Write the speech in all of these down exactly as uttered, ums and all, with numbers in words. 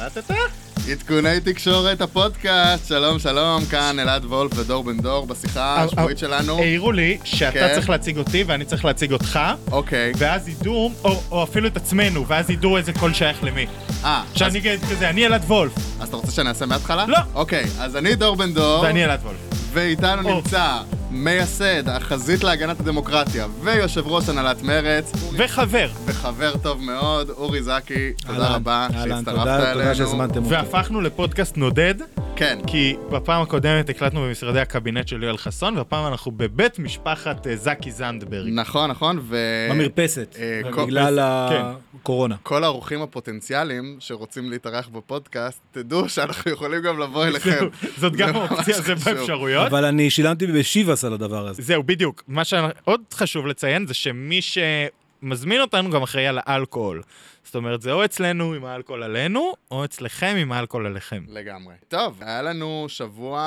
קלטת? עדכוני תקשורת הפודקאסט, שלום שלום, כאן אלעד וולף ודור בן דור בשיחה השבועית שלנו. העירו לי שאתה צריך להציג אותי ואני צריך להציג אותך, אוקיי. ואז ידעו, או אפילו את עצמנו, ואז ידעו איזה קול שייך למי. אה. שאני אגיד כזה, אני אלעד וולף. אז אתה רוצה שאני אעשה מההתחלה? לא. אוקיי, אז אני דור בן דור. ואני אלעד וולף. ואיתנו נמצא מייסד החזית להגנת הדמוקרטיה ויושב ראש הנהלת מרץ. וחבר. וחבר טוב מאוד, אורי זקי, תודה רבה שהצטרפת אלינו. תודה שהזמנתם אותי. והפכנו לפודקאסט נודד. כן. כי בפעם הקודמת הקלטנו במשרדי הקבינט של יואל חסון, והפעם אנחנו בבית משפחת זקי זנדברג. נכון, נכון, ו... במרפסת, בגלל הקורונה. כל האורחים הפוטנציאליים שרוצים להתארח בפודקאסט, תדעו שאנחנו יכולים גם לבוא אליכם. זאת גם אופציה, זה באפשרויות. אבל אני שילמתי בשיבס על הדבר הזה. זהו, בדיוק. מה שעוד חשוב לציין זה שמי שמזמין אותנו גם אחראי על האלכוהול. זאת אומרת, זה או אצלנו עם האלכוהול עלינו, או אצלכם עם האלכוהול עליכם. לגמרי. טוב, היה לנו שבוע...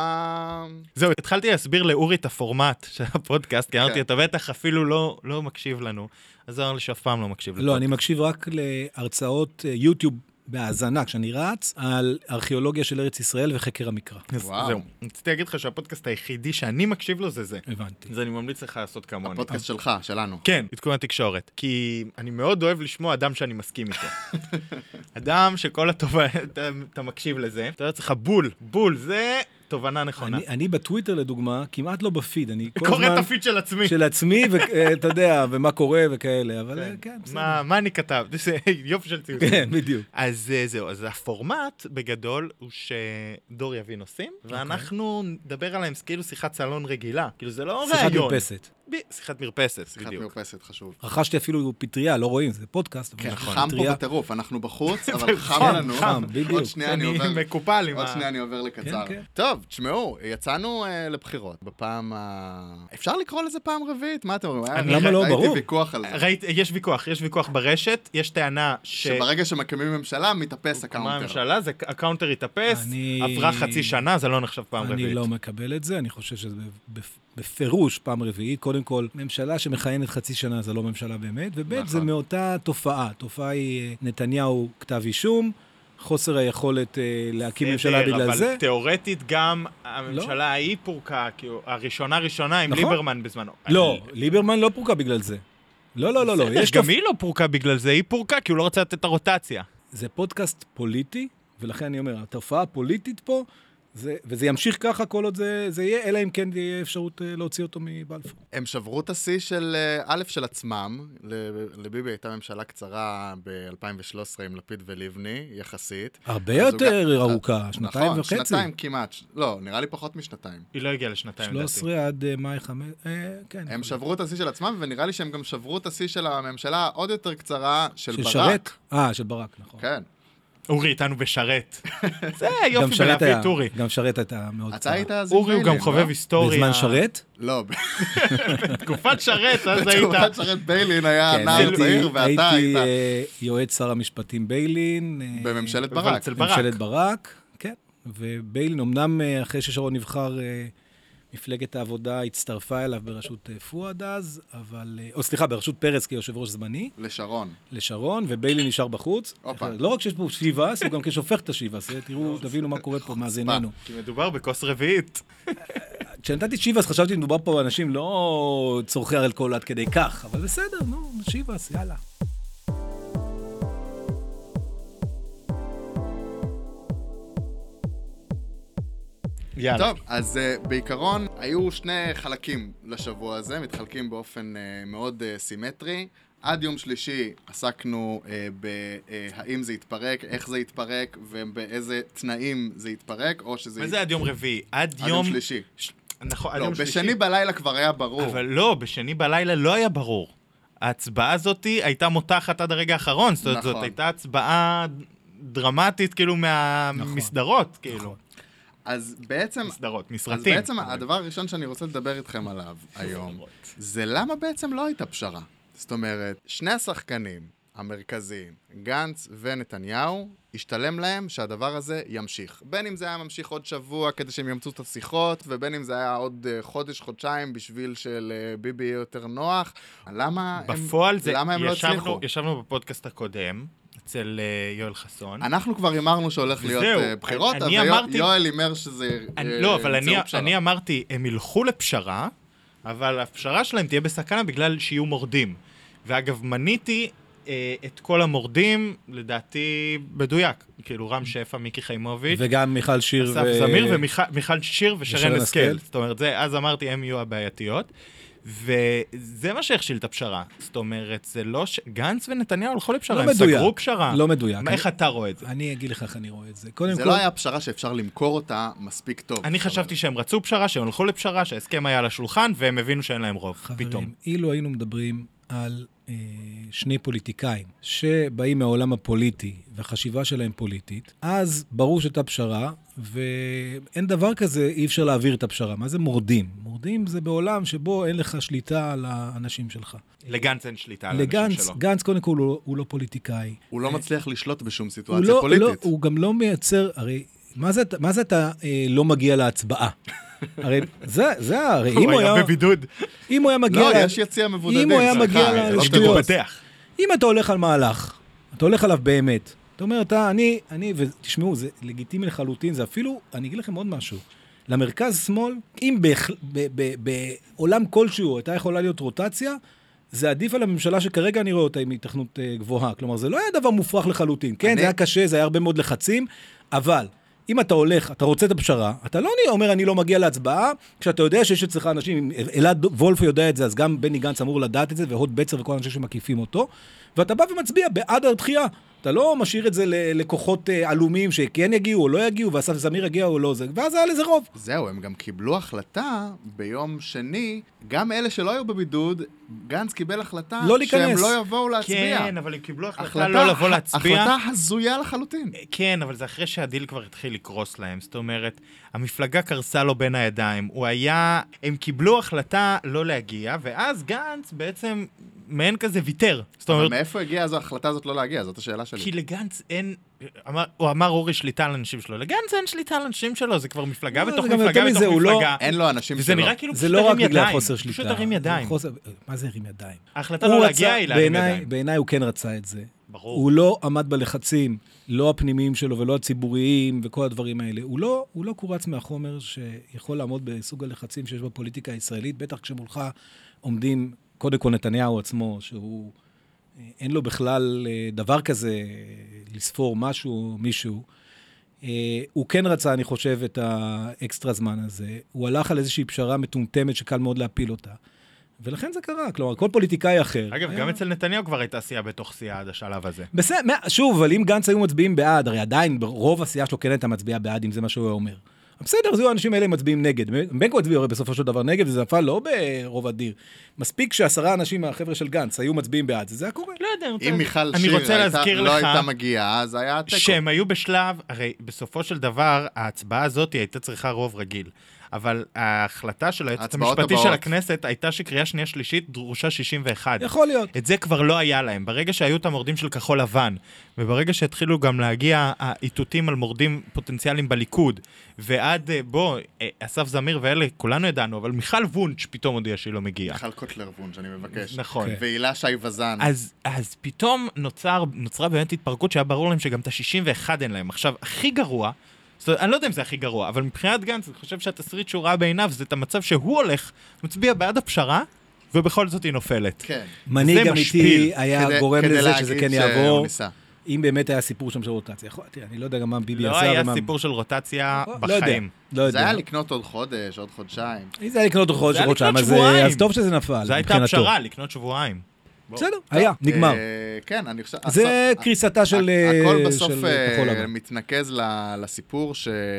זהו, התחלתי להסביר לאורי את הפורמט של הפודקאסט, כי אמרתי, אתה בטח אפילו לא, לא מקשיב לנו. אז זה אומר לי שאף פעם לא מקשיב לפודקאסט. לא, אני מקשיב רק להרצאות יוטיוב בהאזנה, כשאני רץ, על ארכיאולוגיה של ארץ ישראל וחקר המקרא. זהו. רציתי להגיד לך שהפודקאסט היחידי שאני מקשיב לו זה זה. הבנתי. אז אני ממליץ לך לעשות כמוני. הפודקאסט שלך, שלנו. כן, עדכון התקשורת. כי אני מאוד אוהב לשמוע אדם שאני מסכים איתו. אדם שכל הטובה, אתה מקשיב לזה, אתה יודע צריך בול, בול, זה תובנה נכונה. אני, אני בטוויטר לדוגמה, כמעט לא בפיד, אני כל קורא הזמן... את הפיד של עצמי. של עצמי, ואתה יודע, ומה קורה וכאלה, אבל כן, כן בסדר. מה, מה אני כתב? זה יופי של ציוצים. כן, בדיוק. אז זהו, אז הפורמט בגדול הוא שדור יביא נושאים, ואנחנו נדבר עליהם כאילו שיחת סלון רגילה. כאילו זה לא רעיון. שיחת מרפסת. שיחת מרפסת, שיחת בדיוק. מרפסת, חשוב. רכשתי אפילו פטריה, לא רואים, זה פודקאסט. כן, חם פה בטירוף, אנחנו בחוץ, אבל חם לנו. חם, בדיוק. עוד שנייה אני עובר... מקופל עם ה... עוד שנייה אני עובר לקצר. טוב, תשמעו, יצאנו לבחירות. בפעם ה... אפשר לקרוא לזה פעם רביעית? מה אתם אומרים? למה לא? ברור. ראיתי ויכוח על זה. יש ויכוח, יש ויכוח ברשת, יש טענה ש... שברגע שמקימים ממשלה, מתאפס הקאונטר. הממשלה, זה הקאונטר יתאפס, עברה חצי שנה, זה לא נחשב פעם רביעית. אני לא מקבל את זה, אני חושב שזה בפירוש פעם רביעית. קודם כל, ממשלה שמכהנת חצי שנה זה לא ממשלה באמת, ובית זה מאותה תופעה. תופעה היא נתניהו כתב אישום, חוסר היכולת להקים ממשלה בגלל זה. אבל תיאורטית גם הממשלה ההיא פורקה, הראשונה ראשונה עם ליברמן בזמנו. לא, ליברמן לא פורקה בגלל זה. לא, לא, לא, לא. גם היא לא פורקה בגלל זה, היא פורקה כי הוא לא רוצה לתת את הרוטציה. זה פודקאסט פוליטי, ולכן אני אומר, התופעה הפוליטית פה, זה, וזה ימשיך ככה כל עוד זה, זה יהיה, אלא אם כן יהיה אפשרות להוציא אותו מבלפור. הם שברו את השיא של א' של עצמם, לביבי הייתה ממשלה קצרה ב-אלפיים ושלוש עשרה עם לפיד ולבני, יחסית. הרבה יותר ארוכה, שנתיים וחצי. נכון, שנתיים כמעט, לא, נראה לי פחות משנתיים. היא לא הגיעה לשנתיים. שלוש עשרה עד מאי חמש, כן. הם שברו את השיא של עצמם, ונראה לי שהם גם שברו את השיא של הממשלה עוד יותר קצרה של ברק. של שרת? אה, של ברק, נכון. כן. אורי איתנו בשרת. זה יופי בלהביא את אורי. גם שרת הייתה מאוד קצרה. אתה היית אז אורי הוא גם חובב היסטוריה. בזמן שרת? לא. בתקופת שרת, אז היית... בתקופת שרת ביילין היה נער צעיר, ואתה היית... הייתי יועץ שר המשפטים ביילין. בממשלת ברק. בממשלת ברק, כן. וביילין, אמנם אחרי ששרון נבחר... מפלגת העבודה הצטרפה אליו בראשות פואד אז, אבל... או סליחה, בראשות פרץ כיושב ראש זמני. לשרון. לשרון, וביילי נשאר בחוץ. אופה. לא רק שיש פה שיבס, הוא גם כשהופך את השיבס. תראו, תבינו מה קורה פה, מה זה איננו. כי מדובר בכוס רביעית. כשנתתי שיבס, חשבתי מדובר פה אנשים לא צורכי אלכוהול עד כדי כך, אבל בסדר, נו, שיבס, יאללה. יאללה. טוב, אז uh, בעיקרון היו שני חלקים לשבוע הזה, מתחלקים באופן uh, מאוד uh, סימטרי. עד יום שלישי עסקנו uh, בהאם uh, זה יתפרק, איך זה יתפרק ובאיזה תנאים זה יתפרק, או שזה... מה זה עד יום רביעי? עד יום... עד יום שלישי. ש... נכון, עד לא, יום שלישי. בשני בלילה כבר היה ברור. אבל לא, בשני בלילה לא היה ברור. ההצבעה הזאת הייתה מותחת עד הרגע האחרון, זאת אומרת, נכון. זאת הייתה הצבעה דרמטית כאילו מהמסדרות, נכון. כאילו. נכון. אז בעצם, מסדרות, מסרטים. אז בעצם הדבר הראשון שאני רוצה לדבר איתכם עליו היום, זה למה בעצם לא הייתה פשרה. זאת אומרת, שני השחקנים, המרכזיים, גנץ ונתניהו, השתלם להם שהדבר הזה ימשיך. בין אם זה היה ממשיך עוד שבוע כדי שהם ימצאו את השיחות, ובין אם זה היה עוד חודש, חודשיים בשביל של ביבי יהיה יותר נוח. למה בפועל הם, זה, למה הם ישבנו, לא הצליחו? ישבנו בפודקאסט הקודם, אצל uh, יואל חסון. אנחנו כבר אמרנו שהולך להיות uh, בחירות, אבל אמרתי, יואל אמר שזה... אני, uh, לא, אבל אני, אני אמרתי, הם ילכו לפשרה, אבל הפשרה שלהם תהיה בסכנה בגלל שיהיו מורדים. ואגב, מניתי uh, את כל המורדים, לדעתי, בדויק. כאילו, רם שפע, מיקי חיימוביץ'. וגם מיכל שיר אסף ו... זמיר ומיכל שיר ושרן השכל. זאת אומרת, זה, אז אמרתי, הם יהיו הבעייתיות. וזה מה שהכשיל את הפשרה. זאת אומרת, זה לא ש... גנץ ונתניהו הלכו לפשרה, הם סגרו פשרה. לא מדויק. איך אתה רואה את זה? אני אגיד לך איך אני רואה את זה. זה לא היה פשרה שאפשר למכור אותה מספיק טוב. אני חשבתי שהם רצו פשרה, שהם הלכו לפשרה, שההסכם היה על השולחן, והם הבינו שאין להם רוב. חברים, אילו היינו מדברים על שני פוליטיקאים שבאים מהעולם הפוליטי והחשיבה שלהם פוליטית, אז ברור שאתה פשרה, ואין דבר כזה, אי אפשר להעביר את הפשרה. מה זה מורדים? מורדים זה בעולם שבו אין לך שליטה על האנשים שלך. לגנץ אין שליטה על האנשים שלו. לגנץ, קודם כל, הוא, הוא לא פוליטיקאי. הוא לא מצליח לשלוט בשום סיטואציה לא, פוליטית. לא, הוא גם לא מייצר, הרי, מה זה, מה זה אתה אה, לא מגיע להצבעה? הרי זה, זה, הרי אם הוא היה... בבידוד. אם הוא היה מגיע... לא, יש יציע מבודדים. אם הוא היה מגיע לשטויות. אם אתה הולך על מהלך, אתה הולך עליו באמת, אתה אומר, אתה, אני, אני, ותשמעו, זה לגיטימי לחלוטין, זה אפילו, אני אגיד לכם עוד משהו, למרכז שמאל, אם בעולם כלשהו הייתה יכולה להיות רוטציה, זה עדיף על הממשלה שכרגע אני רואה אותה עם התכנות גבוהה, כלומר, זה לא היה דבר מופרך לחלוטין, כן, זה היה קשה, זה היה הרבה מאוד לחצים, אבל... אם אתה הולך, אתה רוצה את הפשרה, אתה לא אומר, אני לא מגיע להצבעה, כשאתה יודע שיש אצלך אנשים, אלעד וולף יודע את זה, אז גם בני גנץ אמור לדעת את זה, והוד בצר וכל אנשים שמקיפים אותו, ואתה בא ומצביע בעד הדחייה. אתה לא משאיר את זה ללקוחות עלומים שכן יגיעו או לא יגיעו, ואסף זמיר יגיע או לא, ואז היה לזה רוב. זהו, הם גם קיבלו החלטה ביום שני, גם אלה שלא היו בבידוד, גנץ קיבל החלטה לא שהם לא יבואו להצביע. כן, אבל הם קיבלו החלטה לא לבוא להצביע. החלטה הזויה לחלוטין. כן, אבל זה אחרי שהדיל כבר התחיל לקרוס להם. זאת אומרת, המפלגה קרסה לו בין הידיים. הוא היה... הם קיבלו החלטה לא להגיע, ואז גנץ בעצם מעין כזה ויתר. אבל מאיפה הגיעה הזו ההחלטה הזאת לא להגיע? זאת השאלה שלי. כי לגנץ אין... הוא אמר אורי שליטה על אנשים שלו. לגנץ אין שליטה על אנשים שלו, זה כבר מפלגה בתוך מפלגה בתוך מפלגה. אין לו אנשים שלו. וזה נראה כאילו פשוט הרים ידיים. פשוט הרים ידיים. מה זה הרים ידיים? ההחלטה לא להגיע היא להרים ידיים. בעיניי הוא כן רצה את זה. ברור. הוא לא עמד בלחצים, לא הפנימיים שלו ולא הציבוריים וכל הדברים האלה. הוא לא, הוא לא קורץ מהחומר שיכול לעמוד בסוג הלחצים שיש בפוליטיקה הישראלית, בטח כשמולך עומדים, קודם כל נתניהו עצמו, שהוא, אין לו בכלל דבר כזה לספור משהו, מישהו. הוא כן רצה, אני חושב, את האקסטרה זמן הזה. הוא הלך על איזושהי פשרה מטומטמת שקל מאוד להפיל אותה. ולכן זה קרה, כלומר, כל פוליטיקאי אחר. אגב, גם אצל נתניהו כבר הייתה סיעה בתוך סיעה עד השלב הזה. בסדר, שוב, אבל אם גנץ היו מצביעים בעד, הרי עדיין רוב הסיעה שלו כן הייתה מצביעה בעד, אם זה מה שהוא אומר. בסדר, זהו, האנשים האלה מצביעים נגד. בין כה הצביעו בסופו של דבר נגד, וזה נפל לא ברוב אדיר. מספיק שעשרה אנשים מהחבר'ה של גנץ היו מצביעים בעד, זה היה קורה. לא יודע, אם מיכל שיר לא הייתה מגיעה, אז היה תיקו. שהם היו בשלב, הרי בסופו של דבר, ההצבעה הזאת הייתה צריכה רוב רגיל. אבל ההחלטה של היועצת המשפטי של הכנסת הייתה שקריאה שנייה שלישית דרושה שישים ואחת. יכול להיות. את זה כבר לא היה להם. ברגע שהיו את המורדים של כחול לבן, וברגע שהתחילו גם להגיע האיתותים על מורדים פוטנציאליים בליכוד, ועד, בוא, אסף זמיר ואלה, כולנו ידענו, אבל מיכל וונץ' פתאום הודיע שהיא לא מגיעה. מיכל קוטלר וונץ', אני מבקש. נכון. והילה שי וזן. אז, אז פתאום נוצר, נוצרה באמת התפרקות שהיה ברור להם שגם את ה-שישים ואחת אין להם. עכשיו, הכי גרוע, זאת אומרת, אני לא יודע אם זה הכי גרוע, אבל מבחינת גנץ, אני חושב שהתסריט שהוא ראה בעיניו, זה את המצב שהוא הולך, מצביע בעד הפשרה, ובכל זאת היא נופלת. כן. מנהיג אמיתי היה גורם לזה שזה כן יעבור, אם באמת היה סיפור שם של רוטציה. תראה, אני לא יודע גם מה ביבי עשה. לא היה סיפור של רוטציה בחיים. זה היה לקנות עוד חודש, עוד חודשיים. זה היה לקנות עוד חודש, עוד חודשיים, אז טוב שזה נפל. זה הייתה פשרה, לקנות שבועיים. בסדר, היה, נגמר. כן, אני חושב... זה קריסתה של כחול לבן. הכל בסוף מתנקז לסיפור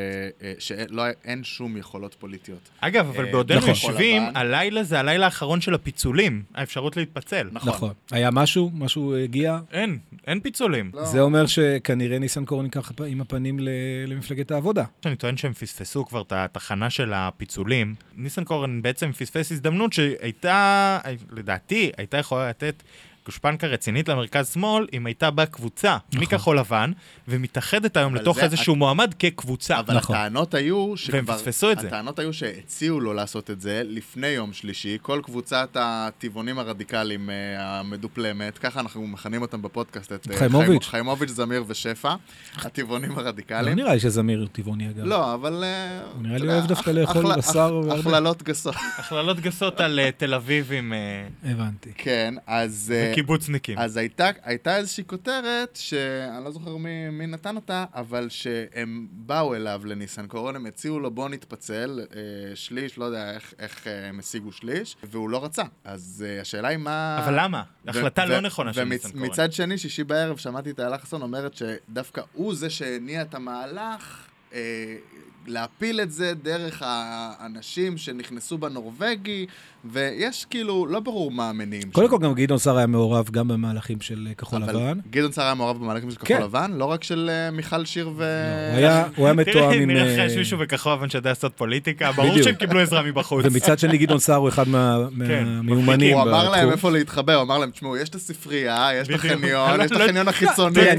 שאין שום יכולות פוליטיות. אגב, אבל בעודנו יושבים, הלילה זה הלילה האחרון של הפיצולים, האפשרות להתפצל. נכון. היה משהו? משהו הגיע? אין, אין פיצולים. זה אומר שכנראה ניסנקורן ייקח עם הפנים למפלגת העבודה. אני טוען שהם פספסו כבר את התחנה של הפיצולים. ניסנקורן בעצם פספס הזדמנות שהייתה, לדעתי, הייתה יכולה לתת גושפנקה רצינית למרכז שמאל, אם הייתה בה קבוצה מכחול לבן, ומתאחדת היום לתוך איזשהו מועמד כקבוצה. אבל הטענות היו והם פספסו את זה. הטענות היו שהציעו לו לעשות את זה לפני יום שלישי, כל קבוצת הטבעונים הרדיקליים המדופלמת, ככה אנחנו מכנים אותם בפודקאסט, את חיימוביץ'. חיימוביץ', זמיר ושפע, הטבעונים הרדיקליים. לא נראה לי שזמיר טבעוני אגב. לא, אבל... נראה לי אוהב דווקא לאכול בשר. הכללות גסות. הכללות גסות על תל אביב עם... הבנתי. כן, אז... וקיבוצניקים. אז הייתה, הייתה איזושהי כותרת, שאני לא זוכר מי, מי נתן אותה, אבל שהם באו אליו לניסנקורן, הם הציעו לו בוא נתפצל, אה, שליש, לא יודע איך, איך הם השיגו שליש, והוא לא רצה. אז אה, השאלה היא מה... אבל למה? החלטה לא נכונה של ניסנקורן. ומצד שני, שישי בערב, שמעתי את איילה חסון אומרת שדווקא הוא זה שהניע את המהלך, אה, להפיל את זה דרך האנשים שנכנסו בנורווגי, ויש כאילו, לא ברור מה המניעים. קודם כל גם גדעון סער היה מעורב גם במהלכים של כחול לבן. אבל גדעון סער היה מעורב במהלכים של כחול לבן, לא רק של מיכל שיר ו... הוא היה מתואם עם... נראה לך יש מישהו בכחול לבן שיודע לעשות פוליטיקה, ברור שהם קיבלו עזרה מבחוץ. ומצד שני גדעון סער הוא אחד מהמיומנים. הוא אמר להם איפה להתחבר, הוא אמר להם, תשמעו, יש את הספרייה, יש את החניון, יש את החניון החיצוני.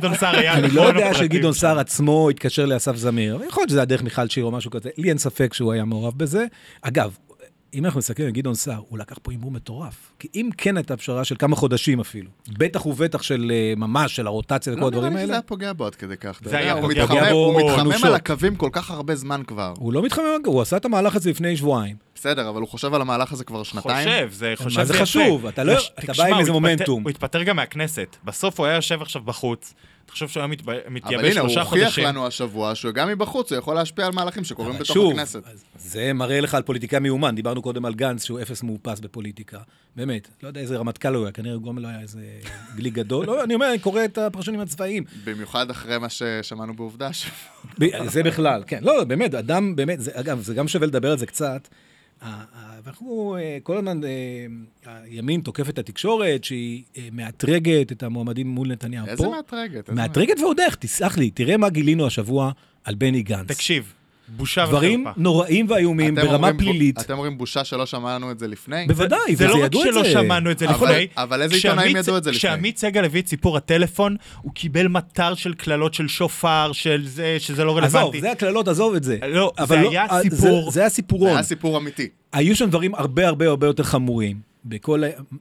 אני לא יודע שגדעון סער עצמו התקשר לאסף זמיר, יכול להיות שזה היה דרך מיכל שיר או משהו כזה, לי אין ספק שהוא היה מעורב בזה. אגב, אם אנחנו מסתכלים על גדעון סער, הוא לקח פה אימור מטורף. כי אם כן הייתה פשרה של כמה חודשים אפילו, בטח ובטח של ממש, של הרוטציה וכל הדברים האלה. לא נראה לי שזה היה פוגע בו עד כדי כך. זה היה פוגע בו. הוא מתחמם על הקווים כל כך הרבה זמן כבר. הוא לא מתחמם, הוא עשה את המהלך הזה לפני שבועיים. בסדר, אבל הוא חושב על המהלך הזה כבר שנתיים. חושב, זה חושב. מה זה חשוב? אתה בא עם איזה מומנטום. הוא התפטר גם מהכנסת. בסוף הוא היה יושב עכשיו בחוץ. תחשוב שהוא היה מתייבש שלושה חודשים. אבל הנה, הוא הוכיח לנו השבוע שהוא גם מבחוץ, הוא יכול להשפיע על מהלכים שקורים בתוך הכנסת. זה מראה לך על פוליטיקה מיומן. דיברנו קודם על גנץ, שהוא אפס מאופס בפוליטיקה. באמת, לא יודע איזה רמטכ"ל הוא היה, כנראה גם לא היה איזה גלי גדול. לא, אני אומר, אני קורא את הפרשנים הצבאיים. במיוחד אחרי מה ששמענו בעובדה. זה בכלל, כן. לא, באמת, אדם, באמת, אגב, זה גם שווה לדבר על זה קצת. ואנחנו כל הזמן, הימין תוקף את התקשורת, שהיא מאתרגת את המועמדים מול נתניהו. איזה מאתרגת? מאתרגת ועוד איך, תסלח לי, תראה מה גילינו השבוע על בני גנץ. תקשיב, בושה וחרפה. דברים נוראים ואיומים ברמה פלילית. אתם אומרים בושה שלא שמענו את זה לפני? בוודאי, זה לא רק שלא שמענו את זה לפני. אבל איזה עיתונאים ידעו את זה לפני? כשעמית סגל הביא את סיפור הטלפון, הוא קיבל מטר של כללות של שופר, של זה, שזה לא רלוונטי. עזוב, זה הכללות, עזוב את זה. לא, זה היה סיפור. זה היה סיפורון. זה היה סיפור אמיתי. היו שם דברים הרבה הרבה הרבה יותר חמורים. בכל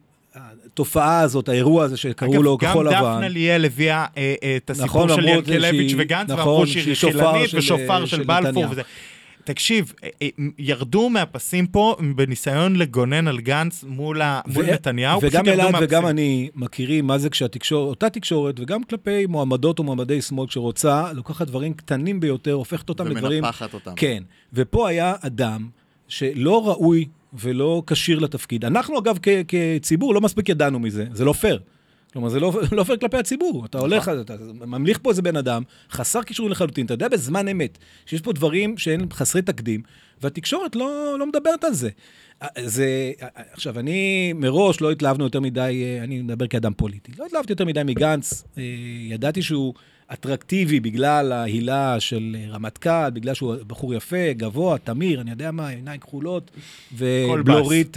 התופעה הזאת, האירוע הזה שקראו לו כחול לבן. גם דפנה ליאל הביאה את הסיפור של ינקלביץ' וגנץ, ואמרו שהיא רכילנית ושופר של בלפור וזה. תקשיב, ירדו מהפסים פה בניסיון לגונן על גנץ מול נתניהו. וגם אלעד וגם אני מכירים מה זה כשהתקשורת, אותה תקשורת, וגם כלפי מועמדות או מועמדי שמאל שרוצה, לוקחת דברים קטנים ביותר, הופכת אותם לדברים... ומנפחת אותם. כן, ופה היה אדם שלא ראוי ולא קשיר לתפקיד. אנחנו אגב כציבור לא מספיק ידענו מזה, זה לא פייר. כלומר, זה לא, לא פייר כלפי הציבור. אתה הולך, אתה ממליך פה איזה בן אדם, חסר קישורים לחלוטין, אתה יודע בזמן אמת, שיש פה דברים שאין חסרי תקדים, והתקשורת לא, לא מדברת על זה. זה, עכשיו, אני מראש לא התלהבנו יותר מדי, אני מדבר כאדם פוליטי, לא התלהבתי יותר מדי מגנץ, ידעתי שהוא אטרקטיבי בגלל ההילה של רמטכ"ל, בגלל שהוא בחור יפה, גבוה, תמיר, אני יודע מה, עיניים כחולות, ובלורית,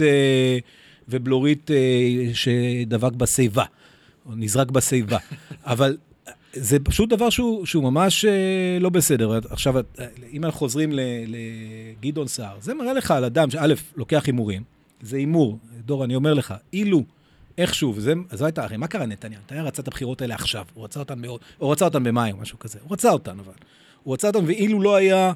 ובלורית שדבק בשיבה. או נזרק בשיבה. אבל זה פשוט דבר שהוא, שהוא ממש לא בסדר. עכשיו, אם אנחנו חוזרים לגדעון סער, זה מראה לך על אדם שא' לוקח הימורים, זה הימור, דור, אני אומר לך, אילו, איכשהו, וזה, זו הייתה, הרי מה קרה נתניהו? נתניהו רצה את הבחירות האלה עכשיו, הוא רצה אותן מאוד, הוא רצה אותן במאי או משהו כזה, הוא רצה אותן, אבל, הוא רצה אותן, ואילו לא היה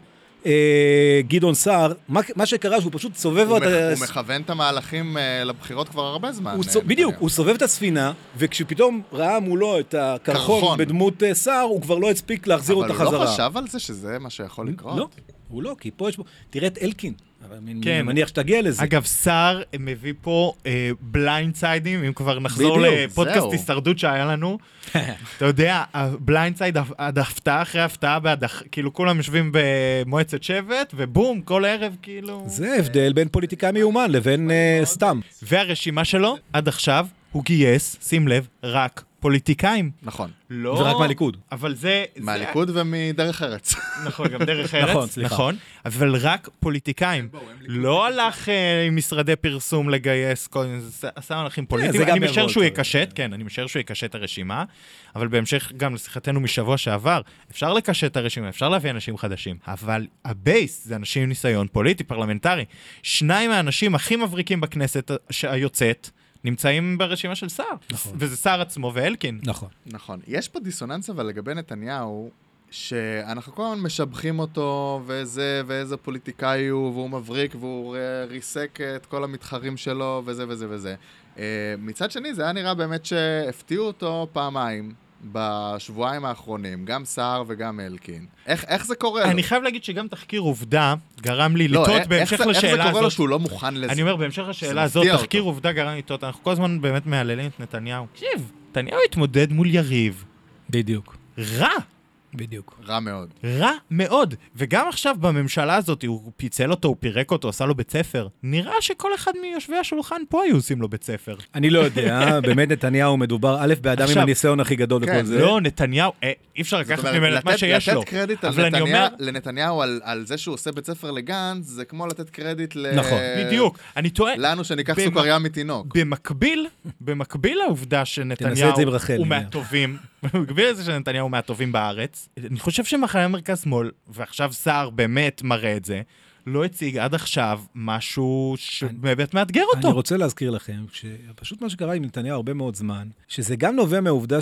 גדעון סער, מה שקרה שהוא פשוט סובב... הוא מכוון את המהלכים לבחירות כבר הרבה זמן. בדיוק, הוא סובב את הספינה, וכשפתאום ראה מולו את הקרחון בדמות סער, הוא כבר לא הספיק להחזיר אותה חזרה. אבל הוא לא חשב על זה שזה מה שיכול לקרות? לא, הוא לא, כי פה יש פה... תראה את אלקין. אני מניח שתגיע לזה. אגב, סער מביא פה בליינד סיידים, אם כבר נחזור לפודקאסט הישרדות שהיה לנו. אתה יודע, הבליינד סייד, עד הפתעה אחרי הפתעה, כאילו כולם יושבים במועצת שבט, ובום, כל ערב כאילו... זה הבדל בין פוליטיקאי מיומן לבין סתם. והרשימה שלו, עד עכשיו, הוא גייס, שים לב, רק פוליטיקאים. נכון. לא... ורק מהליכוד. אבל זה... מהליכוד זה... ומדרך ארץ. נכון, גם דרך ארץ. נכון, סליחה. נכון, אבל רק פוליטיקאים. לא הלך אה, עם משרדי פרסום לגייס, כל... זה עשה מהלכים פוליטיים. אני משער שהוא יקשט, כן, אני משער שהוא יקשט את הרשימה, אבל בהמשך גם לשיחתנו משבוע שעבר, אפשר לקשט את הרשימה, אפשר להביא אנשים חדשים, אבל הבייס זה אנשים עם ניסיון פוליטי, פרלמנטרי. שניים מהאנשים הכי מבריקים בכנסת היוצאת, נמצאים ברשימה של שר. נכון. וזה שר עצמו ואלקין. נכון. נכון. יש פה דיסוננס אבל לגבי נתניהו, שאנחנו כל הזמן משבחים אותו, ואיזה, ואיזה פוליטיקאי הוא, והוא מבריק, והוא ריסק את כל המתחרים שלו, וזה וזה וזה. מצד שני, זה היה נראה באמת שהפתיעו אותו פעמיים, בשבועיים האחרונים, גם סער וגם אלקין. איך, איך זה קורה לו? אני חייב להגיד שגם תחקיר עובדה גרם לי לטעות לא, בהמשך איך לשאלה הזאת. איך זה קורה לו שהוא לא מוכן לזה? אני אומר, בהמשך לשאלה הזאת, תחקיר עובדה גרם לי לטעות. אנחנו כל הזמן באמת מעללים את נתניהו. תקשיב, נתניהו התמודד מול יריב. בדיוק. רע. בדיוק. רע מאוד. רע מאוד. וגם עכשיו בממשלה הזאת, הוא פיצל אותו, הוא פירק אותו, עשה לו בית ספר. נראה שכל אחד מיושבי השולחן פה היו עושים לו בית ספר. אני לא יודע, באמת נתניהו מדובר, א', באדם עם הניסיון הכי גדול לכל זה. לא, נתניהו, אי אפשר לקחת ממנו את מה שיש לו. לתת קרדיט לנתניהו על זה שהוא עושה בית ספר לגנץ, זה כמו לתת קרדיט ל... נכון. בדיוק. אני טועה... לנו שניקח סוכריה מתינוק. במקביל, במקביל לעובדה שנתניהו הוא מהטובים, במקביל לזה שנתניהו מהטובים בארץ, אני חושב שמחנה מרכז שמאל, ועכשיו סער באמת מראה את זה, לא הציג עד עכשיו משהו שבאמת מאתגר אותו. אני רוצה להזכיר לכם, שפשוט מה שקרה עם נתניהו הרבה מאוד זמן, שזה גם נובע מהעובדה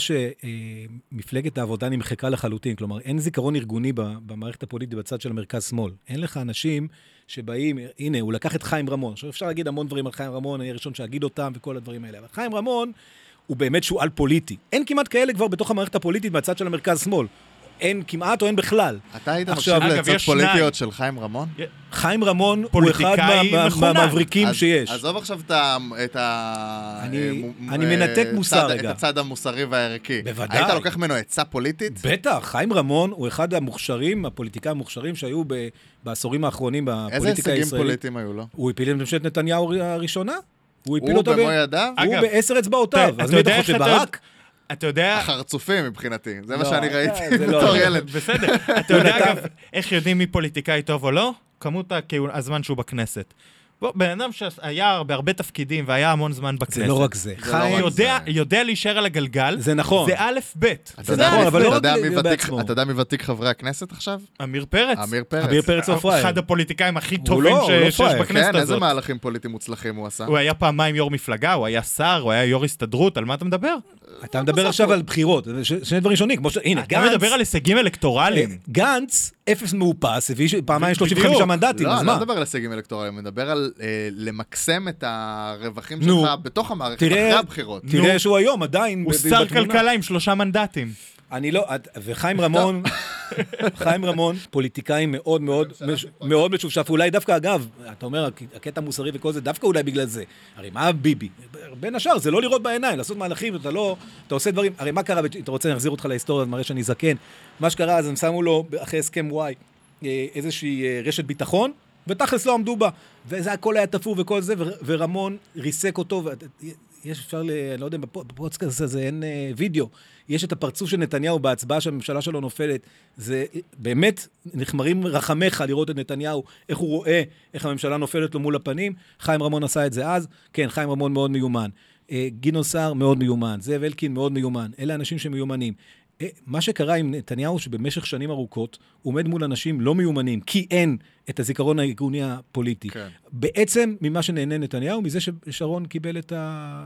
שמפלגת העבודה נמחקה לחלוטין, כלומר, אין זיכרון ארגוני במערכת הפוליטית בצד של המרכז שמאל. אין לך אנשים שבאים, הנה, הוא לקח את חיים רמון. עכשיו אפשר להגיד המון דברים על חיים רמון, אני הראשון שאגיד אותם וכל הדברים האלה. אבל חיים רמון הוא באמת שועל פוליטי. אין כמעט כאלה כבר בתוך המערכת הפוליטית בצד של המרכז שמאל. אין כמעט או אין בכלל. אתה היית עכשיו לעצות פוליטיות של חיים רמון? חיים רמון הוא אחד מהמבריקים שיש. עזוב עכשיו את ה... אני מנתק מוסר רגע. את הצד המוסרי והערכי. בוודאי. היית לוקח ממנו עצה פוליטית? בטח, חיים רמון הוא אחד המוכשרים, הפוליטיקאים המוכשרים שהיו בעשורים האחרונים בפוליטיקה הישראלית. איזה הישגים פוליטיים היו לו? הוא הפיל את ממשלת נתניהו הראשונה. הוא הפיל הוא אותו במו ידיו? הוא בעשר אצבעותיו. אז מי אתה חושב, ברק? אתה יודע... החרצופים מבחינתי, זה מה שאני ראיתי בתור ילד. בסדר. אתה יודע אגב, איך יודעים מי פוליטיקאי טוב או לא? כמות הזמן שהוא בכנסת. בן אדם שהיה בהרבה תפקידים והיה המון זמן בכנסת. זה לא רק זה. חיים יודע להישאר על הגלגל. זה נכון. זה א' ב'. זה נכון, אבל לא רק בעצמו. אתה יודע מי ותיק חברי הכנסת עכשיו? אמיר פרץ. אמיר פרץ. אמיר פרץ הוא פראייר. אחד הפוליטיקאים הכי טובים שיש בכנסת הזאת. כן, איזה מהלכים פוליטיים מוצלחים הוא עשה? הוא היה פעמיים יו"ר מפלגה, הוא היה שר, הוא היה יו"ר הסתדרות, על מה אתה מדבר? אתה מדבר עכשיו על בחירות, שני דברים שונים, כמו ש... הנה, גנץ... אתה מדבר על הישגים אלקטורליים. גנץ, אפס מאופס, הביא פעמיים שלושים וחמישה מנדטים, אז מה? לא, אני לא מדבר על הישגים אלקטורליים, אני מדבר על למקסם את הרווחים שלך בתוך המערכת, אחרי הבחירות. תראה שהוא היום עדיין... הוא שר כלכלה עם שלושה מנדטים. אני לא... וחיים רמון... חיים רמון, פוליטיקאי מאוד מאוד מאוד משופשף, ואולי דווקא אגב, אתה אומר, הקטע המוסרי וכל זה, דווקא אולי בגלל זה. הרי מה ביבי? בין השאר, זה לא לראות בעיניים, לעשות מהלכים, אתה לא, אתה עושה דברים, הרי מה קרה, אתה רוצה להחזיר אותך להיסטוריה, מראה שאני זקן, מה שקרה, אז הם שמו לו, אחרי הסכם וואי, איזושהי רשת ביטחון, ותכלס לא עמדו בה, וזה הכל היה תפור וכל זה, ורמון ריסק אותו, יש אפשר, אני לא יודע, בפודקאסט הזה אין וידאו, יש את הפרצוף של נתניהו בהצבעה שהממשלה שלו נופלת, זה באמת נחמרים רחמך לראות את נתניהו, איך הוא רואה, איך הממשלה נופלת לו מול הפנים, חיים רמון עשה את זה אז, כן, חיים רמון מאוד מיומן, גדעון סער מאוד מיומן, זאב אלקין מאוד מיומן, אלה אנשים שמיומנים. מה שקרה עם נתניהו שבמשך שנים ארוכות הוא עומד מול אנשים לא מיומנים, כי אין את הזיכרון הארגוני הפוליטי. כן. בעצם ממה שנהנה נתניהו, מזה ששרון קיבל את, ה,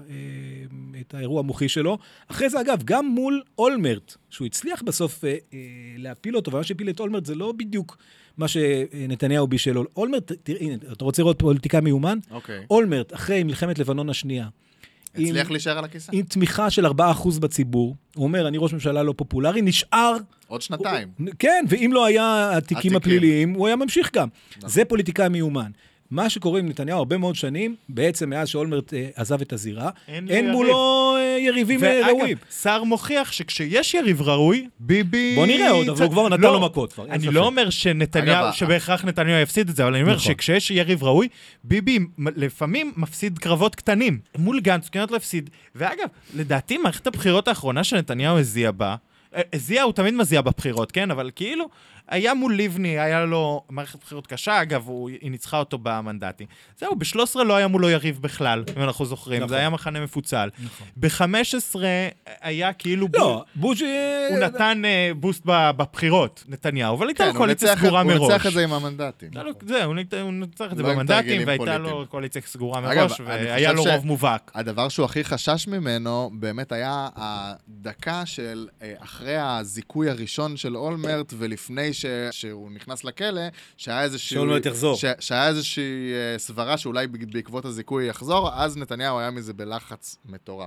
את האירוע המוחי שלו. אחרי זה אגב, גם מול אולמרט, שהוא הצליח בסוף להפיל אותו, ומה שהפיל את אולמרט זה לא בדיוק מה שנתניהו בישל. אולמרט, תראה, הנה, אתה רוצה לראות פוליטיקאי מיומן? אוקיי. אולמרט, אחרי מלחמת לבנון השנייה, הצליח להישאר על הכיסא. עם תמיכה של ארבעה אחוז בציבור, הוא אומר, אני ראש ממשלה לא פופולרי, נשאר... עוד שנתיים. כן, ואם לא היה התיקים הפליליים, הוא היה ממשיך גם. זה פוליטיקאי מיומן. מה שקורה עם נתניהו הרבה מאוד שנים, בעצם מאז שאולמרט עזב את הזירה, אין מולו יריבים ראויים. ואגב, שר מוכיח שכשיש יריב ראוי, ביבי... בוא נראה עוד, אבל הוא כבר נתן לו מכות. אני לא אומר שנתניהו, שבהכרח נתניהו יפסיד את זה, אבל אני אומר שכשיש יריב ראוי, ביבי לפעמים מפסיד קרבות קטנים. מול גנץ, כנות להפסיד. ואגב, לדעתי, מערכת הבחירות האחרונה שנתניהו הזיע בה, הזיע, הוא תמיד מזיע בבחירות, כן? אבל כאילו, היה מול ליבני, היה לו מערכת בחירות קשה, אגב, הוא, היא ניצחה אותו במנדטים. זהו, ב-שלוש עשרה לא היה מולו יריב בכלל, אם אנחנו זוכרים, נכון. זה היה מחנה מפוצל. נכון. ב-חמש עשרה היה כאילו... לא, בוז'י... הוא נתן uh, בוסט בבחירות, נתניהו, אבל הייתה לו קואליציה סגורה מראש. הוא ניצח את זה עם המנדטים. זהו, הוא ניצח את זה במנדטים, והייתה לו קואליציה סגורה מראש, והיה לו רוב מובהק. הדבר שהוא הכי חשש ממנו, באמת היה הדקה של אחרי הזיכוי הראשון של אולמרט, ולפני ש... שהוא נכנס לכלא, שהיה איזושהי... ש... שהיה איזושהי uh, סברה שאולי בעקבות הזיכוי יחזור, אז נתניהו היה מזה בלחץ מטורף.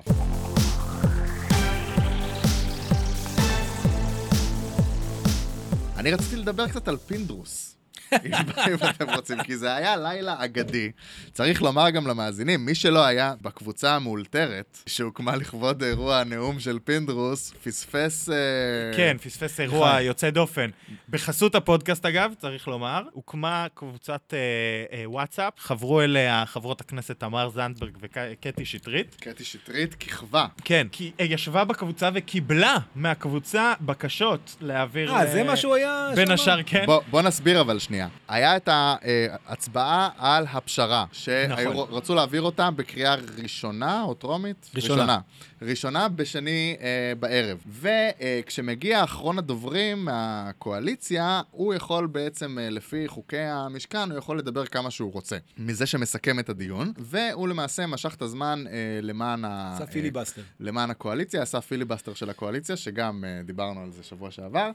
אני רציתי לדבר קצת על פינדרוס. אם אתם רוצים, כי זה היה לילה אגדי. צריך לומר גם למאזינים, מי שלא היה בקבוצה המאולתרת, שהוקמה לכבוד אירוע הנאום של פינדרוס, פספס... כן, פספס אירוע יוצא דופן. בחסות הפודקאסט, אגב, צריך לומר, הוקמה קבוצת וואטסאפ, חברו אליה חברות הכנסת תמר זנדברג וקטי שטרית. קטי שטרית כיכבה. כן, כי היא ישבה בקבוצה וקיבלה מהקבוצה בקשות להעביר... אה, זה מה שהוא היה... בין השאר, כן. בוא נסביר אבל שנייה. היה את ההצבעה על הפשרה, שרצו להעביר אותה בקריאה ראשונה או טרומית? ראשונה. ראשונה בשני אה, בערב. וכשמגיע אחרון הדוברים מהקואליציה, הוא יכול בעצם, אה, לפי חוקי המשכן, הוא יכול לדבר כמה שהוא רוצה. מזה שמסכם את הדיון, והוא למעשה משך את הזמן אה, למען, ה, עשה פיליבסטר. אה, למען הקואליציה, עשה פיליבסטר של הקואליציה, שגם אה, דיברנו על זה שבוע שעבר,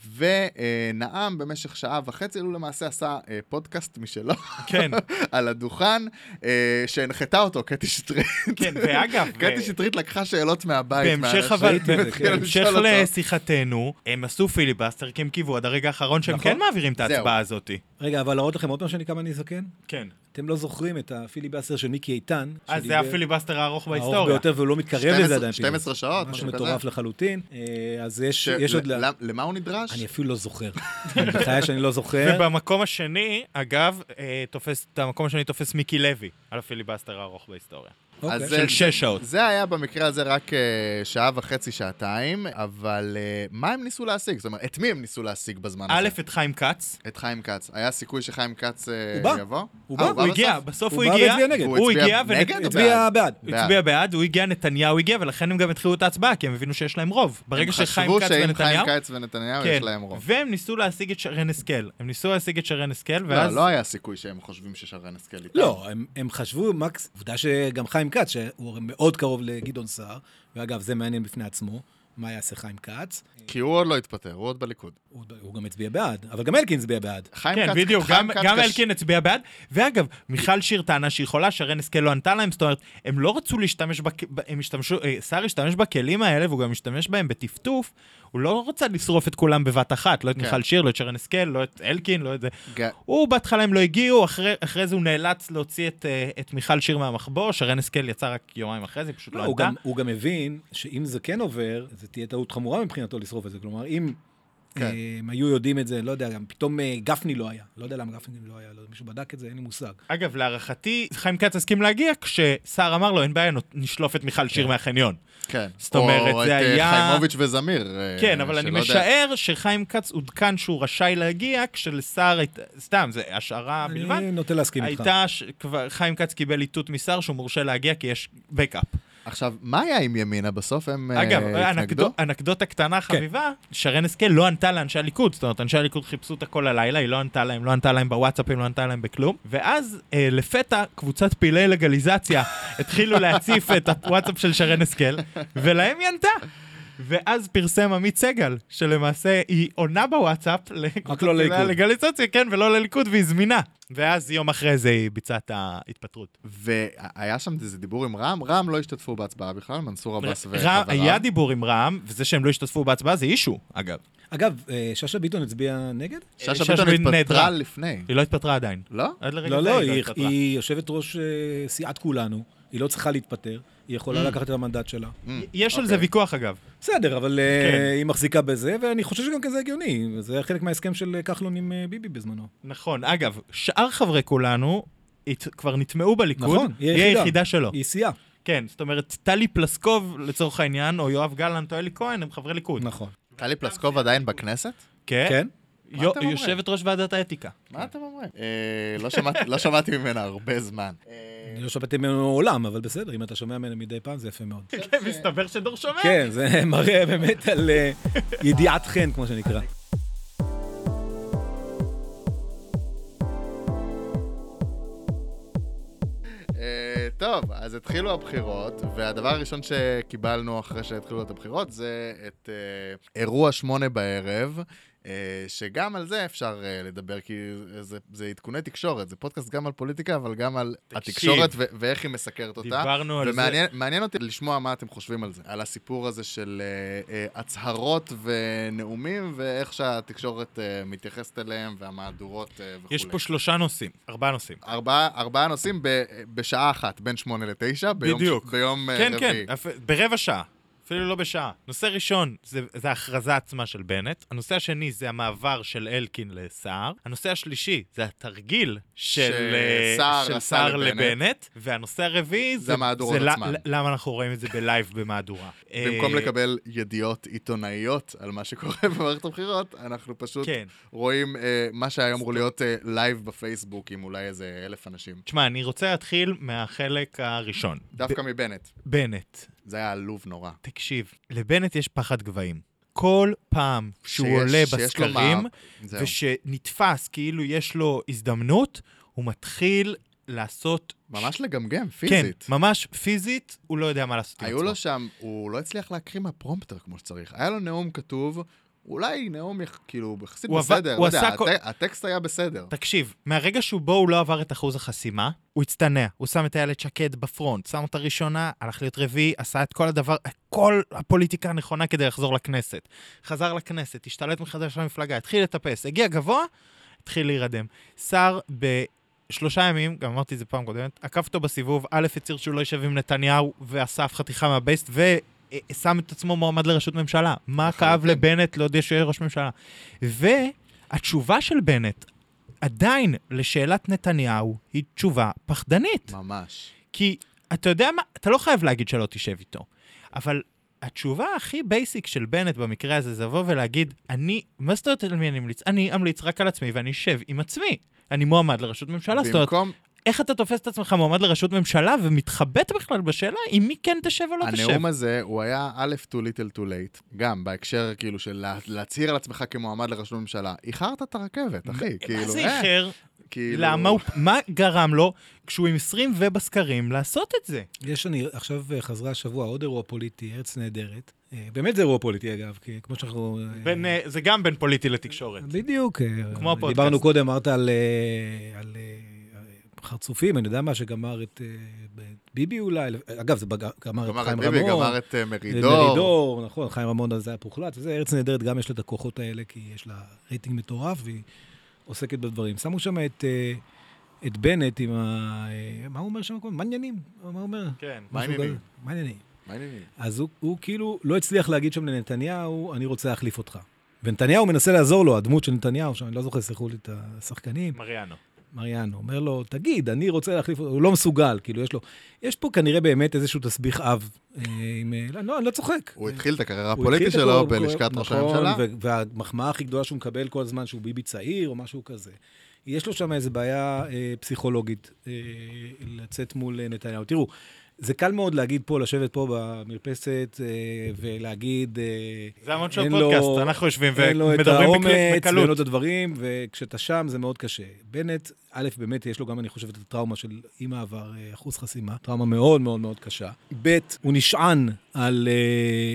ונאם במשך שעה וחצי, הוא למעשה עשה אה, פודקאסט משלו, כן. על הדוכן, אה, שהנחתה אותו, קטי שטרית. כן, ואגב... קטי ו... שטרית לקחה שאלות מהבית. בהמשך, אבל, בהמשך לשיחתנו, הם עשו פיליבסטר, כי הם קיוו עד הרגע האחרון שהם כן מעבירים את ההצבעה הזאת. רגע, אבל להראות לכם עוד פעם שאני כמה אני זקן? כן. אתם לא זוכרים את הפיליבסטר של מיקי איתן. אז זה הפיליבסטר הארוך בהיסטוריה. הארוך ביותר, והוא לא מתקרב לזה עדיין. שתים עשרה שעות, משהו מטורף לחלוטין. אז יש עוד... למה הוא נדרש? אני אפילו לא זוכר. בחיי שאני לא זוכר. ובמקום השני, אגב, תופס, את המקום השני תופס מיקי לוי, על הפיליבסטר הארוך בהיסטוריה. אז של שש שעות. זה היה במקרה הזה רק שעה וחצי, שעתיים, אבל מה הם ניסו להשיג? זאת אומרת, את מי הם ניסו להשיג בזמן הזה? א', את חיים כץ. את חיים כץ. היה סיכוי שחיים כץ יבוא? הוא בא, הוא הגיע, בסוף הוא הגיע. הוא הגיע נגד? הצביע בעד. הוא הצביע בעד, הוא הגיע, נתניהו הגיע, ולכן הם גם התחילו את ההצבעה, כי הם הבינו שיש להם רוב. ברגע שחיים כץ ונתניהו... הם חשבו שאם חיים כץ ונתניהו יש להם רוב. והם ניסו להשיג את שרן השכל. הם ניסו להשיג את שרן השכל, ואז... לא, לא היה סיכוי שהם חושבים ששרן השכל איתם. לא, הם חשבו, מקס, עובדה שגם חיים כץ, שהוא מאוד קרוב לגדעון סער, ואגב, זה מעניין בפני עצמו, מה יעשה חיים כץ. כי הוא עוד לא התפטר, הוא עוד בליכוד. הוא, הוא גם הצביע בעד, אבל גם אלקין הצביע בעד. כן, כץ, בדיוק, גם, גם כש... אלקין הצביע בעד, ואגב, מיכל שיר טענה שהיא חולה, שרן השכל לא ענתה להם, זאת אומרת, הם לא רצו להשתמש, בכ... הם השתמשו, סער השתמש בכלים האלה, והוא גם משתמש בהם בטפטוף, הוא לא רצה לשרוף את כולם בבת אחת, לא את כן. מיכל שיר, לא את שרן השכל, לא את אלקין, לא את זה. ג... הוא בהתחלה הם לא הגיעו, אחרי, אחרי זה הוא נאלץ להוציא את, את מיכל שיר מהמחבור, שרן השכל יצא רק יומיים אחרי זה, פשוט לא, לא הוא גם, הוא גם מבין שאם זה כן עובר, זה תהיה טעות חמורה מבחינתו לשרוף את זה. כלומר, אם כן. הם היו יודעים את זה, לא יודע, גם פתאום גפני לא היה. לא יודע למה גפני לא היה, לא, מישהו בדק את זה, אין לי מושג. אגב, להערכתי, חיים כץ הסכים להגיע, כשסער אמר לו, אין בעיה, נשלוף את מיכל שיר מהחניון. כן. זאת אומרת, זה היה... או את חיימוביץ' וזמיר. כן, אבל אני משער שחיים כץ עודכן שהוא רשאי להגיע, כשלסער, סתם, זה השערה בלבד. אני נוטה להסכים איתך. הייתה, חיים כץ קיבל איתות מסער שהוא מורשה להגיע, כי יש בקאפ. עכשיו, מה היה עם ימינה בסוף? הם אגב, התנגדו? אגב, אנקדוטה קטנה חביבה, שרן השכל לא ענתה לאנשי הליכוד, זאת אומרת, אנשי הליכוד חיפשו אותה כל הלילה, היא לא ענתה להם, לא ענתה להם בוואטסאפים, לא ענתה להם בכלום, ואז אה, לפתע קבוצת פעילי לגליזציה התחילו להציף את הוואטסאפ של שרן השכל, ולהם היא ענתה. ואז פרסם עמית סגל, שלמעשה היא עונה בוואטסאפ לגליזציה, כן, ולא לליכוד, והיא זמינה. ואז יום אחרי זה היא ביצעה את ההתפטרות. והיה שם איזה דיבור עם רע"מ, רע"מ לא השתתפו בהצבעה בכלל, מנסור עבאס וחבריו. היה דיבור עם רע"מ, וזה שהם לא השתתפו בהצבעה זה אישו, אגב. אגב, שאשא ביטון הצביעה נגד? שאשא ביטון התפטרה לפני. היא לא התפטרה עדיין. לא? לא, לא, היא יושבת ראש סיעת כולנו, היא לא צריכה להתפטר, היא יכולה לקחת את המנדט שלה. יש על זה ויכוח אגב. בסדר, אבל היא מחזיקה בזה, ואני חושב שגם כזה הגיוני, וזה היה חלק מההסכם של כחלון עם ביבי בזמנו. נכון, אגב, שאר חברי כולנו כבר נטמעו בליכוד, נכון, היא היחידה שלו. היא סיעה. כן, זאת אומרת, טלי פלסקוב לצורך העניין, או יואב גלנט או אלי כהן, הם חברי ליכוד. נכון. טלי פלסקוב עדיין בכנסת? כן. כן. יושבת ראש ועדת האתיקה. מה אתם אומרים? לא שמעתי ממנה הרבה זמן. אני לא שמעתי ממנו עולם, אבל בסדר, אם אתה שומע ממנו מדי פעם, זה יפה מאוד. כן, מסתבר שדור שומע. כן, זה מראה באמת על ידיעת חן, כמו שנקרא. טוב, אז התחילו הבחירות, והדבר הראשון שקיבלנו אחרי שהתחילו את הבחירות זה את אירוע שמונה בערב, שגם על זה אפשר לדבר, כי זה, זה עדכוני תקשורת, זה פודקאסט גם על פוליטיקה, אבל גם על התקשורת ו- ואיך היא מסקרת אותה. דיברנו על ומעניין, זה. מעניין אותי לשמוע מה אתם חושבים על זה, על הסיפור הזה של uh, הצהרות ונאומים, ואיך שהתקשורת uh, מתייחסת אליהם, והמהדורות uh, וכו'. יש פה שלושה נושאים, ארבעה נושאים. ארבעה, ארבעה נושאים ב- בשעה אחת, בין שמונה לתשע, ביום, בדיוק. ש- ביום uh, כן, רביעי. כן, ברבע שעה. אפילו לא בשעה. נושא ראשון, זה, זה ההכרזה עצמה של בנט. הנושא השני, זה המעבר של אלקין לסער. הנושא השלישי, זה התרגיל של, של סער לבנט. לבנט. והנושא הרביעי, זה, זה המהדורות זה עצמן. למה אנחנו רואים את זה בלייב במהדורה. במקום לקבל ידיעות עיתונאיות על מה שקורה במערכת הבחירות, אנחנו פשוט כן. רואים uh, מה שהיום אמור להיות uh, לייב בפייסבוק עם אולי איזה אלף אנשים. תשמע, אני רוצה להתחיל מהחלק הראשון. דווקא ב- מבנט. בנט. זה היה עלוב נורא. תקשיב, לבנט יש פחד גבהים. כל פעם שהוא שיש, עולה בסקרים, ושנתפס כאילו יש לו הזדמנות, הוא מתחיל לעשות... ממש לגמגם, פיזית. כן, ממש פיזית, הוא לא יודע מה לעשות. היו לו שם, הוא לא הצליח להקריא מהפרומפטר כמו שצריך. היה לו נאום כתוב... אולי נאום כאילו בחסיד בסדר, לא יודע, הטקסט היה בסדר. תקשיב, מהרגע שהוא בו הוא לא עבר את אחוז החסימה, הוא הצטנע, הוא שם את הילד שקד בפרונט, שם אותה ראשונה, הלך להיות רביעי, עשה את כל הדבר, כל הפוליטיקה הנכונה כדי לחזור לכנסת. חזר לכנסת, השתלט מחדש למפלגה, התחיל לטפס, הגיע גבוה, התחיל להירדם. שר בשלושה ימים, גם אמרתי את זה פעם קודמת, עקב אותו בסיבוב, א' הציר שהוא לא יישב עם נתניהו, ואסף חתיכה מהבייסט, ו... שם את עצמו מועמד לראשות ממשלה. מה כאב לבנט לא יודע שיהיה ראש ממשלה. והתשובה של בנט, עדיין לשאלת נתניהו, היא תשובה פחדנית. ממש. כי אתה יודע מה, אתה לא חייב להגיד שלא תשב איתו, אבל התשובה הכי בייסיק של בנט במקרה הזה, זה לבוא ולהגיד, אני, מה זאת אומרת על מי אני ממליץ? אני אמליץ רק על עצמי ואני אשב עם עצמי. אני מועמד לראשות ממשלה. במקום... איך אתה תופס את עצמך מועמד לראשות ממשלה ומתחבט בכלל בשאלה אם מי כן תשב או לא תשב? הנאום הזה הוא היה א' too little too late, גם בהקשר כאילו של להצהיר על עצמך כמועמד לראשות ממשלה. איחרת את הרכבת, אחי. מה זה איחר? למה הוא, מה גרם לו כשהוא עם עשרים ובסקרים לעשות את זה? יש אני, עכשיו חזרה השבוע עוד אירוע פוליטי, ארץ נהדרת. באמת זה אירוע פוליטי אגב, כי כמו שאנחנו... בין, זה גם בין פוליטי לתקשורת. בדיוק. כמו הפודקאסט. דיברנו קודם, אמרת על... על חרצופים, אני יודע מה, שגמר את ביבי אולי, אגב, זה גמר את חיים רמון. גמר את מרידור. מרידור, נכון, חיים רמון זה היה פוחלט, וזה ארץ נהדרת, גם יש לה את הכוחות האלה, כי יש לה רייטינג מטורף, והיא עוסקת בדברים. שמו שם את, את בנט עם ה... מה הוא אומר שם? מה עניינים? מה הוא אומר? כן, מה עניינים? מה עניינים? אז הוא, הוא כאילו לא הצליח להגיד שם לנתניהו, אני רוצה להחליף אותך. ונתניהו מנסה לעזור לו, הדמות של נתניהו, שאני לא זוכר, סליחו לי את השחקנים. מריאנו. מריאנו, אומר לו, תגיד, אני רוצה להחליף אותו, הוא לא מסוגל, כאילו, יש לו, יש פה כנראה באמת איזשהו תסביך אב, עם, לא, אני לא צוחק. הוא התחיל את הקריירה הפוליטית שלו בלשכת ראש הממשלה. והמחמאה הכי גדולה שהוא מקבל כל הזמן, שהוא ביבי צעיר, או משהו כזה. יש לו שם איזו בעיה פסיכולוגית, לצאת מול נתניהו. תראו, זה קל מאוד להגיד פה, לשבת פה במרפסת, ולהגיד... זה המון של פודקאסט, אנחנו יושבים ומדברים בקלות. אין לו את האומץ, ואין לו את הדברים, וכשאתה שם זה מאוד קשה. בנט, א', באמת יש לו גם, אני חושב, את הטראומה של עם העבר, אחוז חסימה, טראומה מאוד מאוד מאוד קשה. ב', הוא נשען על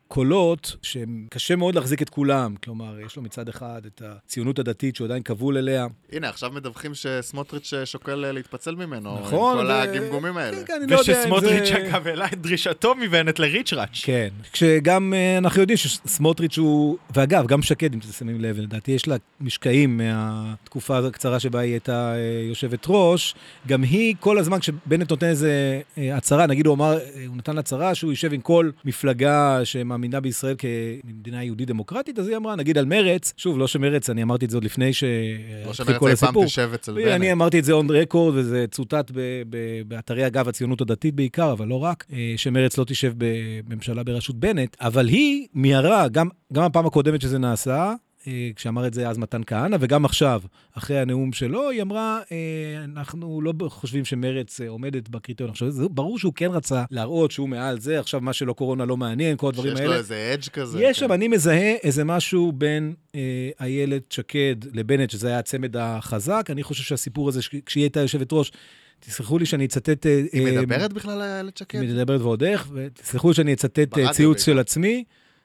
קולות שהם קשה מאוד להחזיק את כולם. כלומר, יש לו מצד אחד את הציונות הדתית שהוא עדיין כבול אליה. הנה, עכשיו מדווחים שסמוטריץ' שוקל להתפצל ממנו. נכון. עם כל הגמגומים האלה. כן, אני לא יודע אם זה... ושסמוטריץ' אגב העלה את דרישתו מבנט לריצ'ראץ'. כן. כשגם אנחנו יודעים שסמוטריץ' הוא... ואגב, גם שקד, אם אתם שמים לב, לדעתי, יש לה משקעים מהתקופה הקצרה שבה היא הייתה יושבת ראש. גם היא, כל הזמן כשבנט נותן איזה הצהרה, נגיד הוא אמר, הוא נתן הצהרה שהוא יישב עם כל מפלגה שמאמינה בישראל כמדינה יהודית דמוקרטית, אז היא אמרה, נגיד על מרץ, שוב, לא שמרץ, אני אמרתי את זה עוד לפני שהתחיל כל הסיפור. אני אמרתי את זה on record, וזה צוטט באתרי אגב הציונות הדתית בעיקר, אבל לא רק, שמרץ לא תשב בממשלה בראשות בנט, אבל היא מיהרה, גם, גם הפעם הקודמת שזה נעשה, כשאמר את זה אז מתן כהנא, וגם עכשיו, אחרי הנאום שלו, היא אמרה, אנחנו לא חושבים שמרץ עומדת בקריטריון. עכשיו, זה ברור שהוא כן רצה להראות שהוא מעל זה, עכשיו מה שלא קורונה לא מעניין, כל הדברים האלה. שיש לו איזה אדג' כזה. יש שם, אני מזהה איזה משהו בין איילת שקד לבנט, שזה היה הצמד החזק. אני חושב שהסיפור הזה, כשהיא הייתה יושבת ראש, תסלחו לי שאני אצטט... היא מדברת בכלל איילת שקד? היא מדברת ועוד איך, ותסלחו לי שאני אצטט ציוץ של עצמי.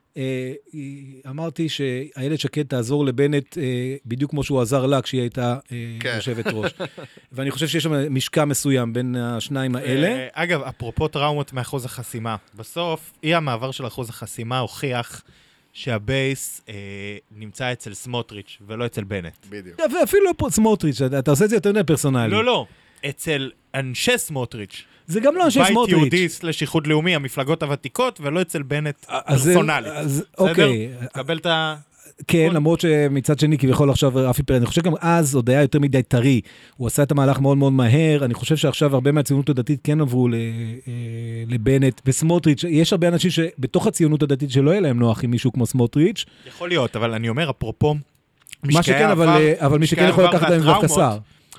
אמרתי שהילד שקד תעזור לבנט בדיוק כמו שהוא עזר לה כשהיא הייתה יושבת ראש. ואני חושב שיש שם משקע מסוים בין השניים האלה. אגב, אפרופו טראומות מאחוז החסימה, בסוף, אי המעבר של אחוז החסימה הוכיח שהבייס נמצא אצל סמוטריץ' ולא אצל בנט. בדיוק. ואפילו לא פה סמוטריץ', אתה עושה את זה יותר פרסונלי. לא, לא. אצל אנשי סמוטריץ'. זה גם לא אנשי סמוטריץ'. בית יהודי סלש איחוד לאומי, המפלגות הוותיקות, ולא אצל בנט פרסונלית. בסדר? קבל את ה... כן, למרות שמצד שני, כביכול עכשיו רפי פרץ, אני חושב גם אז עוד היה יותר מדי טרי. הוא עשה את המהלך מאוד מאוד מהר. אני חושב שעכשיו הרבה מהציונות הדתית כן עברו לבנט וסמוטריץ'. יש הרבה אנשים שבתוך הציונות הדתית שלא יהיה להם נוח עם מישהו כמו סמוטריץ'. יכול להיות, אבל אני אומר, אפרופו, מה שכן, אבל מי שכן יכול לקחת להם דווקא שר.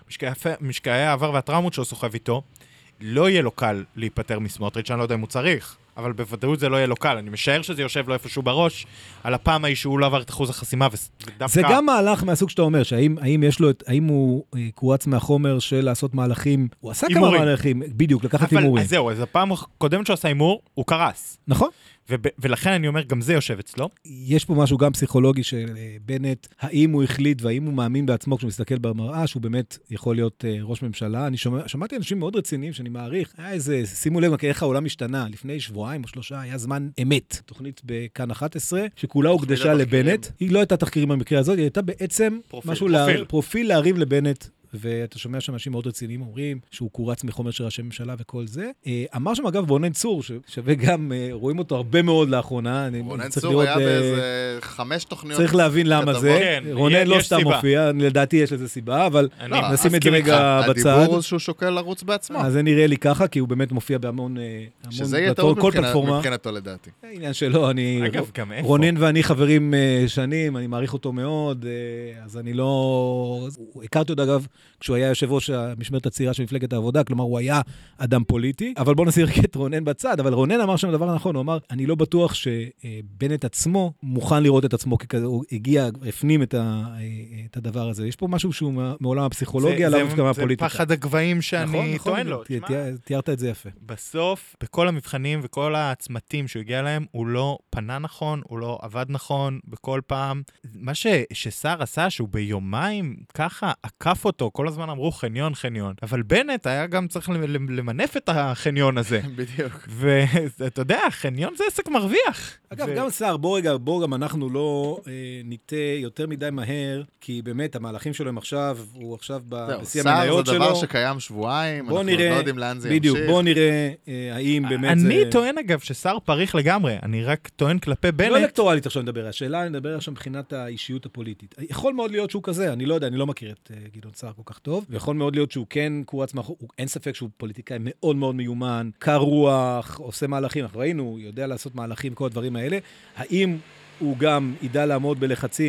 משקעי העבר והטראומות שהוא סוחב איתו, לא יהיה לו קל להיפטר מסמוטריץ', אני לא יודע אם הוא צריך, אבל בוודאות זה לא יהיה לו קל. אני משער שזה יושב לו איפשהו בראש, על הפעם ההיא שהוא לא עבר את אחוז החסימה, ודווקא... זה גם מהלך מהסוג שאתה אומר, שהאם יש לו, האם הוא קורץ מהחומר של לעשות מהלכים, הוא עשה כמה מהלכים, בדיוק, לקחת הימורים. אז זהו, אז הפעם הקודמת שהוא עשה הימור, הוא קרס. נכון. ולכן אני אומר, גם זה יושב אצלו. יש פה משהו גם פסיכולוגי של בנט, האם הוא החליט והאם הוא מאמין בעצמו כשהוא מסתכל במראה, שהוא באמת יכול להיות ראש ממשלה. אני שומע, שמעתי אנשים מאוד רציניים שאני מעריך, היה איזה, שימו לב איך העולם השתנה, לפני שבועיים או שלושה, היה זמן אמת. תוכנית בכאן אחת עשרה, שכולה הוקדשה לבנט. היא לא הייתה תחקירים במקרה הזאת, היא הייתה בעצם משהו פרופיל להריב לבנט. ואתה שומע שאנשים מאוד רציניים אומרים שהוא קורץ מחומר של ראשי ממשלה וכל זה. אמר שם אגב רונן צור, ששווה גם, רואים אותו הרבה מאוד לאחונה. רונן צור היה באיזה חמש תוכניות. צריך להבין למה זה. רונן לא סתם מופיע, לדעתי יש לזה סיבה, אבל נשים את זה רגע בצד. הדיבור שהוא שוקל לרוץ בעצמו. אז זה נראה לי ככה, כי הוא באמת מופיע בהמון פלטפורמה. שזה יהיה טעות מבחינתו לדעתי. העניין שלו, אני... רונן ואני חברים שנים, אני מעריך אותו מאוד, אז אני לא... הכרתי עוד אגב כשהוא היה יושב ראש המשמרת הצעירה של מפלגת העבודה, כלומר הוא היה אדם פוליטי, אבל בוא נסיר את רונן בצד, אבל רונן אמר שם דבר נכון, הוא אמר, אני לא בטוח שבנט עצמו מוכן לראות את עצמו ככזה, הוא הגיע, הפנים את, ה, את הדבר הזה. יש פה משהו שהוא מעולם הפסיכולוגיה, זה, לא דווקא מהפוליטיקה. זה פחד הגבהים שאני נכון, טוען לו. נכון, תיארת את זה יפה. בסוף, בכל המבחנים וכל הצמתים שהוא הגיע להם, הוא לא פנה נכון, הוא לא עבד נכון, בכל פעם. מה ש, ששר עשה, שהוא ביומיים ככה עקף אותו, כל הזמן אמרו חניון, חניון. אבל בנט היה גם צריך למנף את החניון הזה. בדיוק. ואתה יודע, חניון זה עסק מרוויח. אגב, גם שר, בוא רגע, בוא גם אנחנו לא ניטה יותר מדי מהר, כי באמת המהלכים שלו הם עכשיו, הוא עכשיו בשיא המניות שלו. שר זה דבר שקיים שבועיים, אנחנו לא יודעים לאן זה ימשיך. בדיוק, בוא נראה האם באמת זה... אני טוען אגב ששר פריך לגמרי, אני רק טוען כלפי בנט. לא אלקטורלית עכשיו נדבר, השאלה אני מדבר עכשיו מבחינת האישיות הפוליטית. יכול מאוד להיות שהוא כזה, אני לא יודע, אני לא מכיר את גדעון סער כל כך טוב, ויכול מאוד להיות שהוא כן קורץ מאחור, אין ספק שהוא פוליטיקאי מאוד מאוד מיומן, קר רוח, עושה מהלכים, אנחנו ראינו, יודע לעשות מהלכים, כל הדברים האלה. האם הוא גם ידע לעמוד בלחצים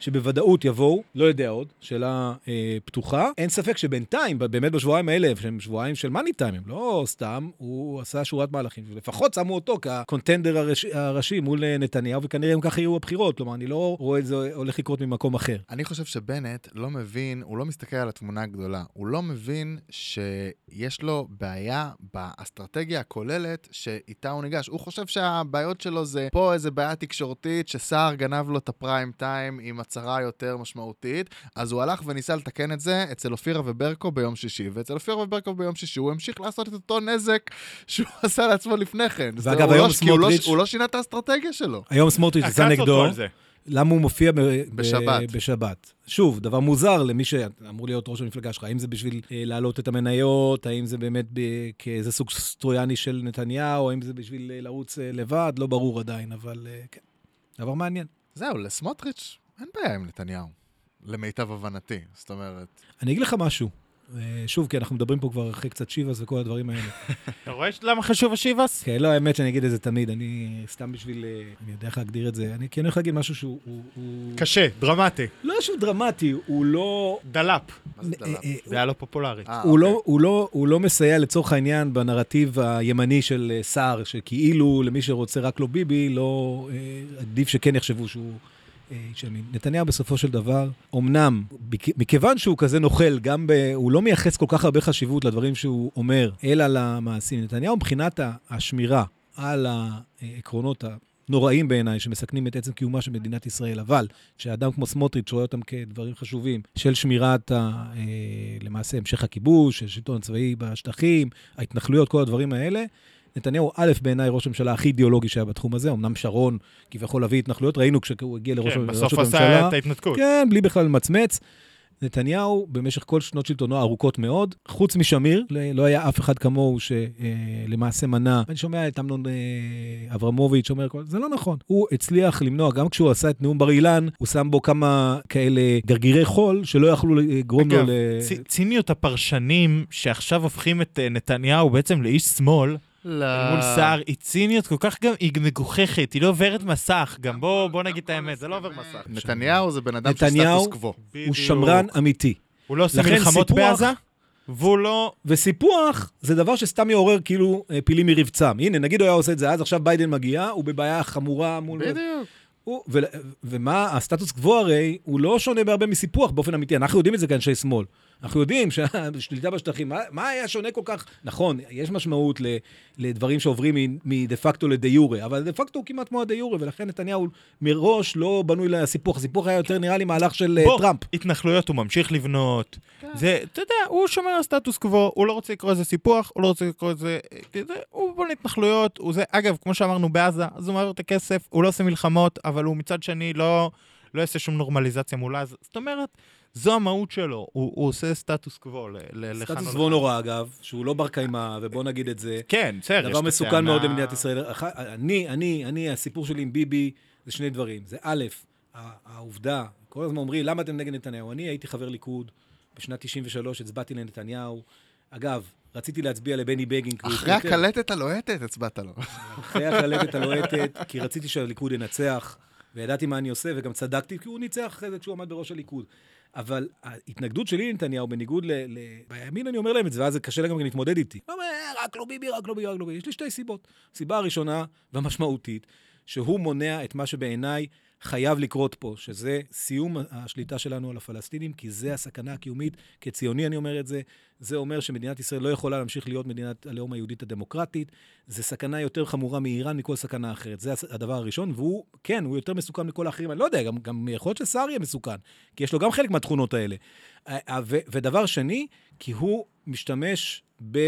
שבוודאות יבואו, לא יודע עוד, שאלה אה, פתוחה. אין ספק שבינתיים, באמת בשבועיים האלה, שהם שבועיים של מאני טיים, הם לא סתם, הוא עשה שורת מהלכים, ולפחות שמו אותו כקונטנדר הראש, הראשי מול נתניהו, וכנראה הם ככה יהיו הבחירות, כלומר, אני לא רואה את זה הולך לקרות ממקום אחר. אני חושב שבנט לא מבין, הוא לא מסתכל על התמונה הגדולה, הוא לא מבין שיש לו בעיה באסטרטגיה הכוללת שאיתה הוא ניגש. הוא חושב שהבעיות שלו זה פה איזה בעיה תקשורתית, שסער גנב לו את הפריים טיים עם הצהרה יותר משמעותית, אז הוא הלך וניסה לתקן את זה אצל אופירה וברקו ביום שישי, ואצל אופירה וברקו ביום שישי הוא המשיך לעשות את אותו נזק שהוא עשה לעצמו לפני כן. ואגב, היום סמוטריץ' הוא לא שינה את האסטרטגיה שלו. היום סמוטריץ' יצא נגדו. למה הוא מופיע בשבת? בשבת. שוב, דבר מוזר למי שאמור להיות ראש המפלגה שלך. האם זה בשביל להעלות את המניות, האם זה באמת כאיזה סוג סטרויאני של נתניהו, האם זה בשביל לרוץ לבד, לא ברור עדיין, אבל כן. דבר מעניין. זהו, לסמוטריץ' אין בעיה עם נתניהו, למיטב הבנתי, זאת אומרת. אני אגיד לך משהו. שוב, כי אנחנו מדברים פה כבר אחרי קצת שיבאס וכל הדברים האלה. אתה רואה למה חשוב השיבאס? כן, לא, האמת שאני אגיד את זה תמיד. אני סתם בשביל, אני יודע איך להגדיר את זה. אני כן הולך להגיד משהו שהוא... קשה, דרמטי. לא שהוא דרמטי, הוא לא... דלאפ. זה היה לא פופולרי. הוא לא מסייע לצורך העניין בנרטיב הימני של סער, שכאילו למי שרוצה רק לא ביבי, לא עדיף שכן יחשבו שהוא... נתניהו בסופו של דבר, אמנם, מכיוון שהוא כזה נוכל, גם ב... הוא לא מייחס כל כך הרבה חשיבות לדברים שהוא אומר, אלא למעשים. נתניהו מבחינת השמירה על העקרונות הנוראים בעיניי, שמסכנים את עצם קיומה של מדינת ישראל, אבל שאדם כמו סמוטריץ' רואה אותם כדברים חשובים, של שמירת ה... למעשה המשך הכיבוש, השלטון הצבאי בשטחים, ההתנחלויות, כל הדברים האלה, נתניהו א' בעיניי ראש הממשלה הכי אידיאולוגי שהיה בתחום הזה, אמנם שרון כביכול להביא התנחלויות, ראינו כשהוא הגיע לראש הממשלה. בסוף עשה את ההתנתקות. כן, בלי בכלל מצמץ. נתניהו במשך כל שנות שלטונו ארוכות מאוד, חוץ משמיר, לא היה אף אחד כמוהו שלמעשה מנע. אני שומע את אמנון אברמוביץ' אומר, זה לא נכון. הוא הצליח למנוע, גם כשהוא עשה את נאום בר אילן, הוא שם בו כמה כאלה גרגירי חול, שלא יכלו לגרום לו ל... ציניות הפרשנים שעכשיו הופכים את נתניהו בעצם לאיש שמאל, מול סער, היא ציניות כל כך גם, היא מגוחכת, היא לא עוברת מסך, גם בוא, בוא נגיד את האמת, זה לא עובר מסך. נתניהו זה בן אדם של סטטוס קוו. הוא שמרן אמיתי. הוא לא עושה מלחמות בעזה, והוא לא... וסיפוח זה דבר שסתם יעורר כאילו פילים מרבצם. הנה, נגיד הוא היה עושה את זה אז, עכשיו ביידן מגיע, הוא בבעיה חמורה מול... בדיוק. ומה, הסטטוס קוו הרי, הוא לא שונה בהרבה מסיפוח באופן אמיתי. אנחנו יודעים את זה כאנשי שמאל. אנחנו יודעים שהשליטה בשטחים, מה, מה היה שונה כל כך? נכון, יש משמעות לדברים שעוברים מדה פקטו לדה יורה, אבל דה פקטו הוא כמעט כמו הדה יורה, ולכן נתניהו מראש לא בנוי לסיפוח. הסיפוח היה יותר נראה לי מהלך של בוא, טראמפ. התנחלויות הוא ממשיך לבנות. זה, אתה יודע, הוא שומר על סטטוס קוו, הוא לא רוצה לקרוא איזה סיפוח, הוא לא רוצה לקרוא איזה... הוא בונה התנחלויות, הוא זה, אגב, כמו שאמרנו בעזה, אז הוא מעביר את הכסף, הוא לא עושה מלחמות, אבל הוא מצד שני לא, לא יעשה שום נורמליזציה מולה. זאת אומרת, זו המהות שלו, הוא, הוא עושה סטטוס קוו. סטטוס קוו נורא, אגב, שהוא לא בר קיימא, ובוא נגיד את זה. כן, בסדר. דבר מסוכן מאוד למדינת ישראל. אני, אני, אני, הסיפור שלי עם ביבי, זה שני דברים. זה א', העובדה, כל הזמן אומרים, למה אתם נגד נתניהו? אני הייתי חבר ליכוד, בשנת תשעים ושלוש הצבעתי לנתניהו. אגב, רציתי להצביע לבני בגין. אחרי הקלטת הלוהטת הצבעת לו. אחרי הקלטת הלוהטת, כי רציתי שהליכוד ינצח, וידעתי מה אני עושה, וגם צדקתי, כי הוא ניצח אחרי זה כשהוא עמד בראש הליכוד. אבל ההתנגדות שלי לנתניהו, בניגוד ל... בימין אני אומר להם את זה, ואז זה קשה גם להתמודד איתי. לא אומר, רק לא ביבי, רק לא ביבי, רק לא ביבי. יש לי שתי סיבות. סיבה הראשונה והמשמעותית, שהוא מונע את מה שבעיניי חייב לקרות פה, שזה סיום השליטה שלנו על הפלסטינים, כי זה הסכנה הקיומית, כציוני אני אומר את זה, זה אומר שמדינת ישראל לא יכולה להמשיך להיות מדינת הלאום היהודית הדמוקרטית, זה סכנה יותר חמורה מאיראן מכל סכנה אחרת, זה הדבר הראשון, והוא, כן, הוא יותר מסוכן מכל האחרים, אני לא יודע, גם, גם יכול להיות שסער יהיה מסוכן, כי יש לו גם חלק מהתכונות האלה. ו, ודבר שני, כי הוא משתמש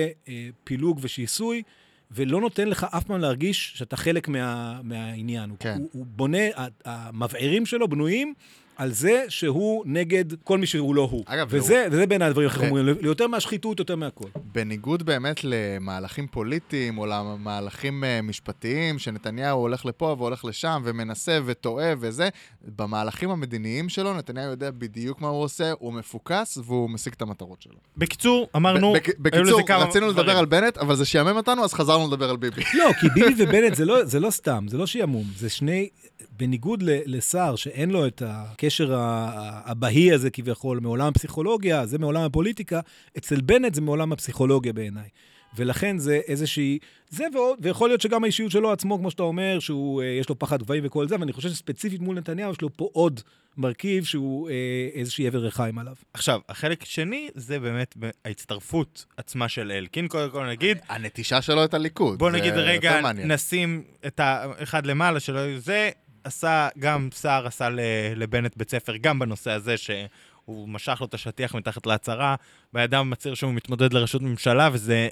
בפילוג ושיסוי, ולא נותן לך אף פעם להרגיש שאתה חלק מה, מהעניין. כן. הוא, הוא בונה, המבערים שלו בנויים על זה שהוא נגד כל מי שהוא לא הוא. אגב, וזה, והוא... וזה בין הדברים אחרים, אומרים, יותר מהשחיתות, יותר מהכל. בניגוד באמת למהלכים פוליטיים, או למהלכים משפטיים, שנתניהו הולך לפה והולך לשם, ומנסה וטועה וזה, במהלכים המדיניים שלו, נתניהו יודע בדיוק מה הוא עושה, הוא מפוקס, והוא משיג את המטרות שלו. בקיצור, אמרנו... בקיצור, רצינו לדבר על בנט, אבל זה שיאמם אותנו, אז חזרנו לדבר על ביבי. לא, כי ביבי ובנט זה לא, זה לא סתם, זה לא שיאמום, זה שני... בניגוד לסער, שאין לו את הקשר הבהי הזה כביכול מעולם הפסיכולוגיה, זה מעולם הפוליטיקה, אצל בנט זה מעולם הפסיכולוגיה בעיניי. ולכן זה איזושהי, זה ועוד, ויכול להיות שגם האישיות שלו עצמו, כמו שאתה אומר, שהוא, יש לו פחד גבהים וכל זה, ואני חושב שספציפית מול נתניהו, יש לו פה עוד מרכיב שהוא אה, איזושהי עבר רחיים עליו. עכשיו, החלק השני זה באמת ההצטרפות עצמה של אלקין, קודם כל נגיד... הנטישה שלו את הליכוד. בוא נגיד רגע, נשים את האחד למעלה שלו, זה עשה, גם שר עשה לבנט בית ספר, גם בנושא הזה שהוא משך לו את השטיח מתחת להצהרה, והאדם מצהיר שהוא מתמודד לראשות ממשלה, וזה...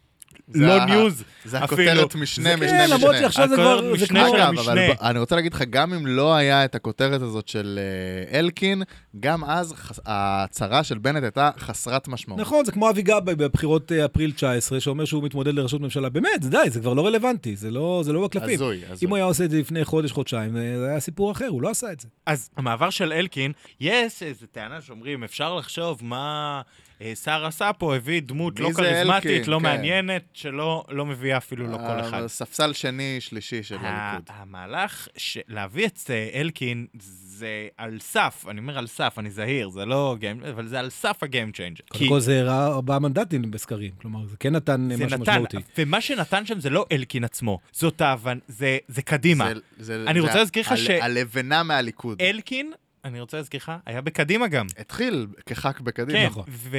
לא ניוז, זה הכותרת משנה, משנה, משנה. למרות שעכשיו זה כבר, זה כמו... אבל אני רוצה להגיד לך, גם אם לא היה את הכותרת הזאת של אלקין, גם אז ההצהרה של בנט הייתה חסרת משמעות. נכון, זה כמו אבי גבאי בבחירות אפריל תשע עשרה, שאומר שהוא מתמודד לראשות ממשלה. באמת, זה די, זה כבר לא רלוונטי, זה לא בקלפים. הזוי, הזוי. אם הוא היה עושה את זה לפני חודש, חודשיים, זה היה סיפור אחר, הוא לא עשה את זה. אז המעבר של אלקין, יש איזו טענה שאומרים, אפשר לחשוב מה... שר עשה פה, הביא דמות לא כריזמטית, לא מעניינת, שלא מביאה אפילו לא כל אחד. ספסל שני, שלישי של הליכוד. המהלך להביא את אלקין זה על סף, אני אומר על סף, אני זהיר, זה לא גיים, אבל זה על סף הגיים צ'יינג'ר. קודם כל זה הראה ארבעה מנדטים בסקרים, כלומר זה כן נתן משהו משמעותי. ומה שנתן שם זה לא אלקין עצמו, זאת האבן, זה קדימה. אני רוצה להזכיר לך ש... הלבנה מהליכוד. אלקין, אני רוצה להזכיר לך, היה בקדימה גם. התחיל כחק בקדימה. כן, נכון.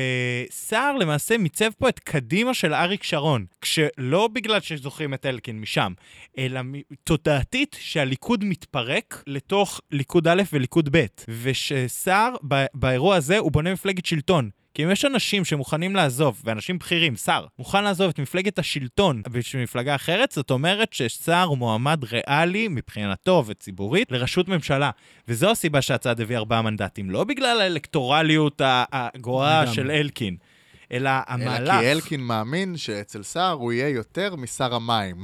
ושר למעשה מיצב פה את קדימה של אריק שרון, כשלא בגלל שזוכרים את אלקין משם, אלא תודעתית שהליכוד מתפרק לתוך ליכוד א' וליכוד ב', וששר באירוע הזה הוא בונה מפלגת שלטון. כי אם יש אנשים שמוכנים לעזוב, ואנשים בכירים, שר, מוכן לעזוב את מפלגת השלטון בשביל מפלגה אחרת, זאת אומרת ששר הוא מועמד ריאלי מבחינתו וציבורית לראשות ממשלה. וזו הסיבה שהצעד הביא ארבעה מנדטים, לא בגלל האלקטורליות הגואה של אלקין, אלא המהלך. אלא כי אלקין מאמין שאצל שר הוא יהיה יותר משר המים.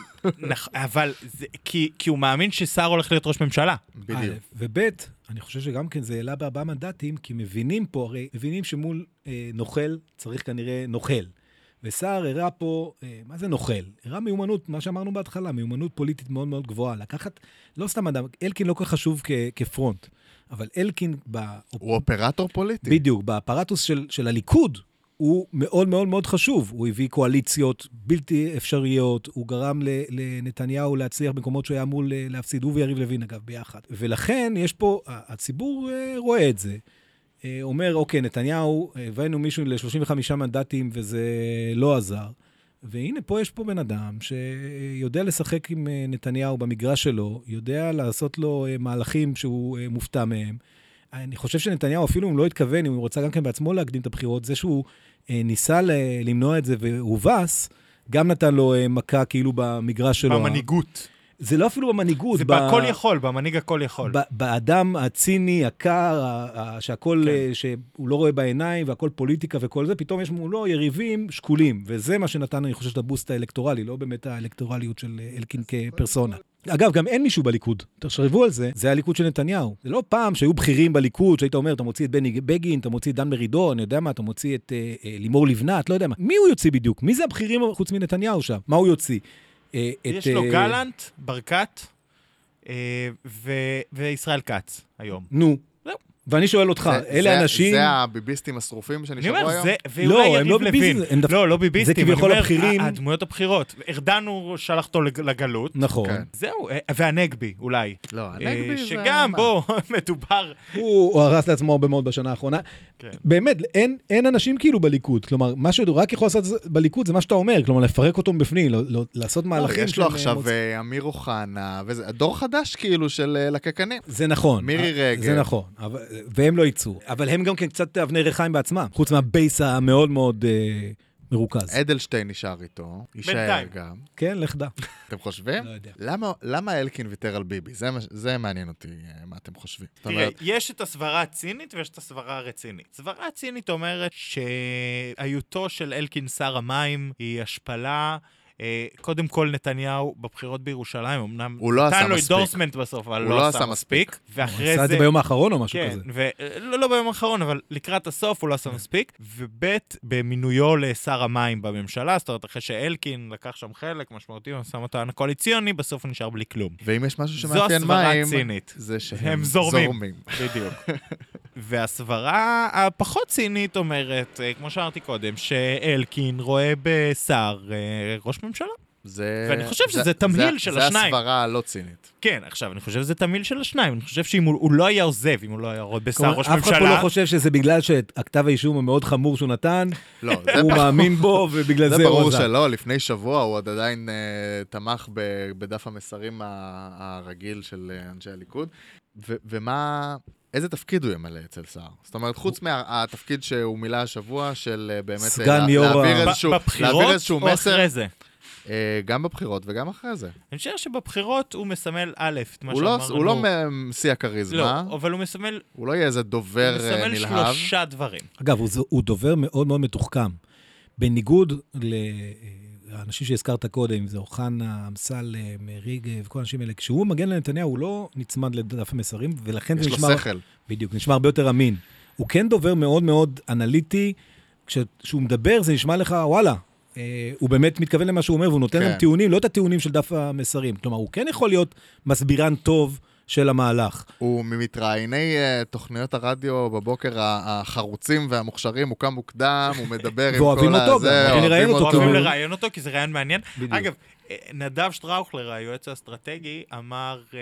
אבל כי הוא מאמין ששר הולך להיות ראש ממשלה. בדיוק. ובית, אני חושב שגם כן זה העלה בארבעה מנדטים, כי מבינים פה, הרי מבינים שמול אה, נוכל צריך כנראה נוכל. ושר הראה פה, אה, מה זה נוכל? הראה מיומנות, מה שאמרנו בהתחלה, מיומנות פוליטית מאוד מאוד גבוהה. לקחת, לא סתם אדם, אלקין לא כל כך חשוב כ, כפרונט, אבל אלקין... ב, הוא אופרטור פוליטי. בדיוק, באפרטוס של, של הליכוד, הוא מאוד מאוד מאוד חשוב. הוא הביא קואליציות בלתי אפשריות, הוא גרם לנתניהו להצליח במקומות שהוא היה אמור להפסיד, הוא ויריב לוין אגב ביחד. ולכן יש פה, הציבור רואה את זה, אומר, אוקיי, נתניהו, הבאנו מישהו ל-שלושים וחמישה מנדטים וזה לא עזר, והנה פה יש פה בן אדם שיודע לשחק עם נתניהו במגרש שלו, יודע לעשות לו מהלכים שהוא מופתע מהם, אני חושב שנתניהו אפילו אם לא התכוון, אם הוא רוצה גם כן בעצמו להקדים את הבחירות, זה שהוא אה, ניסה ל- למנוע את זה והובס, גם נתן לו אה, מכה כאילו במגרש שלו. במנהיגות. זה לא אפילו במנהיגות. זה ב- בכל יכול, במנהיג הכל יכול. ב- באדם הציני, הקר, ה- ה- שהכל, כן. אה, שהוא לא רואה בעיניים, והכל פוליטיקה וכל זה, פתאום יש מולו יריבים שקולים, וזה מה שנתן, אני חושב, את הבוסט האלקטורלי, לא באמת האלקטורליות של אלקין כפרסונה. אגב, גם אין מישהו בליכוד. תחשבו על זה, זה הליכוד של נתניהו. זה לא פעם שהיו בכירים בליכוד, שהיית אומר, אתה מוציא את בני בגין, אתה מוציא את דן מרידור, אני יודע מה, אתה מוציא את אה, אה, לימור לבנת, לא יודע מה. מי הוא יוציא בדיוק? מי זה הבכירים חוץ מנתניהו שם? מה הוא יוציא? אה, יש את, לו אה... גלנט, ברקת אה, ו- וישראל כץ היום. נו. ואני שואל אותך, אלה אנשים... זה הביביסטים השרופים שנשארו היום? לא, הם לא ביביסטים. לא, לא ביביסטים. זה כביכול הבכירים. הדמויות הבכירות. ארדנו שלח אותו לגלות. נכון. זהו, והנגבי, אולי. לא, הנגבי זה... שגם, בוא, מדובר. הוא הרס לעצמו הרבה מאוד בשנה האחרונה. באמת, אין אנשים כאילו בליכוד. כלומר, מה שהוא רק יכול לעשות בליכוד זה מה שאתה אומר. כלומר, לפרק אותו מבפנים, לעשות מהלכים. יש לו עכשיו אמיר אוחנה, דור חדש כאילו של לקקנים. זה נכון. מירי רגב. זה נכון. והם לא ייצאו. אבל הם גם כן קצת אבני רחיים בעצמם, חוץ מהבייס המאוד מאוד אה, מרוכז. אדלשטיין נשאר איתו, יישאר גם. כן, לכדה. אתם חושבים? לא יודע. למה, למה אלקין ויתר על ביבי? זה, זה מעניין אותי, מה אתם חושבים. תראה, אומרת... יש את הסברה הצינית ויש את הסברה הרצינית. הסברה הצינית אומרת שהיותו של אלקין שר המים היא השפלה, קודם כל נתניהו בבחירות בירושלים, אמנם הוא לא עשה נתן לו מספיק. אינדורסמנט בסוף, אבל הוא לא לא עשה עשה מספיק. מספיק. ואחרי הוא עשה את זה... זה ביום האחרון או משהו כן, כזה. ולא לא ביום האחרון, אבל לקראת הסוף הוא לא עשה מספיק. ובית, במינויו לשר המים בממשלה, זאת אומרת, אחרי שאלקין לקח שם חלק משמעותי במשא ומתן הקואליציוני, בסוף הוא נשאר בלי כלום. ואם יש משהו זו שמאפיין הסברה מים, צינית. זה שהם הם זורמים. זורמים. בדיוק. והסברה הפחות צינית אומרת, אה, כמו שאמרתי קודם, שאלקין רואה בשר אה, ראש ממשלה. זה... ואני חושב שזה זה- תמהיל זה- של זה השניים. הסברה הלא צינית. כן, עכשיו, אני חושב שזה תמהיל של השניים. אני חושב שאם הוא, הוא לא היה עוזב, אם הוא לא היה רואה בשר כלומר, ראש אף אחד פה ממשלה... לא חושב שזה בגלל שהכתב האישום המאוד חמור שהוא נתן, לא, זה הוא מאמין בו, ובגלל זה זה הוא ברור עזב. שלא, לפני שבוע הוא עוד עדיין uh, תמך ב- בדף המסרים ה- הרגיל של uh, אנשי הליכוד. ו- ומה, איזה תפקיד הוא ימלא אצל סער? זאת אומרת, חוץ מהתפקיד שהוא מילא השבוע של uh, באמת... סגן לה- יו"ר ה- להעביר ב- איזשהו, בבחירות להעביר איזשהו או מסר, אחרי זה? uh, גם בבחירות וגם אחרי זה. אני חושב שבבחירות הוא מסמל א', את מה הוא לא, שאמרנו. הוא לא משיא הכריזמה, לא, אבל הוא מסמל, הוא לא יהיה איזה דובר הוא uh, מסמל נלהב. שלושה דברים. אגב, הוא, הוא דובר מאוד מאוד מתוחכם. בניגוד לאנשים שהזכרת קודם, אם זה אוחנה, אמסלם, ריגב, כל האנשים האלה, כשהוא מגן לנתניהו, הוא לא נצמד לדף המסרים, ולכן יש זה לו נשמע... שכל. בדיוק, נשמע הרבה יותר אמין. הוא כן דובר מאוד מאוד אנליטי, כשהוא מדבר זה נשמע לך, וואלה, אה, הוא באמת מתכוון למה שהוא אומר, והוא נותן כן. להם טיעונים, לא את הטיעונים של דף המסרים. כלומר, הוא כן יכול להיות מסבירן טוב של המהלך. הוא ממתראייני uh, תוכניות הרדיו בבוקר ה- החרוצים והמוכשרים, הוא קם מוקדם, הוא מדבר עם ואוהבים כל אותו הזה, גם, נראיין אותו. אוהבים טוב. לראיין אותו, כי זה ראיין מעניין. בדיוק. אגב, אה, נדב שטראוכלר, היועץ האסטרטגי, אמר אה,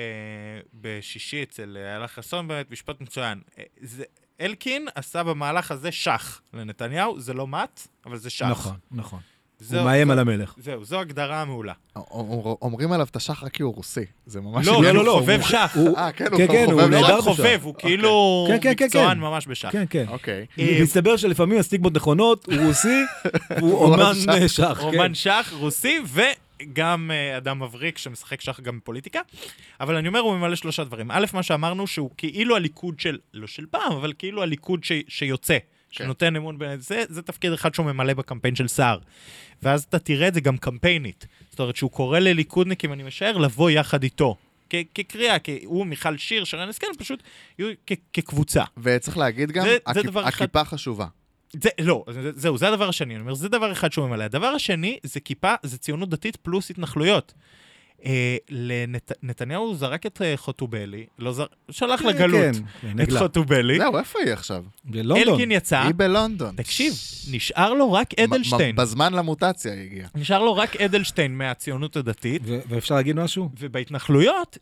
בשישי אצל איילה חסון, באמת משפט מצוין. אה, זה, אלקין עשה במהלך הזה שח לנתניהו, זה לא מת, אבל זה שח. נכון, נכון. זהו, הוא מאיים זהו, על המלך. זהו, זו הגדרה המעולה. אומרים עליו את השח רק כי הוא רוסי. זה ממש... לא, עניין. לא, לא, חובב שח. הוא- אה, כן, כן, הוא כן, כבר הוא חובב לא נהדר רק שח. בשח. חובב, הוא כאילו כן, כן, כן, מקצוען כן. ממש בשח. כן, כן. אוקיי. אה, מסתבר שלפעמים הסטיגמות נכונות, הוא רוסי, הוא אומן שח. שח. כן. אומן שח, רוסי, וגם אה, אדם מבריק שמשחק שח גם בפוליטיקה. אבל אני אומר, הוא ממלא שלושה דברים. א', מה שאמרנו, שהוא כאילו הליכוד של, לא של פעם, אבל כאילו הליכוד ש, שיוצא, שנותן אמון בין זה, זה תפקיד אחד שהוא ממלא בקמפיין של סער. ואז אתה תראה את זה גם קמפיינית. זאת אומרת, שהוא קורא לליכודניקים, אני משער, לבוא יחד איתו. כ- כקריאה, כי הוא, מיכל שיר, שרן השכל, פשוט יהיו כ- כקבוצה. וצריך להגיד גם, זה- זה הכיפ- דבר אחד. הכיפה חשובה. זה, לא, זה, זהו, זה הדבר השני. אני אומר, זה דבר אחד שהוא ממלא. הדבר השני, זה כיפה, זה ציונות דתית פלוס התנחלויות. אה, לנתניהו הוא זרק את אה, חוטובלי, לא זר... שלח כן, לגלות כן, כן, את נגלה. חוטובלי. זהו, איפה היא עכשיו? בלונדון. אלקין יצא, היא בלונדון. תקשיב, נשאר לו רק אדלשטיין. מ- בזמן למוטציה היא הגיעה. נשאר לו רק אדלשטיין מהציונות הדתית, ו- ואפשר להגיד משהו? ובהתנחלויות,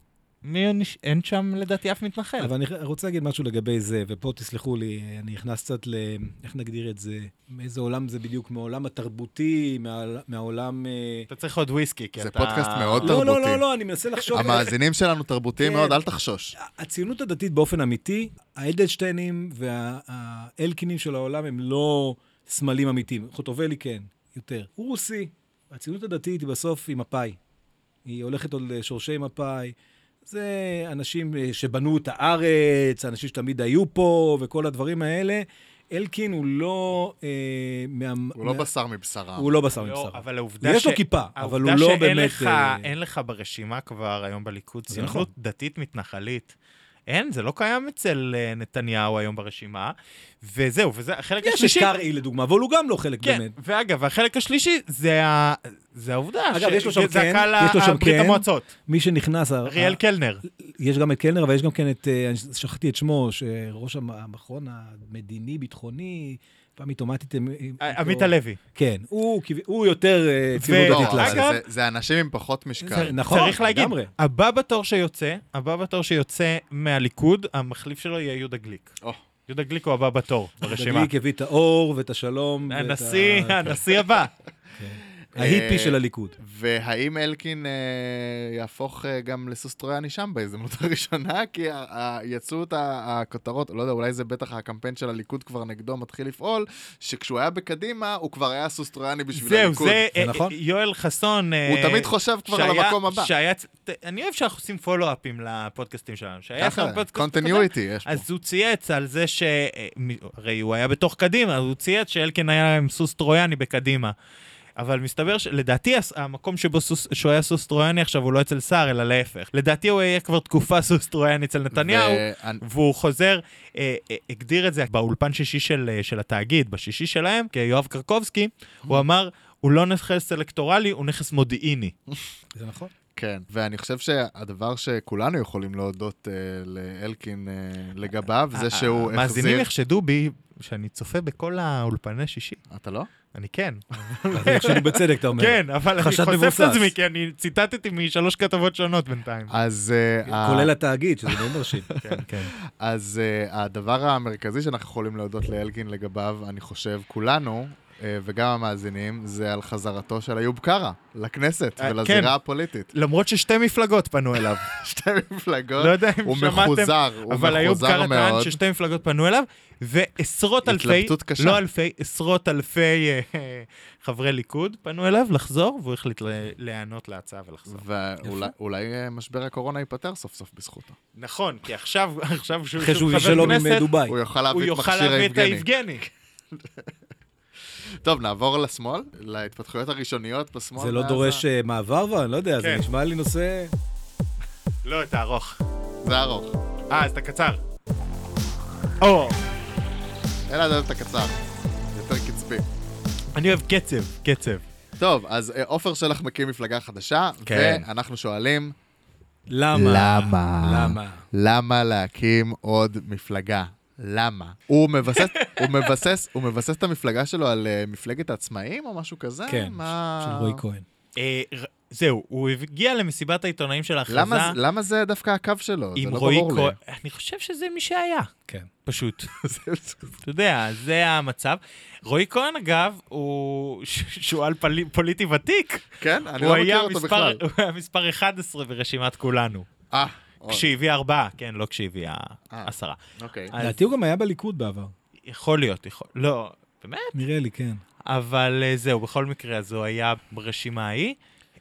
מי נש... אין שם לדעתי אף מתנחל. אבל אני רוצה להגיד משהו לגבי זה, ופה תסלחו לי, אני נכנס קצת ל... איך נגדיר את זה? מאיזה עולם זה בדיוק? מהעולם התרבותי, מה... מהעולם... אה, אתה צריך עוד וויסקי, כי זה אתה... פודקאסט מאוד לא, לא, תרבותי. לא, לא, אני מנסה לחשוב... המאזינים שלנו תרבותיים כן. מאוד, אל תחשוש. הציונות הדתית באופן אמיתי, האדלשטיינים והאלקינים של העולם הם לא סמלים אמיתיים. חוטובלי כן, יותר. הוא רוסי. הציונות הדתית היא בסוף עם מפא"י. היא הולכת עוד לשורשי מפא"י. זה אנשים שבנו את הארץ, אנשים שתמיד היו פה, וכל הדברים האלה. אלקין הוא לא... אה, מה, הוא לא מה, בשר מבשרה. הוא לא בשר לא, מבשרה. אבל העובדה יש לו ש- כיפה, אבל הוא העובדה לא שאין באמת... לך, אה, אין לך ברשימה כבר היום בליכוד זה ציונות נכון. דתית מתנחלית. אין, זה לא קיים אצל אה, נתניהו היום ברשימה. וזהו, וזה החלק יש את השלישי. קרעי לדוגמה, אבל הוא גם לא חלק כן, באמת. ואגב, החלק השלישי זה, ה... זה העובדה. אגב, יש לו שם זה כן, הקהל יש לו שם הברית כן. המועצות. מי שנכנס... ה- אריאל קלנר. יש גם את קלנר, אבל יש גם כן את, אה, אני שכחתי את שמו, שראש המכון המדיני-ביטחוני, פעם אוטומטית... הם- עמית הלוי. כן, הוא כב- הוא יותר אה, ציונות ו- לא, דתית אבל לעשות. אגב- זה- זה אנשים עם פחות משקל. זה- נכון, צריך להגיד, לגמרי. הבא בתור שיוצא, הבא בתור שיוצא מהליכוד, המחליף שלו יהיה יהודה גליק. או. יהודה גליק הוא הבא בתור ברשימה. גליק הביא את האור ואת השלום. ואת הנשיא, ה- הנשיא הבא. ההיפי אה, של הליכוד. והאם אלקין אה, יהפוך אה, גם לסוס טרויאני שם בהזדמנות הראשונה? כי ה- ה- יצאו את ה- הכותרות, לא יודע, אולי זה בטח הקמפיין של הליכוד כבר נגדו מתחיל לפעול, שכשהוא היה בקדימה, הוא כבר היה סוס טרויאני בשביל זהו, הליכוד. זה זה אה, נכון? יואל חסון. אה, הוא תמיד חושב כבר על שהיה- המקום הבא. שהיה- ת- אני אוהב שאנחנו עושים פולו-אפים לפודקאסטים שלנו. שהיה ככה, שם פודקאסט קודם, קונטיניויטי יש פה. אז הוא צייץ על זה ש... אה, מ- הרי הוא היה בתוך קדימה, אז הוא צייץ שאלקין היה עם סוס טרויאני בקדימה. אבל מסתבר שלדעתי המקום שבו סוס, שהוא היה סוס טרויאני עכשיו הוא לא אצל סער, אלא להפך. לדעתי הוא היה כבר תקופה סוס טרויאני אצל נתניהו, ו... והוא חוזר, אה, אה, הגדיר את זה באולפן שישי של, של התאגיד, בשישי שלהם, כיואב קרקובסקי, הוא אמר, הוא לא נכס אלקטורלי, הוא נכס מודיעיני. זה נכון? כן, ואני חושב שהדבר שכולנו יכולים להודות אה, לאלקין אה, לגביו, זה שהוא החזיר... מאזינים יחשדו בי שאני צופה בכל האולפני שישי. אתה לא? אני כן. אז יחשדו בצדק, אתה אומר. כן, אבל אני חושף את עצמי, כי אני ציטטתי משלוש כתבות שונות בינתיים. אז... כולל התאגיד, שזה מאוד מרשים. כן, כן. אז הדבר המרכזי שאנחנו יכולים להודות לאלקין לגביו, אני חושב, כולנו, וגם המאזינים, זה על חזרתו של איוב קרא לכנסת ולזירה הפוליטית. למרות ששתי מפלגות פנו אליו. שתי מפלגות. לא יודע אם הוא שמעתם, מחוזר, הוא אבל איוב מחוזר קרא מאוד. טען ששתי מפלגות פנו אליו, ועשרות אלפי, התלבטות קשה. לא אלפי, עשרות אלפי חברי ליכוד פנו אליו לחזור, והוא החליט להיענות להצעה ולחזור. ואולי משבר הקורונה ייפטר סוף סוף בזכותו. נכון, כי עכשיו, עכשיו שהוא חבר כנסת, הוא יוכל להביא את מכשיר היבגני. טוב, נעבור לשמאל, להתפתחויות הראשוניות בשמאל. זה לא דורש מעבר, אני לא יודע, זה נשמע לי נושא... לא, אתה ארוך. זה ארוך. אה, אז אתה קצר. או. אלא זה אתה קצר. יותר קצבי. אני אוהב קצב, קצב. טוב, אז עופר שלח מקים מפלגה חדשה, ואנחנו שואלים... למה? למה? למה? למה להקים עוד מפלגה? למה? הוא מבסס, הוא מבסס, הוא מבסס את המפלגה שלו על uh, מפלגת העצמאים או משהו כזה? כן, מה... של רועי כהן. אה, זהו, הוא הגיע למסיבת העיתונאים של ההכרזה. למה, למה זה דווקא הקו שלו? זה לא ברור לי. אני חושב שזה מי שהיה. כן. פשוט. אתה יודע, זה המצב. רועי כהן, אגב, הוא שועל פוליטי ותיק. כן? אני לא מכיר אותו בכלל. הוא היה מספר אחת עשרה ברשימת כולנו. אה. כשהביא ארבעה, כן, לא כשהביא עשרה. אוקיי. לדעתי הוא גם היה בליכוד בעבר. יכול להיות, יכול... לא, באמת? נראה לי, כן. אבל זהו, בכל מקרה, אז הוא היה ברשימה ההיא.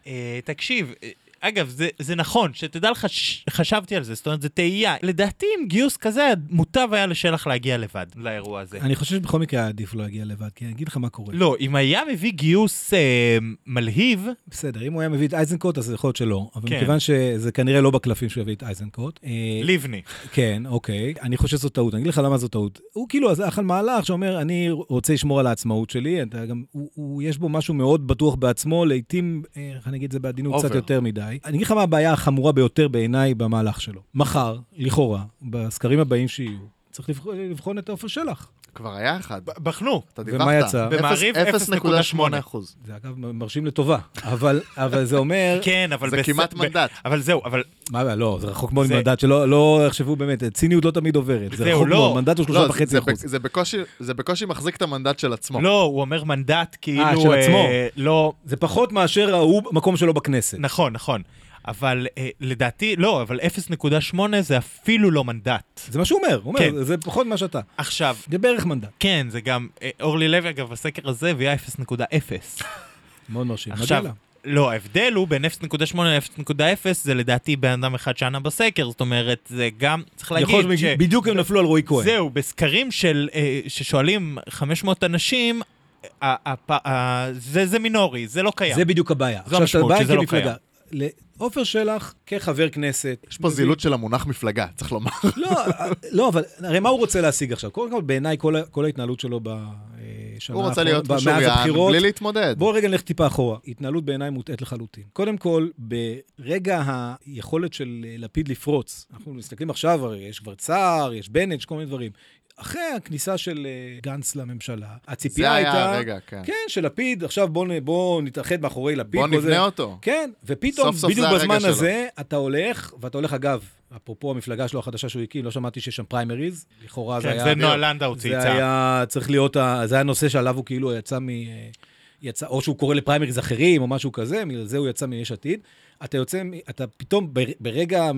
תקשיב, אגב, זה, זה נכון, שתדע לך, חשבתי על זה, זאת אומרת, זה תהייה. לדעתי, עם גיוס כזה, מוטב היה לשלח להגיע לבד לאירוע הזה. אני חושב שבכל מקרה עדיף לא להגיע לבד, כי אני אגיד לך מה קורה. לא, אם היה מביא גיוס אה, מלהיב... בסדר, אם הוא היה מביא את אייזנקוט, אז זה יכול להיות שלא. אבל כן. מכיוון שזה כנראה לא בקלפים שהוא יביא את אייזנקוט. אה, ליבני. כן, אוקיי. אני חושב שזו טעות. אני אגיד לך למה זו טעות. הוא כאילו, אז אכל מהלך שאומר, אני רוצה לשמור על העצמאות שלי. אתה גם, הוא, הוא, יש בו משהו מאוד בטוח בעצמו, לעתים, איך אני אגיד זה בעדינות קצת יותר מדי. אני אגיד לך מה הבעיה החמורה ביותר בעיניי במהלך שלו. מחר, לכאורה, בסקרים הבאים שיהיו, צריך לבחון את עופר שלח. כבר היה אחד. בחנו. אתה דיווחת. ומה יצא? במעריב אפס נקודה שמונה אחוז. זה אגב מרשים לטובה, אבל, אבל זה אומר... כן, אבל... זה כמעט מנדט. אבל זהו, אבל... מה, לא, זה רחוק מאוד מנדט, שלא יחשבו באמת, ציניות לא תמיד עוברת. זה רחוק מאוד, מנדט הוא שלושה וחצי אחוז. זה בקושי מחזיק את המנדט של עצמו. לא, הוא אומר מנדט כאילו... אה, של עצמו. לא... זה פחות מאשר הוא מקום שלו בכנסת. נכון, נכון. אבל אה, לדעתי, לא, אבל אפס נקודה שמונה זה אפילו לא מנדט. זה מה שהוא אומר, הוא אומר, כן. זה פחות מה שאתה. עכשיו... זה בערך מנדט. כן, זה גם, אה, אורלי לוי, אגב, הסקר הזה הביאה אפס נקודה אפס. מאוד מרשים. עכשיו, לא, ההבדל הוא בין אפס נקודה שמונה ל-אפס נקודה אפס, זה לדעתי בן אדם אחד שנה בסקר, זאת אומרת, זה גם, צריך להגיד יכול, ש... בדיוק הם נפלו על רועי כהן. זהו, בסקרים של, אה, ששואלים חמש מאות אנשים, הפ... ה... זה, זה מינורי, זה לא קיים. זה בדיוק הבעיה. זו המשמעות, שזה לא קיים. לעופר שלח, כחבר כנסת... יש פה זילות של המונח מפלגה, צריך לומר. לא, לא, אבל הרי מה הוא רוצה להשיג עכשיו? קודם כל, בעיניי, כל, כל ההתנהלות שלו בשנה הוא רוצה להיות משוריין, בלי להתמודד. בואו רגע נלך טיפה אחורה. התנהלות בעיניי מוטעת לחלוטין. קודם כל, ברגע היכולת של לפיד לפרוץ, אנחנו מסתכלים עכשיו, יש כבר צער, יש בנט, יש כל מיני דברים. אחרי הכניסה של גנץ לממשלה, הציפייה הייתה... זה היה הרגע, כן. כן, של לפיד, עכשיו בוא, בוא נתאחד מאחורי לפיד. בוא נבנה זה... אותו. כן, ופתאום, בדיוק בזמן הזה, אתה הולך, ואתה הולך אגב, אפרופו המפלגה שלו החדשה שהוא הקים, לא שמעתי שיש שם פריימריז, לכאורה זה היה... כן, זה נועה לנדאו צייצה. זה היה צריך להיות, זה היה נושא שעליו הוא כאילו יצא מ... יצא, או שהוא קורא לפריימריז אחרים, או משהו כזה, מזה הוא יצא מיש עתיד. אתה יוצא, אתה פתאום ברגע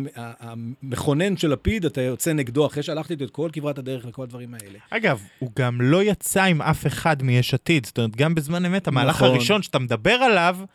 המכונן של לפיד, אתה יוצא נגדו אחרי שהלכתי את כל כברת הדרך וכל הדברים האלה. אגב, הוא גם לא יצא עם אף אחד מיש עתיד, זאת אומרת, גם בזמן אמת, המהלך הראשון שאתה מדבר עליו,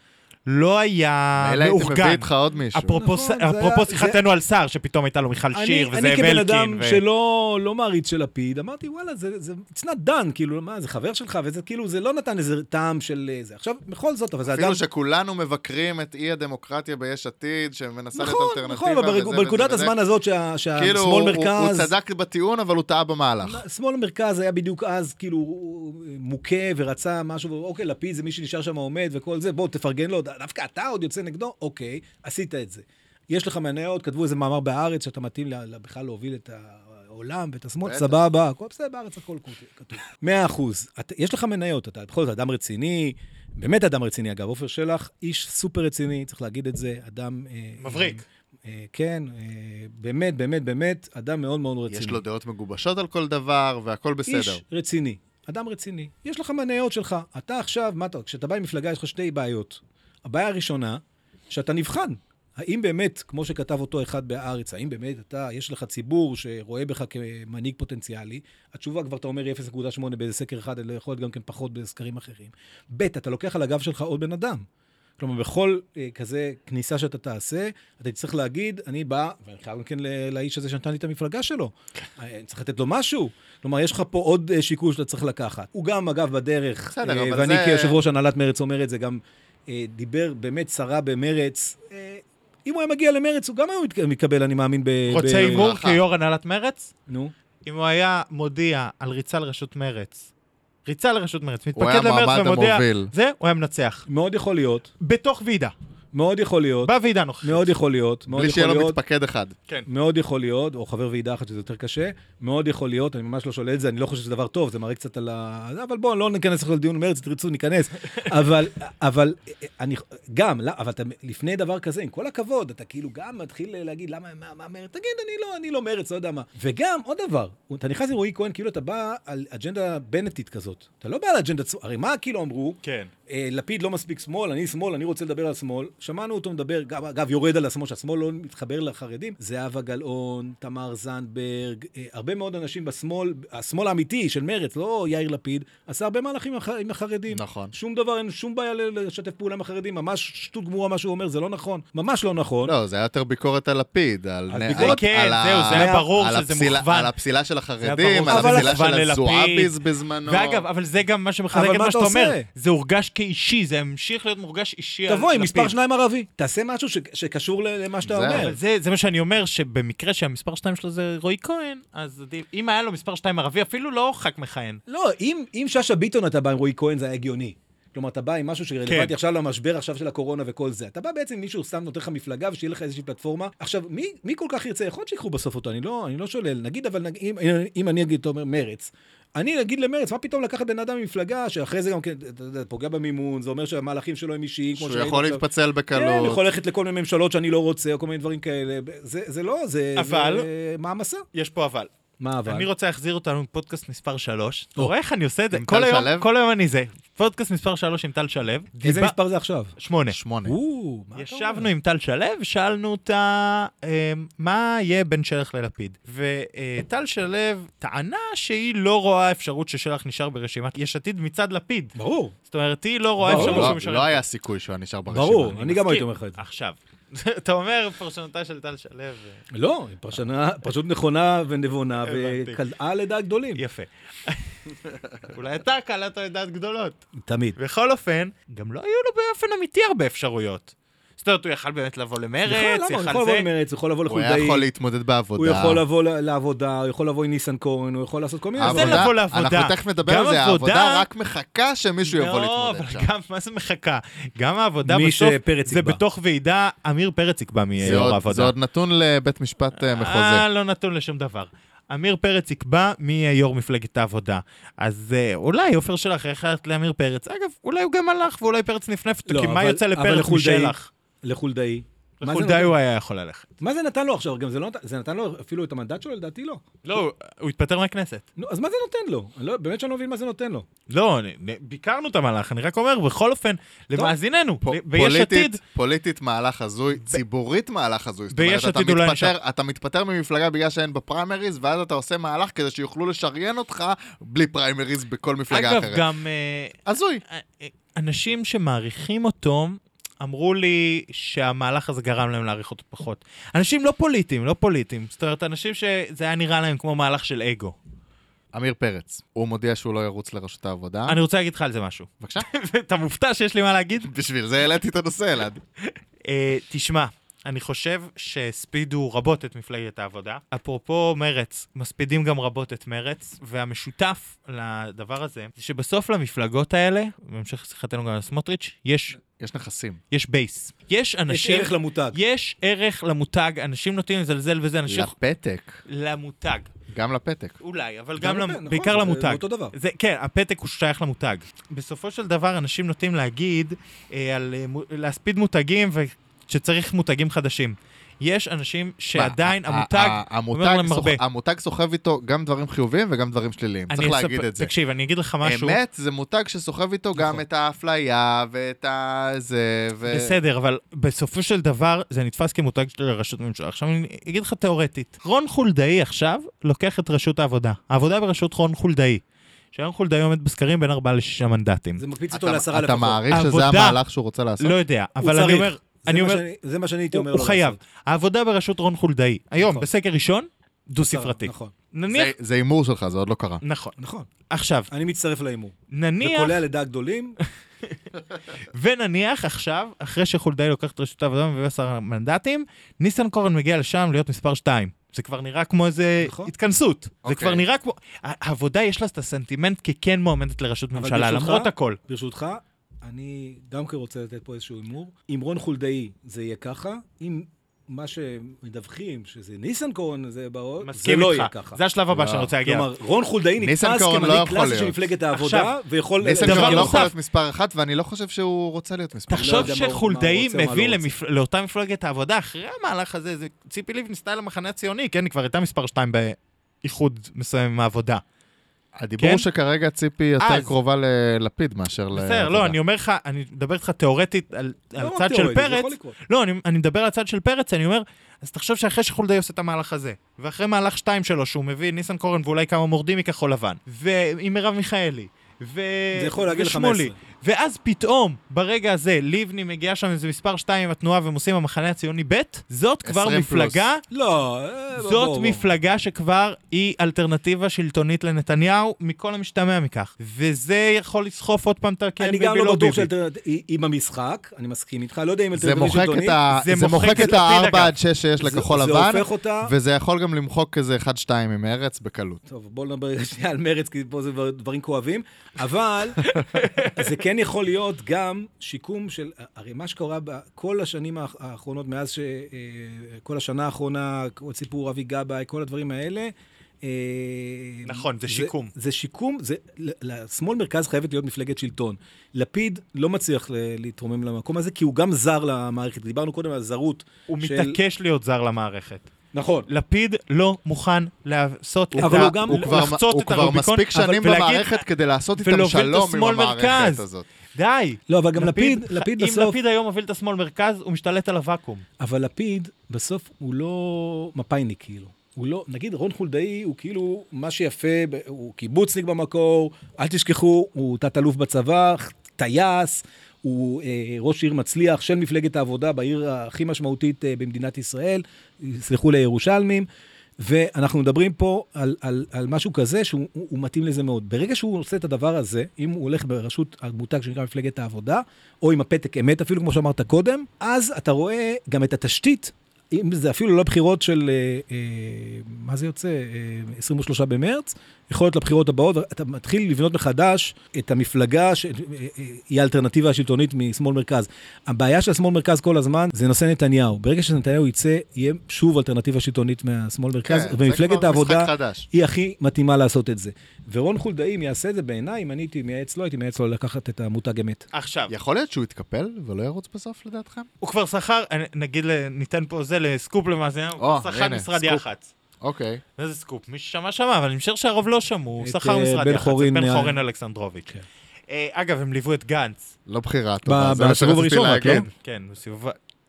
לא היה מאורגן. מילא הייתי מביא איתך עוד מישהו. אפרופו שיחתנו על שר, שפתאום הייתה לו מיכל שיר, וזה אני כבן אלקין. אדם שלא מעריץ של לפיד, אמרתי, וואלה, זה it's not done, כאילו, מה, זה חבר שלך, וזה כאילו, זה לא נתן איזה טעם של זה. עכשיו, בכל זאת, אבל זה אדם... אפילו שכולנו מבקרים את אי הדמוקרטיה ביש עתיד, שמנסה להיות אלטרנטיבה. נכון, נכון, בנקודת הזמן הזאת שהשמאל מרכז... הוא צדק בטיעון, אבל הוא טעה במהלך. שמאל מרכז היה בדיוק אז, כאילו, מוכה ורצה משהו, אוקיי, לפיד זה מי שנשאר שם עומד וכל זה, בוא, תפרגן לו, דווקא אתה עוד יוצא נגדו, אוקיי, עשית את זה. יש לך מניות, כתבו איזה מאמר בארץ, שאתה מתאים בכלל להוביל את העולם ואת השמאל, סבבה, הכל בסדר, בארץ הכל כתוב. מאה אחוז. יש לך מניות, אתה בכל זאת אדם רציני, באמת אדם רציני, אגב, עופר שלח, איש סופר רציני, צריך להגיד את זה, אדם... מבריק. כן, באמת, באמת, באמת, אדם מאוד מאוד רציני. יש לו דעות מגובשות על כל דבר, והכל בסדר. איש רציני, אדם רציני. יש לך מניות שלך. אתה עכשיו, מה אתה, כשאתה בא עם מפלגה, יש לך שתי בעיות. הבעיה הראשונה, שאתה נבחן. האם באמת, כמו שכתב אותו אחד בארץ, האם באמת אתה, יש לך ציבור שרואה בך כמנהיג פוטנציאלי, התשובה כבר אתה אומר אפס נקודה שמונה באיזה סקר אחד, אלא יכול להיות גם כן פחות בסקרים אחרים. ב', אתה לוקח על הגב שלך עוד בן אדם. כלומר, בכל אה, כזה כניסה שאתה תעשה, אתה צריך להגיד, אני בא, ואני חייב גם כן לאיש הזה שנתן לי את המפלגה שלו. אני צריך לתת לו משהו. כלומר, יש לך פה עוד אה, שיקול שאתה צריך לקחת. הוא גם, אגב, בדרך, בסדר, אה, אבל ואני זה... כיושב ראש הנהלת מרץ אומר את זה, גם אה, דיבר באמת שרה במרץ. אה, אם הוא היה מגיע למרץ, הוא גם היה מתקבל, אני מאמין, ב... רוצה אימור כיו"ר הנהלת מרץ? נו. אם הוא היה מודיע על ריצה לראשות מרץ, ריצה לראשות מרץ, מתפקד למרץ ומודיע, זה, הוא היה מנצח. מאוד יכול להיות. בתוך ועידה. מאוד יכול להיות. בוועידה נוכחית. מאוד יכול להיות. בלי שיהיה לו מתפקד אחד. כן. מאוד יכול להיות, או חבר ועידה אחת שזה יותר קשה, מאוד יכול להיות, אני ממש לא שואל את זה, אני לא חושב שזה דבר טוב, זה מראה קצת על ה... אבל בואו, לא ניכנס לכל דיון מרץ, תרצו, ניכנס. אבל, אבל, אני, גם, לא, אבל אתה, לפני דבר כזה, עם כל הכבוד, אתה כאילו גם מתחיל להגיד, למה, מה, מה מרץ? תגיד, אני לא, אני לא מרץ, לא יודע מה. וגם, עוד דבר, אתה נכנס עם רועי כהן, כאילו אתה בא על אג'נדה בנטית כזאת. אתה לא בא על אג'נדה, הרי מה כאילו אמרו? כן. לפיד לא מספיק שמאל, אני שמאל, אני רוצה לדבר על שמאל. שמענו אותו מדבר, אגב, יורד על השמאל, שהשמאל לא מתחבר לחרדים. זהבה גלאון, תמר זנדברג, הרבה מאוד אנשים בשמאל, השמאל האמיתי של מרץ, לא יאיר לפיד, עשה הרבה מהלכים עם החרדים. נכון. שום דבר, אין שום בעיה לשתף פעולה עם החרדים, ממש שטות גמורה מה שהוא אומר, זה לא נכון, ממש לא נכון. לא, זה היה יותר ביקורת על לפיד, על... כן, זהו, זה היה ברור שזה מוכוון. על הפסילה של החרדים, על הפסילה של הזועביז בזמנו. ואגב, אבל זה גם מה שמחזק את מה שאתה אומר. זה הורגש כאישי, זה המשיך להיות מורגש אישי. תבוא עם מספר שניים ערבי, תעשה משהו שקשור למה שאתה אומר. זה מה שאני אומר, שבמקרה שהמספר שתיים שלו זה רועי כהן, אז אם היה לו מספר שתיים ערבי, אפילו לא ח"כ מכהן. לא, אם שאשא ביטון אתה בא עם רועי כהן, זה היה הגיוני. כלומר, אתה בא עם משהו שרלוונטי עכשיו למשבר עכשיו של הקורונה וכל זה. אתה בא בעצם מישהו שם נותן לך מפלגה ושיהיה לך איזושהי פלטפורמה. עכשיו, מי, מי כל כך ירצה? יכול להיות שיקחו בסוף אותו, אני לא, אני לא שולל. נגיד, אבל נגיד, אם, אם אני אגיד, אתה אומר, מרץ, אני אגיד למרץ, מה פתאום לקחת בן אדם ממפלגה, שאחרי זה גם פוגע במימון, זה אומר שהמהלכים שלו הם אישיים, שהוא יכול להתפצל בקלות. כן, יכול ללכת לכל מיני ממשלות שאני לא רוצה, או כל מיני דברים כאלה. זה, זה לא, זה... אבל... זה מעמסה. יש פה אבל. מה אבל? אני רוצה להחזיר אותנו בפודקאסט מספר שלוש. אתה רואה איך אני עושה את זה? כל היום, כל היום אני זה. פודקאסט מספר שלוש עם טל שלו. איזה מספר זה עכשיו? שמונה. שמונה. ישבנו עם טל שלו, שאלנו אותה מה יהיה בין שלח ללפיד. וטל שלו טענה שהיא לא רואה אפשרות ששלח נשאר ברשימת יש עתיד מצד לפיד. ברור. זאת אומרת, היא לא רואה אפשרות שהוא נשאר. לא היה סיכוי שהוא נשאר ברשימה. ברור, אני גם הייתי אומר לך את זה. עכשיו. אתה אומר פרשנותה של טל שלו. לא, פרשנות נכונה ונבונה, וקלעה לדעת גדולים. יפה. אולי אתה קלעת לדעת גדולות. תמיד. בכל אופן, גם לא היו לו באופן אמיתי הרבה אפשרויות. זאת אומרת, הוא יכל באמת לבוא למרץ, הוא יכול לבוא למרץ, הוא יכול לבוא לחולדאי. הוא היה יכול להתמודד בעבודה. הוא יכול לבוא לעבודה, הוא יכול לבוא עם ניסן כהן, הוא יכול לעשות כל מיני... זה לבוא לעבודה. אנחנו תכף נדבר על זה, העבודה רק מחכה שמישהו יבוא להתמודד שם. לא, אבל גם, מה זה מחכה? גם העבודה בסוף, זה בתוך ועידה, אמיר פרץ יקבע מיור העבודה. זה עוד נתון לבית משפט מחוזי. אה, לא נתון לשום דבר. אמיר פרץ יקבע מי יהיה יור מפלגת העבודה. אז אולי עופר שלח יחד לאמיר פרץ. אגב, אולי הוא גם הלך, ואולי פרץ נפנף אותו, כי מה יוצא לפרץ משלח? לחולדאי. לחולדאי הוא היה יכול ללכת. מה זה נתן לו עכשיו? גם זה נתן לו אפילו את המנדט שלו, לדעתי לא. לא, הוא התפטר מהכנסת. אז מה זה נותן לו? באמת שאני לא מבין מה זה נותן לו. לא, ביקרנו את המהלך, אני רק אומר, בכל אופן, למאזיננו, ביש עתיד... פוליטית מהלך הזוי, ציבורית מהלך הזוי. ביש עתיד אולי נשאר. אתה מתפטר ממפלגה בגלל שאין בפריימריז, ואז אתה עושה מהלך כדי שיוכלו לשריין אותך בלי פריימריז בכל מפלגה אחרת. אגב, גם... הזוי. אנשים שמעריכים אותו, אמרו לי שהמהלך הזה גרם להם להעריך אותו פחות. אנשים לא פוליטיים, לא פוליטיים. זאת אומרת, אנשים שזה היה נראה להם כמו מהלך של אגו. אמיר פרץ, הוא מודיע שהוא לא ירוץ לרשות העבודה. אני רוצה להגיד לך על זה משהו. בבקשה. אתה מופתע שיש לי מה להגיד? בשביל זה העליתי את הנושא, אלעד. תשמע, אני חושב שהספידו רבות את מפלגת העבודה. אפרופו מרץ, מספידים גם רבות את מרץ, והמשותף לדבר הזה, זה שבסוף למפלגות האלה, בהמשך שיחתנו גם על סמוטריץ', יש... יש נכסים. יש בייס. יש אנשים... יש ערך למותג. יש ערך למותג, אנשים נוטים לזלזל וזה, אנשים... לפתק. למותג. גם לפתק. אולי, אבל גם, גם למ... נכון, בעיקר זה למותג. אותו דבר. זה, כן, הפתק הוא שייך למותג. בסופו של דבר, אנשים נוטים להגיד אה, על אה, להספיד מותגים ושצריך מותגים חדשים. יש אנשים שעדיין המותג אומר להם הרבה. המותג סוחב איתו גם דברים חיוביים וגם דברים שליליים. צריך להגיד את זה. תקשיב, אני אגיד לך משהו. אמת, זה מותג שסוחב איתו גם את האפליה ואת הזה. בסדר, אבל בסופו של דבר זה נתפס כמותג של רשות ממשלה. עכשיו אני אגיד לך תיאורטית. רון חולדאי עכשיו לוקח את רשות העבודה. העבודה בראשות רון חולדאי. שרון חולדאי עומד בסקרים בין ארבעה לשישה מנדטים. זה מקפיץ אותו לעשרה לפחות. אתה מעריך שזה המהלך שהוא רוצה לעשות? לא יודע, אבל אני אומר... אני אומר, זה מה שאני הייתי אומר. הוא חייב. העבודה בראשות רון חולדאי, היום, בסקר ראשון, דו-ספרתי. נכון. נניח... זה אימור שלך, זה עוד לא קרה. נכון. נכון. עכשיו... אני מצטרף לאימור. נניח... וקולע לדעה גדולים. ונניח עכשיו, אחרי שחולדאי לוקח את רשות העבודה ומביא עשרה מנדטים, ניסנקורן מגיע לשם להיות מספר שתיים. זה כבר נראה כמו איזה התכנסות. זה כבר נראה כמו... העבודה יש לה את הסנטימנט ככן מועמדת לראשות ממשלה, למרות הכל. ברשותך, אני גם רוצה לתת פה איזשהו אימור. אם רון חולדאי זה יהיה ככה, אם מה שמדווחים שזה ניסנקורן זה בעוד, זה לא יהיה ככה. זה השלב הבא שאני רוצה להגיע. כלומר, רון חולדאי נתפס כמנהיג קלאסי של מפלגת העבודה, ויכול... ניסנקורן לא יכול להיות מספר אחת, ואני לא חושב שהוא רוצה להיות מספר. תחשוב שחולדאי מביא לאותה מפלגת העבודה, אחרי המהלך הזה, זה ציפי לבני סטייל המחנה הציוני, כן, היא כבר הייתה מספר שתיים באיחוד מסוים עם העבודה. הדיבור שכרגע ציפי יותר קרובה ללפיד מאשר לעבודה. בסדר, לא, אני אומר לך, אני מדבר איתך תיאורטית על הצד של פרץ. לא, אני מדבר על הצד של פרץ, אני אומר, אז תחשוב שאחרי שחולדאי עושה את המהלך הזה, ואחרי מהלך שתיים שלו, שהוא מביא ניסנקורן ואולי כמה מורדים מכחול לבן, ועם מרב מיכאלי, ושמולי, ואז פתאום, ברגע הזה, ליבני מגיעה שם איזה מספר שתיים עם התנועה, והם עושים המחנה הציוני ב', זאת כבר מפלגה, לא, זאת מפלגה שכבר היא אלטרנטיבה שלטונית לנתניהו, מכל המשתמע מכך. וזה יכול לסחוף עוד פעם את הקרן ביבי לא ביבי. אני גם לא בטוח שהיא במשחק, אני מסכים איתך, לא יודע אם אלטרנטיבה שלטונית. זה מוחק את הארבע עד שש שיש לכחול לבן, וזה יכול גם למחוק איזה אחד שתיים עם מרץ בקלות. טוב, בואו נדבר שנייה על מרץ, כי פה זה דברים כואבים, אבל זה כן יכול להיות גם שיקום של, הרי מה שקורה בכל השנים האחרונות, מאז שכל השנה האחרונה, כל סיפור אבי גבאי, כל הדברים האלה, נכון, זה שיקום. זה שיקום, לשמאל מרכז חייבת להיות מפלגת שלטון. לפיד לא מצליח להתרומם למקום הזה, כי הוא גם זר למערכת. דיברנו קודם על זרות. הוא מתעקש להיות זר למערכת. נכון. לפיד לא מוכן לעשות את ה... אבל הוא גם... הוא כבר מספיק שנים במערכת כדי לעשות איתם שלום עם המערכת הזאת. די. לא, אבל גם לפיד, לפיד בסוף... אם לפיד היום מוביל את השמאל מרכז, הוא משתלט על הוואקום. אבל לפיד, בסוף הוא לא מפאיניק, כאילו. הוא לא, נגיד, רון חולדאי הוא כאילו מה שיפה, הוא קיבוצניק במקור, אל תשכחו, הוא תת-אלוף בצבא, טייס, הוא אה, ראש עיר מצליח של מפלגת העבודה בעיר הכי משמעותית אה, במדינת ישראל, סליחו לירושלמים, ואנחנו מדברים פה על, על, על משהו כזה שהוא הוא, הוא מתאים לזה מאוד. ברגע שהוא עושה את הדבר הזה, אם הוא הולך בראשות המותג שנקרא מפלגת העבודה, או עם הפתק אמת, אפילו כמו שאמרת קודם, אז אתה רואה גם את התשתית, אם זה אפילו לא בחירות של, אה, אה, מה זה יוצא? אה, עשרים ושלושה במרץ, יכול להיות לבחירות הבאות, ואתה מתחיל לבנות מחדש את המפלגה שהיא האלטרנטיבה השלטונית משמאל מרכז. הבעיה של השמאל מרכז כל הזמן זה נושא נתניהו. ברגע שנתניהו יצא, יהיה שוב אלטרנטיבה שלטונית מהשמאל מרכז, כן, ומפלגת העבודה היא הכי מתאימה לעשות את זה. ורון חולדאי, אם יעשה את זה בעיניי, אם אני הייתי מייעץ לו, הייתי מייעץ לו לקחת את המותג אמת. עכשיו. יכול להיות שהוא יתקפל ולא ירוץ בסוף לדעתכם? הוא כבר שכר, נגיד, ניתן פה זה לסקופ למאזינים, הוא שכר משרד יח"צ. אוקיי. איזה סקופ, מי ששמע שמע, אבל אני חושב שהרוב לא שמעו, הוא שכר משרד יח"צ, את בן חורין אלכסנדרוביץ'. אגב, הם ליוו את גנץ. לא בחירה, בסיבוב הראשון, כן, כן, בסיבוב...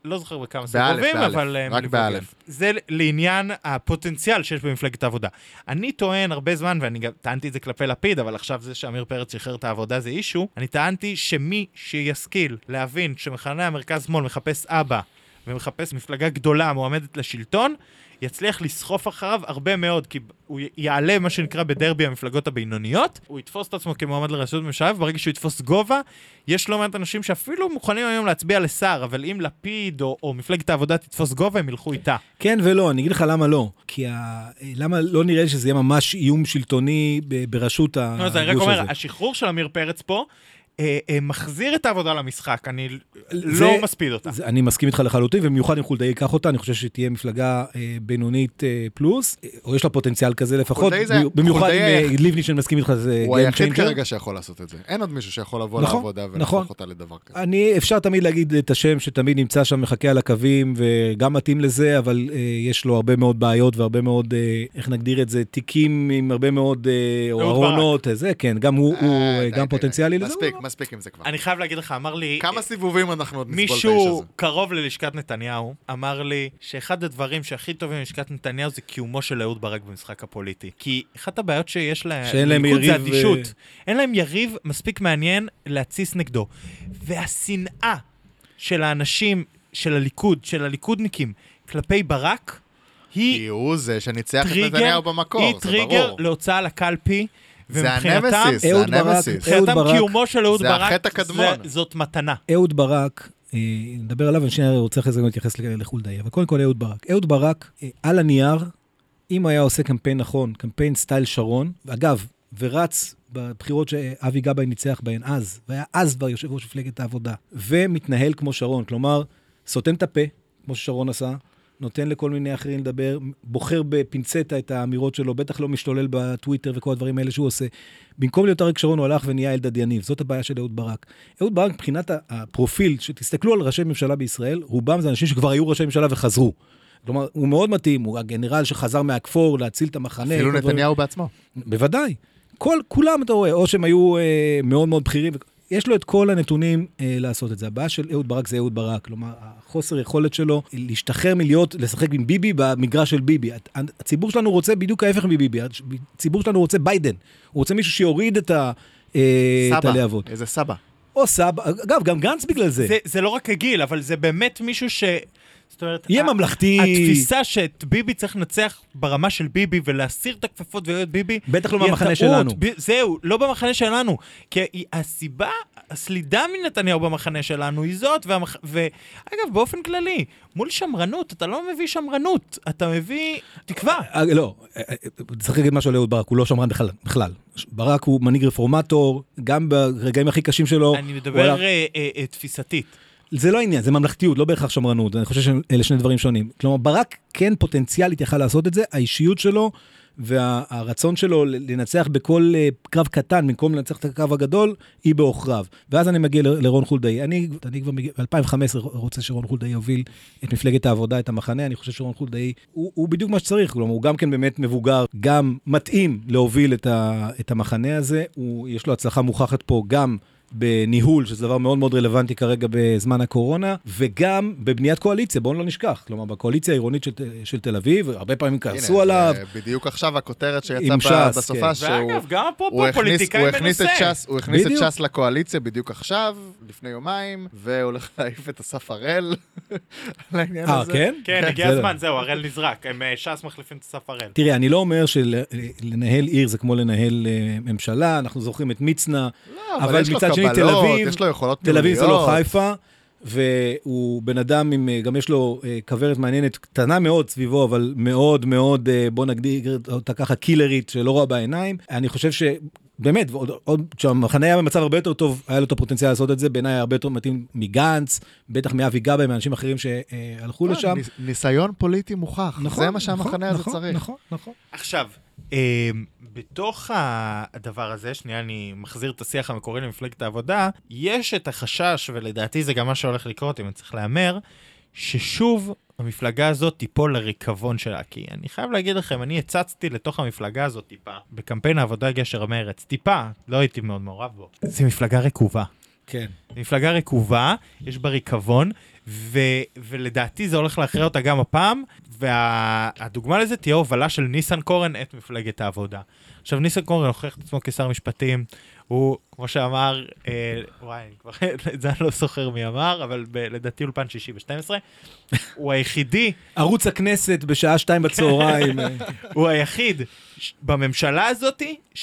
לא זוכר בכמה סיבובים, אבל... רק באלף. זה לעניין הפוטנציאל שיש במפלגת העבודה. אני טוען הרבה זמן, ואני גם טענתי את זה כלפי לפיד, אבל עכשיו זה שאמיר פרץ שחרר את העבודה זה אישו, אני טענתי שמי שישכיל להבין שמחנה המרכז שמאל מחפש אבא, ומחפש מפלגה גדולה מועמדת לשלטון, יצליח לסחוף אחריו הרבה מאוד, כי הוא יעלה מה שנקרא בדרבי המפלגות הבינוניות, הוא יתפוס את עצמו כמועמד לראשות ממשלה, וברגע שהוא יתפוס גובה, יש לא מעט אנשים שאפילו מוכנים היום להצביע לשר, אבל אם לפיד או, או מפלגת העבודה תתפוס גובה, הם ילכו איתה. כן ולא, אני אגיד לך למה לא. כי ה... למה לא נראה שזה יהיה ממש איום שלטוני בראשות הגוש הזה. לא, אז אני רק אומר, השחרור של אמיר פרץ פה, אה, אה, מחזיר את העבודה למשחק, אני זה, לא מספיד אותה. זה, אני מסכים איתך לחלוטין, ובמיוחד אם חולדאי ייקח אותה, אני חושב שתהיה מפלגה אה, בינונית אה, פלוס, אה, או יש לה פוטנציאל כזה לפחות, זה, במיוחד אם אה, ליבני שמסכים איתך, זה הוא היחיד כרגע שיכול לעשות את זה. אין עוד מישהו שיכול לבוא נכון, לעבודה ולהפוך נכון. אותה לדבר כזה. אני, אפשר תמיד להגיד את השם שתמיד נמצא שם מחכה על הקווים, וגם מתאים לזה, אבל אה, יש לו הרבה מאוד בעיות, והרבה מאוד, אה, איך נגדיר את זה, תיקים עם הרבה מאוד אה, ארונות, זה, כן, גם הוא, אה, הוא גם פוטנציאלי לזה. מספיק עם זה כבר. אני חייב להגיד לך, אמר לי... כמה סיבובים אנחנו עוד נסבול את האיש הזה? מישהו קרוב ללשכת נתניהו אמר לי שאחד הדברים שהכי טובים ללשכת נתניהו זה קיומו של אהוד ברק במשחק הפוליטי. כי אחת הבעיות שיש לליכוד זה אדישות. אין להם יריב מספיק מעניין להציס נגדו. והשנאה של האנשים, של הליכוד, של הליכודניקים, כלפי ברק, היא... כי הוא זה שניצח את נתניהו במקור, היא טריגר להוצאה לקלפי, זה הנמסיס, זה הנמסיס. מבחינתם קיומו של אהוד ברק, זה החטא הקדמון. זאת מתנה. אהוד ברק, נדבר עליו, אני רוצה אחרי זה גם להתייחס לחולדאי, אבל קודם כל אהוד ברק. אהוד ברק, על הנייר, אם היה עושה קמפיין נכון, קמפיין סטייל שרון, אגב, ורץ בבחירות שאבי גבאי ניצח בהן אז, והיה אז כבר יושב ראש מפלגת העבודה, ומתנהל כמו שרון, כלומר, סותם את הפה, כמו ששרון עשה, נותן לכל מיני אחרים לדבר, בוחר בפינצטה את האמירות שלו, בטח לא משתולל בטוויטר וכל הדברים האלה שהוא עושה. במקום להיות אריק שרון, הוא הלך ונהיה אלדד יניב. זאת הבעיה של אהוד ברק. אהוד ברק, מבחינת הפרופיל, שתסתכלו על ראשי ממשלה בישראל, רובם זה אנשים שכבר היו ראשי ממשלה וחזרו. כלומר, הוא מאוד מתאים, הוא הגנרל שחזר מהכפור להציל את המחנה. אפילו נתניהו בעצמו. בוודאי. כל, כולם אתה רואה, או שהם היו אה, מאוד מאוד בכירים, יש לו את כל הנתונים אה, לעשות את זה. הבעיה של אהוד ברק זה אהוד ברק, כלומר, החוסר יכולת שלו להשתחרר מלהיות, לשחק עם ביבי במגרש של ביבי. הציבור שלנו רוצה בדיוק ההפך מביבי, הציבור שלנו רוצה ביידן, הוא רוצה מישהו שיוריד את, ה, אה, את הלהבות. איזה סבא. או סבא, אגב, גם גנץ בגלל זה. זה. זה לא רק הגיל, אבל זה באמת מישהו ש... זאת אומרת, יהיה ממלכתי. התפיסה שאת ביבי צריך לנצח ברמה של ביבי ולהסיר את הכפפות ולהיות ביבי. בטח לא במחנה שלנו. זהו, לא במחנה שלנו. כי הסיבה, הסלידה מנתניהו במחנה שלנו היא זאת, ואגב, באופן כללי, מול שמרנות, אתה לא מביא שמרנות, אתה מביא תקווה. לא, צריך להגיד משהו על אהוד ברק, הוא לא שמרן בכלל. ברק הוא מנהיג רפורמטור, גם ברגעים הכי קשים שלו. אני מדבר תפיסתית. זה לא עניין, זה ממלכתיות, לא בהכרח שמרנות, אני חושב שאלה שני דברים שונים. כלומר, ברק כן פוטנציאלית יכל לעשות את זה, האישיות שלו והרצון שלו לנצח בכל קרב קטן, במקום לנצח את הקרב הגדול, היא באוכריו. ואז אני מגיע לרון חולדאי. אני, אני כבר ב-אלפיים וחמש עשרה רוצה שרון חולדאי יוביל את מפלגת העבודה, את המחנה. אני חושב שרון חולדאי הוא, הוא בדיוק מה שצריך. כלומר, הוא גם כן באמת מבוגר, גם מתאים להוביל את, ה, את המחנה הזה. הוא, יש לו הצלחה מוכחת פה גם בניהול, שזה דבר מאוד מאוד רלוונטי כרגע בזמן הקורונה, וגם בבניית קואליציה, בואו לא נשכח. כלומר, בקואליציה העירונית של, של תל אביב, הרבה פעמים כעסו עליו. בדיוק עכשיו הכותרת שיצא בסופה, שהוא... ואגב, גם פה פה פוליטיקאים בנושא. הוא הכניס את ש"ס לקואליציה בדיוק עכשיו, לפני יומיים, והולך להעיף את אסף הראל לעניין הזה. כן? כן, הגיע הזמן, זהו, הראל נזרק. הם ש"ס מחליפים את אסף הראל. תראה, אני לא אומר שלנהל עיר זה כמו לנהל ממשלה, אנחנו זוכרים את מצנע, אבל מצד שני, תל אביב, תל אביב זה לא חיפה, והוא בן אדם עם, גם יש לו כברת מעניינת, קטנה מאוד סביבו, אבל מאוד מאוד, בוא נגדיר אותה ככה קילרית, שלא רואה בעיניים. אני חושב ש... באמת, ועוד, עוד, שהמחנה היה במצב הרבה יותר טוב, היה לו את הפוטנציאל לעשות את זה, בעיניי הרבה יותר מתאים מגנץ, בטח מאבי גבאי, מאנשים אחרים שהלכו לשם. ניסיון פוליטי מוכח, זה מה שהמחנה הזה צריך. נכון, נכון. עכשיו, בתוך הדבר הזה, שנייה אני מחזיר את השיח המקורי למפלגת העבודה, יש את החשש, ולדעתי זה גם מה שהולך לקרות, אם אני צריך לאמר, ששוב המפלגה הזאת תיפול לריקבון שלה, כי אני חייב להגיד לכם, אני הצצתי לתוך המפלגה הזאת טיפה, בקמפיין העבודה גשר המרץ, טיפה, לא הייתי מאוד מעורב בו. זה מפלגה רקובה. כן. זה מפלגה רקובה, יש בה ריקבון, ו, ולדעתי זה הולך להכריע אותה גם הפעם, והדוגמה לזה תהיה הובלה של ניסנקורן את מפלגת העבודה. עכשיו, ניסנקורן הוכיח את עצמו כשר משפטים, הוא, כמו שאמר, אה, וואי, כבר, זה אני לא סוחר מי אמר, אבל ב, לדעתי אולפן שישי ב-שתים עשרה, הוא היחידי... ערוץ הכנסת בשעה שתיים בצהריים. הוא היחיד בממשלה הזאת,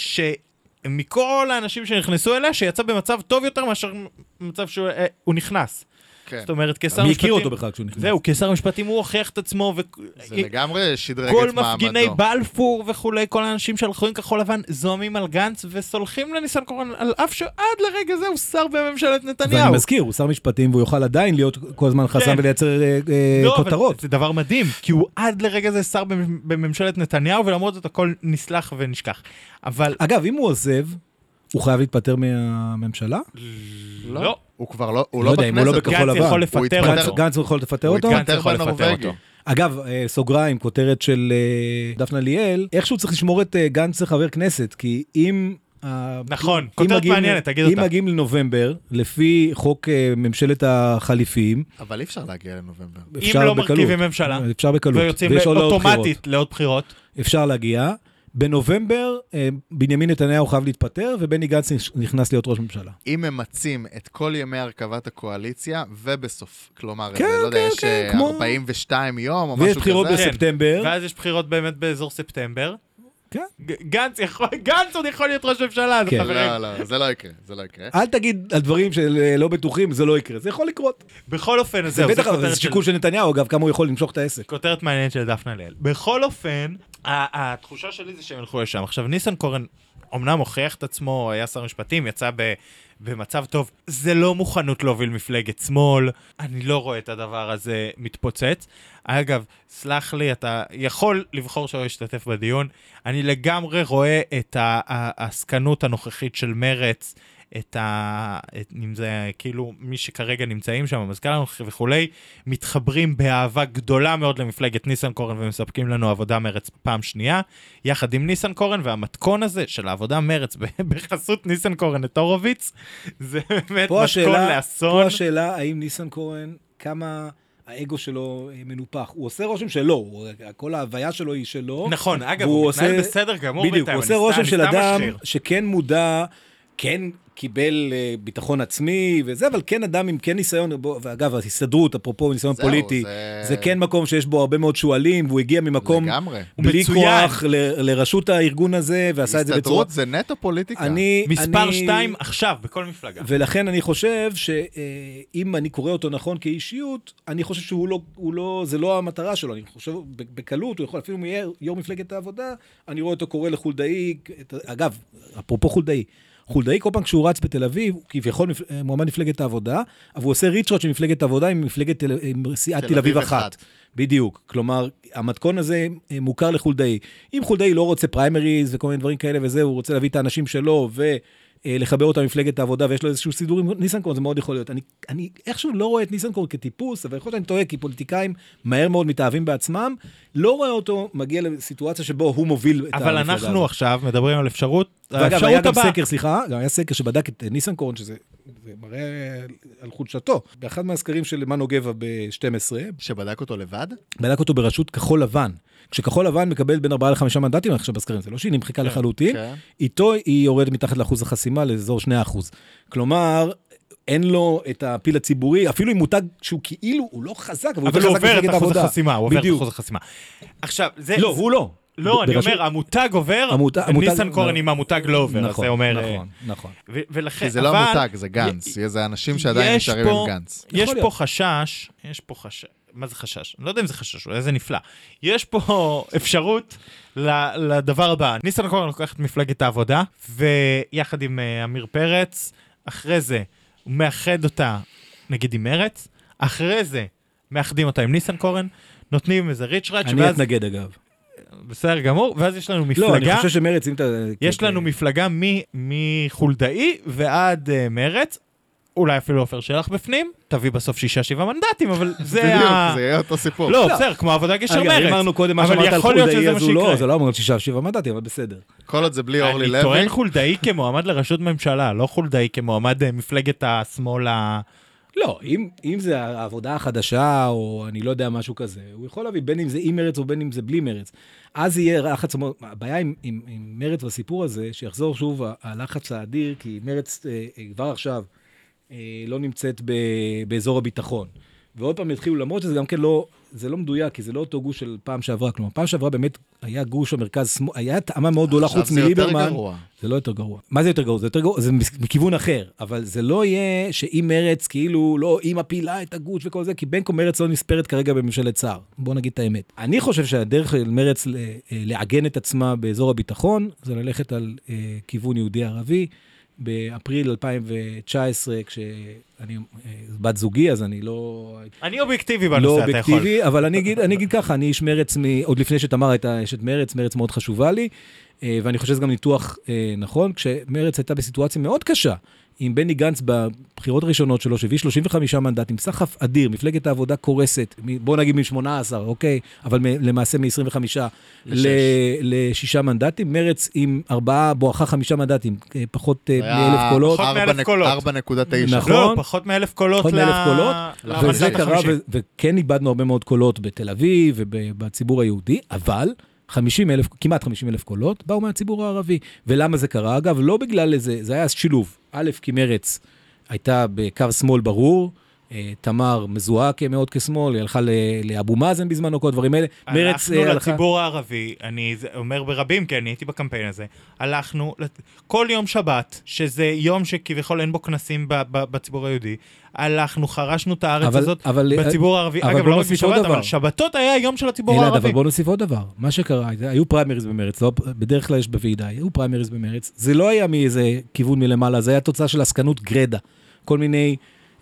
שמכל האנשים שנכנסו אליה, שיצא במצב טוב יותר מאשר מצב שהוא נכנס. כן. זאת אומרת, כשר מי משפטים... הכיר אותו בכלל כשהוא נכנס? זהו, כשר משפטים הוא הוכיח את עצמו, ו... זה לגמרי שדרג את כל מעמדו. מפגיני בלפור וכולי, כל האנשים שהלכו עם כחול לבן, זועמים על גנץ וסולחים לניסנקורן, על אף שעד לרגע זה הוא שר בממשלת נתניהו. ואני מזכיר, הוא שר משפטים, והוא יוכל עדיין להיות כל הזמן חסם כן. ולייצר אה, אה, לא, כותרות. אבל זה דבר מדהים, כי הוא עד לרגע זה שר בממשלת נתניהו, ולמרות זאת הכל נסלח ונשכח. אבל... אגב, אם הוא עוזב, הוא חייב להתפטר מהממשלה? לא. הוא כבר לא, הוא לא לא יודע, אם הוא לא בכנסת. בכחול גנץ לבן. יכול לפטר גנץ- אותו. גנץ יכול לפטר הוא אותו? התפטר גנץ יכול לפטר בנורבגי. אותו. אגב, אה, סוגריים, כותרת של אה, דפנה ליאל, איכשהו צריך לשמור את אה, גנץ לחבר כנסת, כי אם... ה- נכון, אם כותרת מגיעים- מעניינת, תגיד אם אותה. מגיעים לנובמבר, לפי חוק אה, ממשלת החליפים, אבל אי אפשר להגיע לנובמבר. אפשר אם לא בקלות. מרכיבים ממשלה, אפשר בקלות. ויוצאים ויש עוד לעוד בחירות. אוטומטית לעוד בחירות. אפשר להגיע. בנובמבר, אה, בנימין נתניהו חייב להתפטר, ובני גנץ נכנס להיות ראש ממשלה. אם ממצים את כל ימי הרכבת הקואליציה, ובסוף, כלומר, כן, זה, לא יודע, כן, יש כן, אה, כמו- ארבעים ושתיים יום או משהו ויש כזה. בחירות כן. בספטמבר. ואז יש בחירות באמת באזור ספטמבר. כן. ג- גנץ יכול, גנץ עוד יכול להיות ראש ממשלה, זה כן. חברים. לא, לא, זה לא יקרה, זה לא יקרה. אל תגיד על דברים שלא בטוחים, זה לא יקרה. זה יכול לקרות. בכל אופן, זה זהו, בטח, זה אבל זה כותרת של... שיקול של נתניהו, אגב, כמה הוא יכול למשוך את העסק. כותרת מעניינת של דפנה ליאל. בכל אופן, ה- התחושה שלי זה שהם ילכו לשם. עכשיו, ניסנקורן אמנם הוכיח את עצמו, היה שר משפטים, יצא ב- במצב טוב. זה לא מוכנות להוביל מפלגת שמאל. אני לא רואה את הדבר הזה מתפוצץ. אגב, סלח לי, אתה יכול לבחור שלא להשתתף בדיון. אני לגמרי רואה את ה- העסקנות הנוכחית של מרץ, את ה... את, אם זה כאילו מי שכרגע נמצאים שם, המזכ"ל הנוכחי וכולי, מתחברים באהבה גדולה מאוד למפלגת ניסנקורן ומספקים לנו עבודה מרץ פעם שנייה, יחד עם ניסנקורן, והמתכון הזה של העבודה מרץ בחסות ניסנקורן את הורוביץ, זה באמת מתכון לאסון. פה השאלה, האם ניסנקורן, כמה האגו שלו מנופח. הוא עושה רושם שלא, הוא, כל ההוויה שלו היא שלו. נכון, אגב, הוא מתנהל בסדר גמור. בדיוק, הוא עושה רושם של אדם שכן מודע, כן קיבל uh, ביטחון עצמי וזה, אבל כן אדם עם כן ניסיון, בו, ואגב, ההסתדרות, אפרופו ניסיון זהו, פוליטי, זה... זה כן מקום שיש בו הרבה מאוד שואלים, והוא הגיע ממקום לגמרי. בלי מצוין. כוח ל, לראשות הארגון הזה, ועשה את זה בצורה... הסתדרות זה נטו פוליטיקה. אני, מספר אני... שתיים עכשיו, בכל מפלגה. ולכן אני חושב שאם אני קורא אותו נכון כאישיות, אני חושב שהוא לא, הוא לא, זה לא המטרה שלו, אני חושב בקלות, הוא יכול, אפילו אם יהיה יו"ר מפלגת העבודה, אני רואה אותו קורא לחולדאי, אגב, אפרופו חולדאי, חולדאי כל פעם כשהוא רץ בתל אביב, הוא כביכול מועמד מפלגת העבודה, אבל הוא עושה ריצ'רות של מפלגת העבודה עם מפלגת, עם סיעת תל אביב אחת. בדיוק. כלומר, המתכון הזה מוכר לחולדאי. אם חולדאי לא רוצה פריימריז וכל מיני דברים כאלה וזה, הוא רוצה להביא את האנשים שלו ולחבר אותם מפלגת העבודה, ויש לו איזשהו סידור עם ניסנקורן, זה מאוד יכול להיות. אני, אני איכשהו לא רואה את ניסנקורן כטיפוס, אבל יכול להיות שאני טועה, כי פוליטיקאים מהר מאוד מתאהבים בעצמם, לא רואה אותו מגיע לסיטואציה שבו הוא מוביל את המפלגה. אבל אנחנו עכשיו מדברים על אפשרות, ואגב, היה גם סקר, סליחה, גם היה סקר שבדק את ניסנקורן, שזה מראה על חולשתו. באחד מהסקרים של מנו גבע ב-שתים עשרה, שבדק אותו לבד? בדק אותו בראשות כחול לבן. כשכחול לבן מקבל בין ארבעה לחמישה מנדטים, עכשיו בסקרים, זה לא שהיא נמחקה לחלוטין, איתו היא יורדת מתחת לאחוז החסימה לאזור שני אחוז. כלומר, אין לו את הפיל הציבורי, אפילו עם מותג שהוא כאילו, הוא לא חזק, אבל הוא עובר את אחוז החסימה, הוא עובר את אחוז החסימה. עכשיו, זה... לא, הוא לא. לא, אני אומר, המותג עובר, ניסנקורן עם המותג לא עובר, אז זה אומר... נכון, נכון. כי זה לא המותג, זה גנץ, זה אנשים שעדיין נשארים עם גנץ. יש פה חשש, יש פה חשש, מה זה חשש? אני לא יודע אם זה חשש, אולי זה נפלא. יש פה אפשרות לדבר הבא. ניסנקורן לוקח את מפלגת העבודה, ויחד עם אמיר פרץ, אחרי זה הוא מאחד אותה, נגיד עם מרץ, אחרי זה מאחדים אותה עם ניסנקורן, נותנים איזה ריצ'ראץ', אני אתנגד אגב. בסדר גמור, ואז יש לנו מפלגה... לא, אני חושב שמרץ, אם אתה... יש לנו מפלגה מחולדאי ועד מרץ, אולי אפילו עופר שלח בפנים, תביא בסוף שישה שבעה מנדטים, אבל זה ה... בדיוק, זה יהיה אותו סיפור. לא, בסדר, כמו עבודה גשר מרץ. רגע, אמרנו קודם מה שאמרת על חולדאי, אז הוא לא, זה לא אמרנו שישה שבעה מנדטים, אבל בסדר. כל עוד זה בלי אורלי לוי. אני טוען חולדאי כמועמד לראשות ממשלה, לא חולדאי כמועמד מפלגת השמאל ה... לא, אם, אם זה העבודה החדשה, או אני לא יודע משהו כזה, הוא יכול להביא בין אם זה עם מרץ או בין אם זה בלי מרץ. אז יהיה לחץ, הבעיה עם, עם, עם מרץ בסיפור הזה, שיחזור שוב הלחץ האדיר, כי מרץ אה, כבר עכשיו אה, לא נמצאת ב, באזור הביטחון. ועוד פעם יתחילו, למרות שזה גם כן לא, זה לא מדויק, כי זה לא אותו גוש של פעם שעברה. כלומר, פעם שעברה באמת היה גוש המרכז, היה טעמה מאוד גדולה חוץ מליברמן. עכשיו זה יותר גרוע. זה לא יותר גרוע. מה זה יותר גרוע? זה יותר גרוע, זה מכיוון אחר. אבל זה לא יהיה שאם מרץ, כאילו, לא, היא מפילה את הגוש וכל זה, כי בין כה מרץ לא נספרת כרגע בממשלת צער. בואו נגיד את האמת. אני חושב שהדרך של מרץ לעגן את עצמה באזור הביטחון, זה ללכת על כיוון יהודי-ערבי. באפריל אלפיים תשע עשרה, כשאני בת זוגי, אז אני לא... אני אובייקטיבי בנושא, אתה יכול. לא אובייקטיבי, אבל אני אגיד, אני אגיד ככה, אני איש מרץ, עוד לפני שתמר הייתה אשת מרץ, מרץ מאוד חשובה לי, ואני חושב שזה גם ניתוח נכון, כשמרץ הייתה בסיטואציה מאוד קשה, עם בני גנץ בבחירות הראשונות שלו, שהביא שלושים וחמישה מנדטים, סחף אדיר, מפלגת העבודה קורסת, בוא נגיד מ-שמונה עשר, אוקיי, אבל למעשה מ-עשרים וחמישה לשישה מנדטים, מרץ עם ארבעה, בואכה חמישה מנדטים, פחות מאלף קולות. פחות מאלף קולות. ארבע נקודה תשע. נכון. לא, פחות מאלף קולות. וזה קרה, וכן איבדנו הרבה מאוד קולות בתל אביב ובציבור היהודי, אבל... חמישים אלף, כמעט חמישים אלף קולות, באו מהציבור הערבי. ולמה זה קרה? אגב, לא בגלל איזה, זה היה שילוב. א', כי מרץ הייתה בקו שמאל ברור, תמר מזוהה כמאוד כשמאל, היא הלכה לאבו מאזן בזמנו, כל הדברים האלה. הלכנו לציבור הערבי, אני אומר ברבים, כי אני הייתי בקמפיין הזה, הלכנו כל יום שבת, שזה יום שכביכול אין בו כנסים בציבור היהודי, הלכנו, חרשנו את הארץ הזאת בציבור הערבי, אגב, לא רק בשבת, אבל שבתות היה היום של הציבור הערבי. אבל בוא נוסיף עוד דבר, מה שקרה, היו פריימריז במרץ, בדרך כלל יש בוועידה, היו פריימריז במרץ, זה לא היה מאיזה כיוון מלמעלה, זה היה תוצאה של עסקנות גרדה, כל מיני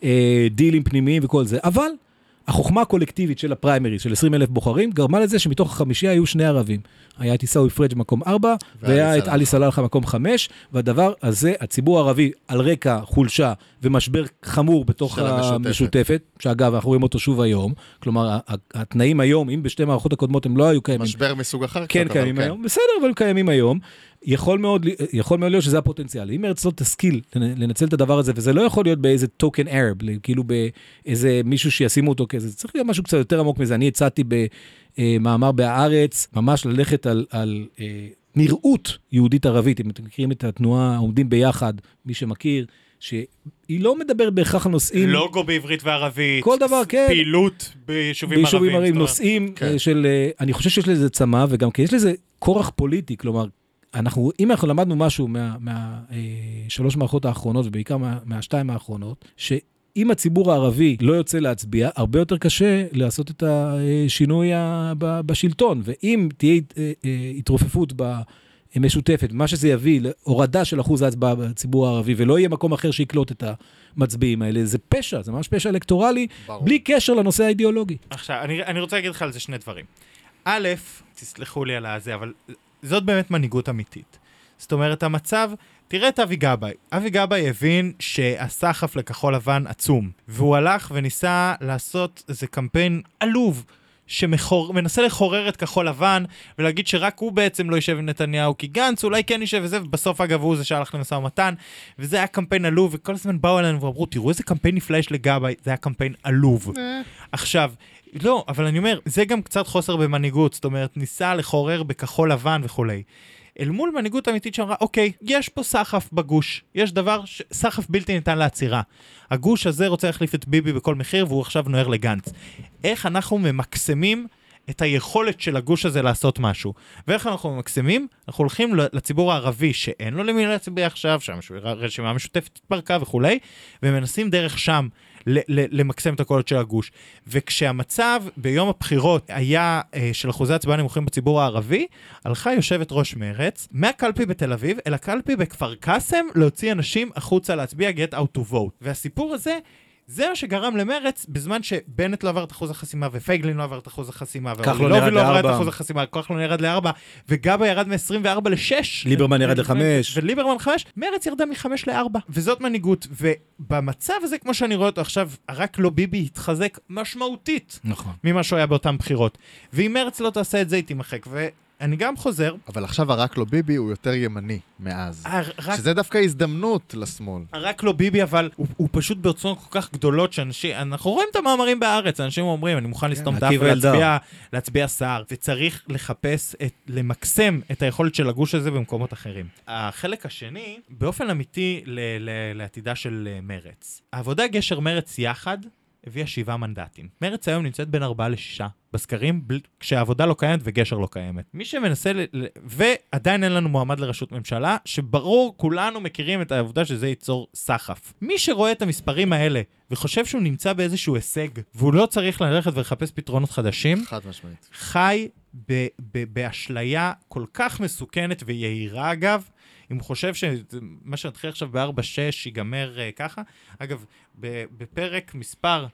דילים פנימיים וכל זה, אבל החוכמה הקולקטיבית של הפריימריז, של עשרים אלף בוחרים, גרמה לזה שמתוך החמישיה היו שני ערבים. היה את עיסאווי פריג' במקום ארבע, והיה את עלי סלאלחה במקום חמש, והדבר הזה, הציבור הערבי על רקע חולשה ומשבר חמור בתוך המשותפת, שאגב, אנחנו רואים אותו שוב היום, כלומר, התנאים היום, אם בשתי מערכות הקודמות הם לא היו קיימים. משבר מסוג אחר. כן, קיימים היום. בסדר, אבל הם קיימים היום. יכול מאוד, יכול מאוד להיות שזה הפוטנציאל. אם ארץ לא תשכיל לנצל את הדבר הזה, וזה לא יכול להיות באיזה טוקן ערב, כאילו באיזה מישהו שישימו אותו כזה, זה צריך להיות משהו קצת יותר עמוק מזה. אני הצעתי במאמר בהארץ, ממש ללכת על, על אה, נראות יהודית ערבית, אם אתם מכירים את התנועה, עומדים ביחד, מי שמכיר, שהיא לא מדברת בהכרח על נושאים... לוגו בעברית וערבית. כל דבר, כן. פעילות ביישובים ערבים. ביישובים ערבים, נושאים כן. של... אני חושב שיש לזה צמא, וגם כי יש לזה כורח פוליטי, כלומר, אנחנו, אם אנחנו למדנו משהו מהשלוש מה, מערכות האחרונות, ובעיקר מה, מהשתיים האחרונות, שאם הציבור הערבי לא יוצא להצביע, הרבה יותר קשה לעשות את השינוי בשלטון, ואם תהיה התרופפות משותפת, מה שזה יביא להורדה של אחוז ההצבעה בציבור הערבי, ולא יהיה מקום אחר שיקלוט את המצביעים האלה, זה פשע, זה ממש פשע אלקטורלי, ברור. בלי קשר לנושא האידיאולוגי. עכשיו, אני, אני רוצה להגיד לך על זה שני דברים. א', תסלחו לי על הזה, אבל... זאת באמת מנהיגות אמיתית. זאת אומרת, המצב, תראה את אבי גבאי. אבי גבאי הבין שהסחף לכחול לבן עצום, והוא הלך וניסה לעשות איזה קמפיין עלוב, שמנסה לחורר את כחול לבן, ולהגיד שרק הוא בעצם לא יישב עם נתניהו, כי גנץ אולי כן יישב וזה, ובסוף אגב הוא זה שהלך למשא ומתן, וזה היה קמפיין עלוב, וכל הזמן באו אלינו ואמרו, תראו איזה קמפיין נפלא יש לגבאי, זה היה קמפיין עלוב. עכשיו, לא, אבל אני אומר, זה גם קצת חוסר במנהיגות, זאת אומרת, ניסה לחורר בכחול לבן וכולי. אל מול מנהיגות אמיתית שאמרה, אוקיי, יש פה סחף בגוש, יש דבר, ש... סחף בלתי ניתן לעצירה. הגוש הזה רוצה להחליף את ביבי בכל מחיר, והוא עכשיו נוער לגנץ. איך אנחנו ממקסמים את היכולת של הגוש הזה לעשות משהו? ואיך אנחנו ממקסמים? אנחנו הולכים לציבור הערבי, שאין לו למי להצביע עכשיו, שהרשימה משותפת התפרקה וכולי, ומנסים דרך שם, למקסם את הקולות של הגוש. וכשהמצב ביום הבחירות היה של אחוזי הצבעה נמוכים בציבור הערבי, הלכה יושבת ראש מרץ, מהקלפי בתל אביב, אל הקלפי בכפר קאסם, להוציא אנשים החוצה להצביע get out to vote. והסיפור הזה, זה מה שגרם למרץ, בזמן שבנט לא עבר את אחוז החסימה, ופייגלין לא עבר את אחוז החסימה, ואורלובי לא עבר את אחוז החסימה, כחלון ירד לארבע, וגבאי ירד מ-עשרים וארבע לשש. ליברמן ירד לחמש. וליברמן חמש, מרץ ירדה מחמש לארבע. וזאת מנהיגות. ובמצב הזה, כמו שאני רואה אותו עכשיו, רק לא ביבי התחזק משמעותית. נכון. ממה שהוא היה באותן בחירות. ואם מרץ לא תעשה את זה, היא תימחק. אני גם חוזר. אבל עכשיו הרק לא ביבי הוא יותר ימני מאז. רק... שזה דווקא הזדמנות לשמאל. הרק לא ביבי, אבל הוא, הוא פשוט ברצונות כל כך גדולות שאנשים, אנחנו רואים את המאמרים בארץ, אנשים אומרים, אני מוכן לסתום את האף ולהצביע, להצביע שר, וצריך לחפש, את, למקסם את היכולת של הגוש הזה במקומות אחרים. החלק השני, באופן אמיתי ל, ל, לעתידה של מרץ. העבודה גשר מרץ יחד, הביאה שבעה מנדטים. מרץ היום נמצאת בין ארבעה לשישה בסקרים, בל... כשהעבודה לא קיימת וגשר לא קיימת. מי שמנסה, ל... ועדיין אין לנו מועמד לראשות ממשלה, שברור, כולנו מכירים את העבודה שזה ייצור סחף. מי שרואה את המספרים האלה, וחושב שהוא נמצא באיזשהו הישג, והוא לא צריך ללכת ולחפש פתרונות חדשים, חד משמעית. חי ב... ב... באשליה כל כך מסוכנת ויהירה, אגב, אם הוא חושב שמה שנתחיל עכשיו ב-ארבע שש ייגמר uh, ככה. אגב, בפרק מספר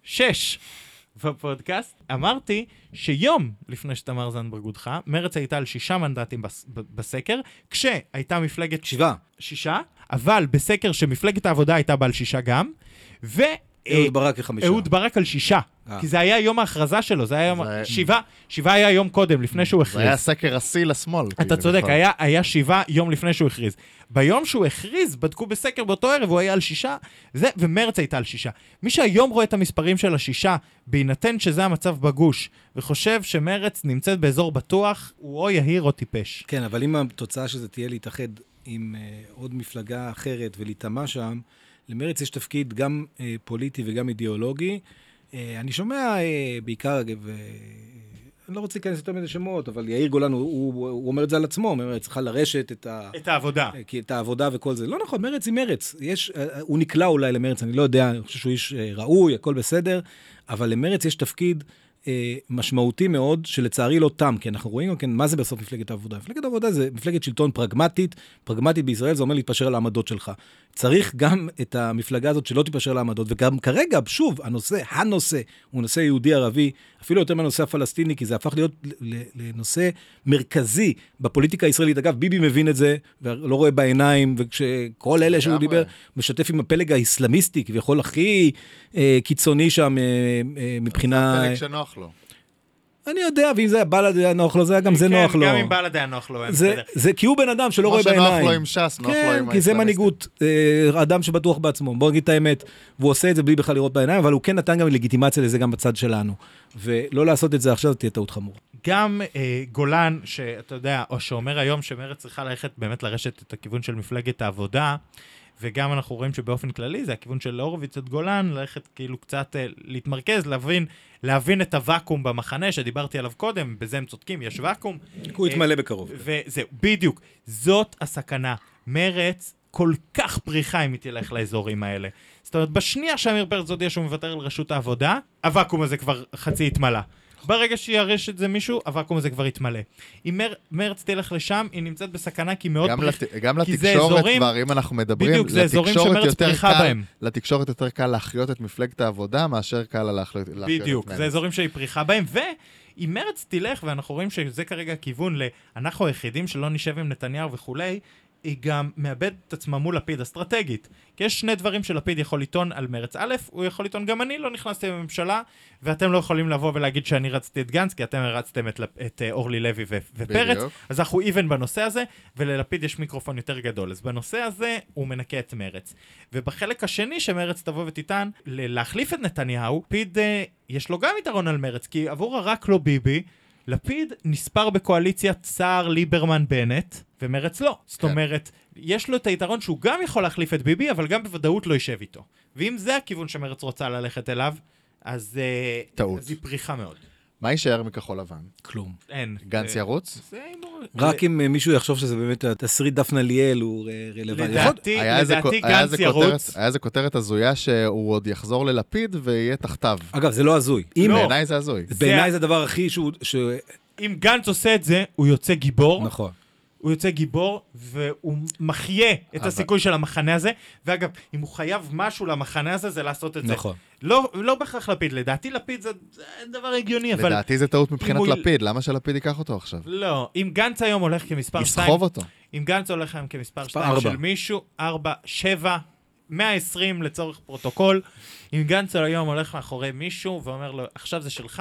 שש בפודקאסט, אמרתי שיום לפני שתמר זנדברג הודחה, מרץ הייתה על שישה מנדטים בס, ב, בסקר, כשהייתה מפלגת... שבעה. שישה, אבל בסקר שמפלגת העבודה הייתה בעל שישה גם, ו... אהוד ברק לחמישה. אהוד ברק על שישה. כי זה היה יום ההכרזה שלו, זה היה יום... שבעה, שבעה היה יום קודם, לפני שהוא הכריז. זה היה סקר השיא לשמאל. אתה צודק, היה שבעה יום לפני שהוא הכריז. ביום שהוא הכריז, בדקו בסקר באותו ערב, הוא היה על שישה, ומרץ הייתה על שישה. מי שהיום רואה את המספרים של השישה, בהינתן שזה המצב בגוש, וחושב שמרץ נמצאת באזור בטוח, הוא או יהיר או טיפש. כן, אבל אם התוצאה שזה תהיה להתאחד עם עוד מפלגה אחרת ולהתאמה שם, למרץ יש תפקיד גם אה, פוליטי וגם אידיאולוגי. אה, אני שומע אה, בעיקר, אגב, אה, אני לא רוצה להיכנס יותר מזה שמות, אבל יאיר גולן, הוא, הוא, הוא אומר את זה על עצמו, הוא אומר, צריכה לרשת את, ה, את העבודה. אה, את העבודה וכל זה. לא נכון, מרץ היא מרץ. יש, אה, הוא נקלע אולי למרץ, אני לא יודע, אני חושב שהוא איש אה, ראוי, הכל בסדר, אבל למרץ יש תפקיד אה, משמעותי מאוד, שלצערי לא תם, כי אנחנו רואים, כן, מה זה בסוף מפלגת העבודה? מפלגת העבודה זה מפלגת שלטון פרגמטית, פרגמטית בישראל, זה אומר להתפשר על העמדות שלך. צריך גם את המפלגה הזאת שלא תיפשר על העמדות, וגם כרגע, שוב, הנושא, הנושא, הוא נושא יהודי-ערבי, אפילו יותר מהנושא הפלסטיני, כי זה הפך להיות לנושא מרכזי בפוליטיקה הישראלית. אגב, ביבי מבין את זה, ולא רואה בעיניים, וכשכל אלה שהוא דיבר, משתף עם הפלג האסלאמיסטי, כביכול הכי אה, קיצוני שם אה, אה, מבחינה... זה פלג שנוח לו. אני יודע, ואם זה בל"ד היה נוח לו, זה גם זה נוח לו. כן, גם אם בל"ד היה נוח לו. זה כי הוא בן אדם שלא רואה בעיניים. כמו שנוח לו עם ש"ס, נוח לו עם האסלאמיסטים. כן, כי זה מנהיגות, אדם שבטוח בעצמו. בוא נגיד את האמת, והוא עושה את זה בלי בכלל לראות בעיניים, אבל הוא כן נתן גם לגיטימציה לזה גם בצד שלנו. ולא לעשות את זה עכשיו, תהיה טעות חמור. גם גולן, שאתה יודע, או שאומר היום שמרץ צריכה ללכת באמת לרשת את הכיוון של מפלגת העבודה, וגם אנחנו רואים שבאופן כללי, זה הכיוון של הורוביץ את גולן, ללכת כאילו קצת להתמרכז, להבין, להבין את הוואקום במחנה, שדיברתי עליו קודם, בזה הם צודקים, יש וואקום. הוא יתמלא בקרוב. וזהו, בדיוק, זאת הסכנה. מרץ כל כך פריחה אם היא תלך לאזורים האלה. זאת אומרת, בשנייה שעמיר פרץ הודיע שהוא מוותר על רשות העבודה, הוואקום הזה כבר חצי התמלא. ברגע שירש את זה מישהו, הוואקום הזה כבר יתמלא. אם מר, מרץ תלך לשם, היא נמצאת בסכנה, כי מאוד... גם, פריח, לת, גם לתקשורת אזורים, כבר, אם אנחנו מדברים, בדיוק, זה אזורים שמרץ פריחה קל, בהם. לתקשורת יותר קל להחיות את מפלגת העבודה, מאשר קל להחיות, להחיות בדיוק, את מרץ. זה אזורים שהיא פריחה בהם, ואם מרץ תלך, ואנחנו רואים שזה כרגע כיוון לאנחנו היחידים שלא נשב עם נתניהו וכולי, היא גם מאבד את עצמה מול לפיד אסטרטגית. כי יש שני דברים שלפיד יכול לטעון על מרץ. א', הוא יכול לטעון, גם אני לא נכנסתי בממשלה, ואתם לא יכולים לבוא ולהגיד שאני רצתי את גנץ, כי אתם הרצתם את, את אורלי לוי ו- ופרץ, בדיוק. אז אנחנו איבן בנושא הזה, וללפיד יש מיקרופון יותר גדול. אז בנושא הזה הוא מנקה את מרץ. ובחלק השני שמרץ תבוא ותיתן, להחליף את נתניהו, לפיד יש לו גם יתרון על מרץ, כי עבור הרק לא ביבי, לפיד נספר בקואליציית סער ליברמן בנט, ומרץ לא. זאת כן. אומרת, יש לו את היתרון שהוא גם יכול להחליף את ביבי, אבל גם בוודאות לא יישב איתו. ואם זה הכיוון שמרץ רוצה ללכת אליו, אז, טעות. אז היא פריחה מאוד. מה יישאר מכחול לבן? כלום. אין. גנץ ירוץ? זה... רק אם מישהו יחשוב שזה באמת התסריט דפנה ליאל הוא רלוונטי. לדעתי, לדעתי גנץ ירוץ. היה איזה כותרת הזויה שהוא עוד יחזור ללפיד ויהיה תחתיו. אגב, זה לא הזוי. בעיניי זה הזוי. בעיניי זה הדבר הכי שהוא... אם גנץ עושה את זה, הוא יוצא גיבור. נכון. הוא יוצא גיבור, והוא מחיה את הסיכוי של המחנה הזה, ואגב, אם הוא חייב משהו למחנה הזה, זה לעשות את זה. נכון. לא, לא בהכרח לפיד, לדעתי לפיד זה דבר הגיוני, אבל... לדעתי זה טעות מבחינת לפיד, למה שלפיד ייקח אותו עכשיו? לא, אם גנץ היום הולך כמספר שתיים... יסחוב אותו. אם גנץ הולך היום כמספר שתיים של מישהו, ארבע, שבע, מאה ועשרים לצורך פרוטוקול, אם גנץ היום הולך מאחורי מישהו ואומר לו, עכשיו זה שלך,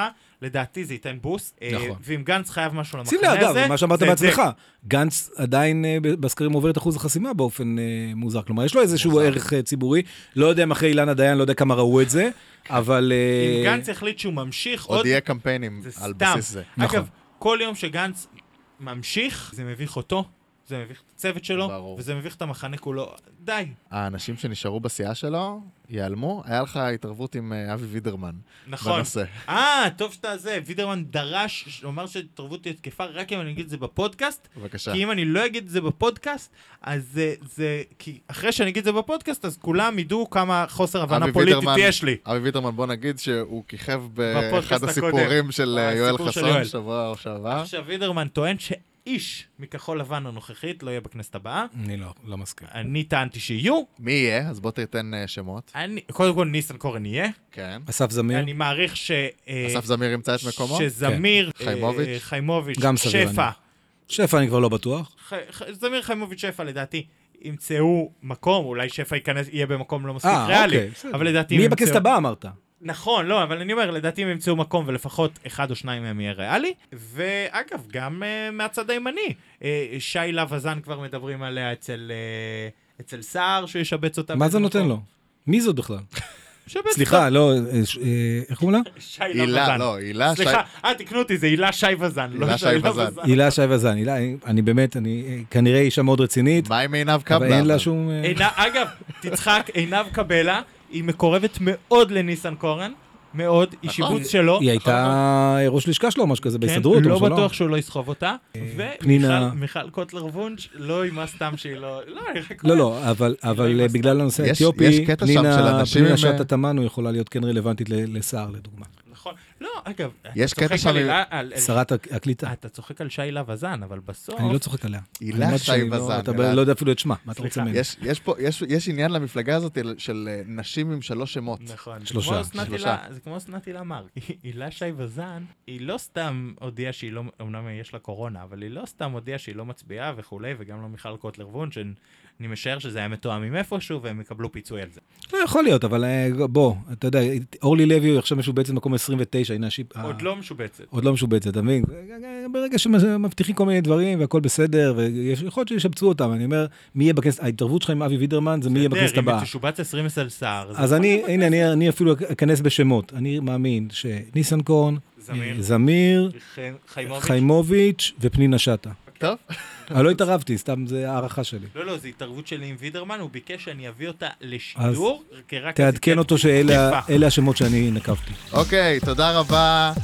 לדעתי זה ייתן בוסט, נכון. ואם גנץ חייב משהו למחנה שים לי, הזה, אגב, מה שאמרת בעצמך, גנץ עדיין בסקרים עובר את אחוז החסימה באופן מוזר, כלומר, יש לו איזשהו ערך ציבורי, לא יודע אם אחרי אילנה דיין, לא יודע כמה ראו את זה, אבל... אם גנץ החליט שהוא ממשיך עוד... עוד יהיה קמפיינים על בסיס זה. אגב, כל יום שגנץ ממשיך, זה מביך אותו, זה מביך את הצוות שלו, ברור. וזה מביך את המחנה כולו. די. האנשים שנשארו בסיעה שלו, ייעלמו. היה לך התערבות עם אבי וידרמן. נכון. בנושא. אה, טוב שאתה זה. וידרמן דרש, הוא אמר שהתערבות היא תקפה, רק אם אני אגיד את זה בפודקאסט. בבקשה. כי אם אני לא אגיד את זה בפודקאסט, אז זה, זה, כי אחרי שאני אגיד את זה בפודקאסט, אז כולם ידעו כמה חוסר הבנה פוליטית וידרמן, יש לי. אבי וידרמן, בוא נגיד שהוא כיכב באחד הסיפורים של יואל חסון, שבוע או שעבר. עכשיו, וידרמן טוען ש... איש מכחול לבן הנוכחית לא יהיה בכנסת הבאה. אני לא, לא מסכים. אני טענתי שיהיו. מי יהיה? אז בוא תיתן שמות. אני, קודם כל ניסנקורן יהיה. כן. אסף זמיר. אני מעריך ש... אסף זמיר ימצא את מקומו? שזמיר, כן. חיימוביץ'. חיימוביץ', גם שפע. שפע אני כבר לא בטוח. ח... ח... זמיר, חיימוביץ', שפע, לדעתי, ימצאו מקום, אולי שפע ייכנס, יהיה במקום לא מספיק ריאלי. אוקיי, אבל לדעתי... מי יהיה בכנסת הבאה, אמרת? נכון, לא, אבל אני אומר, לדעתי הם ימצאו מקום ולפחות אחד או שניים מהם יהיה ריאלי. ואגב, גם uh, מהצד הימני, uh, שי לב-הזן כבר מדברים עליה אצל, uh, אצל סער, שהוא ישבץ אותה. מה זה נותן מקום. לו? מי זאת בכלל? סליחה, לא, איך קוראים לה? שי לב-הזן. לא, הילה שי... סליחה, אה, תקנו אותי, זה הילה שי וזן, לא שי לב-הזן. הילה שי וזן, הילה, אני באמת, אני כנראה אישה מאוד רצינית. מה עם עינב קבלה? אבל אין לה שום... אגב, תצחק, עינב קבלה, היא מקורבת מאוד לניסנקורן. מאוד, היא שיבוץ שלו. היא הייתה ראש לשכה שלו, משהו כזה, בהסתדרות. לא בטוח שהוא לא יסחוב אותה. ומיכל קוטלר וונש, לא אימה סתם שהיא לא... לא, לא, אבל בגלל הנושא האתיופי, פנינה שטה תמנו יכולה להיות כן רלוונטית לסער, לדוגמה. נכון. לא, אגב, יש קטע שם... שרת הקליטה. אתה צוחק על שי לב-הזן, אבל בסוף... אני לא צוחק עליה. הילה שי וזן. אתה לא יודע אפילו את שמה, מה אתה רוצה ממני? יש עניין למפלגה הזאת של נשים עם שלוש שמות. נכון. שלושה. זה כמו אסנת הילה מארק. הילה שי וזן, היא לא סתם הודיעה שהיא לא... אמנם יש לה קורונה, אבל היא לא סתם הודיעה שהיא לא מצביעה וכולי, וגם לא מיכל קוטלר וונש, אני משער שזה היה מתואם עם איפשהו, והם יקבלו פיצוי על זה. לא יכול להיות, אבל בוא, אתה יודע, אורלי לוי עכשיו משובצת במקום עשרים ותשע, הנה השיפ... עוד לא משובצת. עוד לא משובצת, אתה מבין? ברגע שמבטיחים כל מיני דברים, והכל בסדר, ויכול להיות שישבצו אותם, אני אומר, מי יהיה בכנסת, ההתערבות שלך עם אבי וידרמן, זה מי יהיה בכנסת הבאה. אם תשובץ עשרים אצל סער. אז אני, הנה, אני אפילו אכנס בשמות. אני מאמין שניסנקורן, זמיר, חיימוביץ' ופנינה שטה. טוב. אבל לא התערבתי, סתם זה הערכה שלי. לא, לא, זו התערבות שלי עם וידרמן, הוא ביקש שאני אביא אותה לשידור, אז תעדכן אותו שאלה השמות שאני נקבתי. אוקיי, תודה רבה.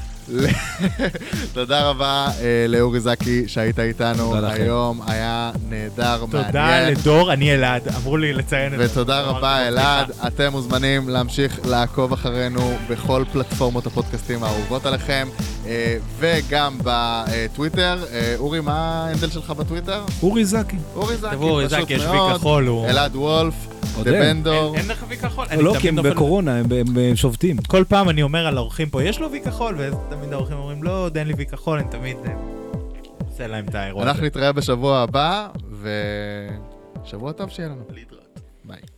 תודה רבה לאורי זקי שהיית איתנו היום, היה נהדר, מעניין. תודה לדור, אני אלעד, אמרו לי לציין את זה. ותודה רבה אלעד, אתם מוזמנים להמשיך לעקוב אחרינו בכל פלטפורמות הפודקאסטים האהובות עליכם, וגם בטוויטר. אורי, מה האנדל שלך בטוויטר? אורי זקי. אורי זקי, פשוט מאוד. אלעד וולף. דבנדור. אין לך וי כחול? לא, כי הם בקורונה, הם שובתים. כל פעם אני אומר על האורחים פה, יש לו וי כחול, ותמיד האורחים אומרים, לא, אין לי וי כחול, אני תמיד עושה להם את האירוע. אנחנו נתראה בשבוע הבא, ושבוע טוב שיהיה לנו. להתראות. ביי.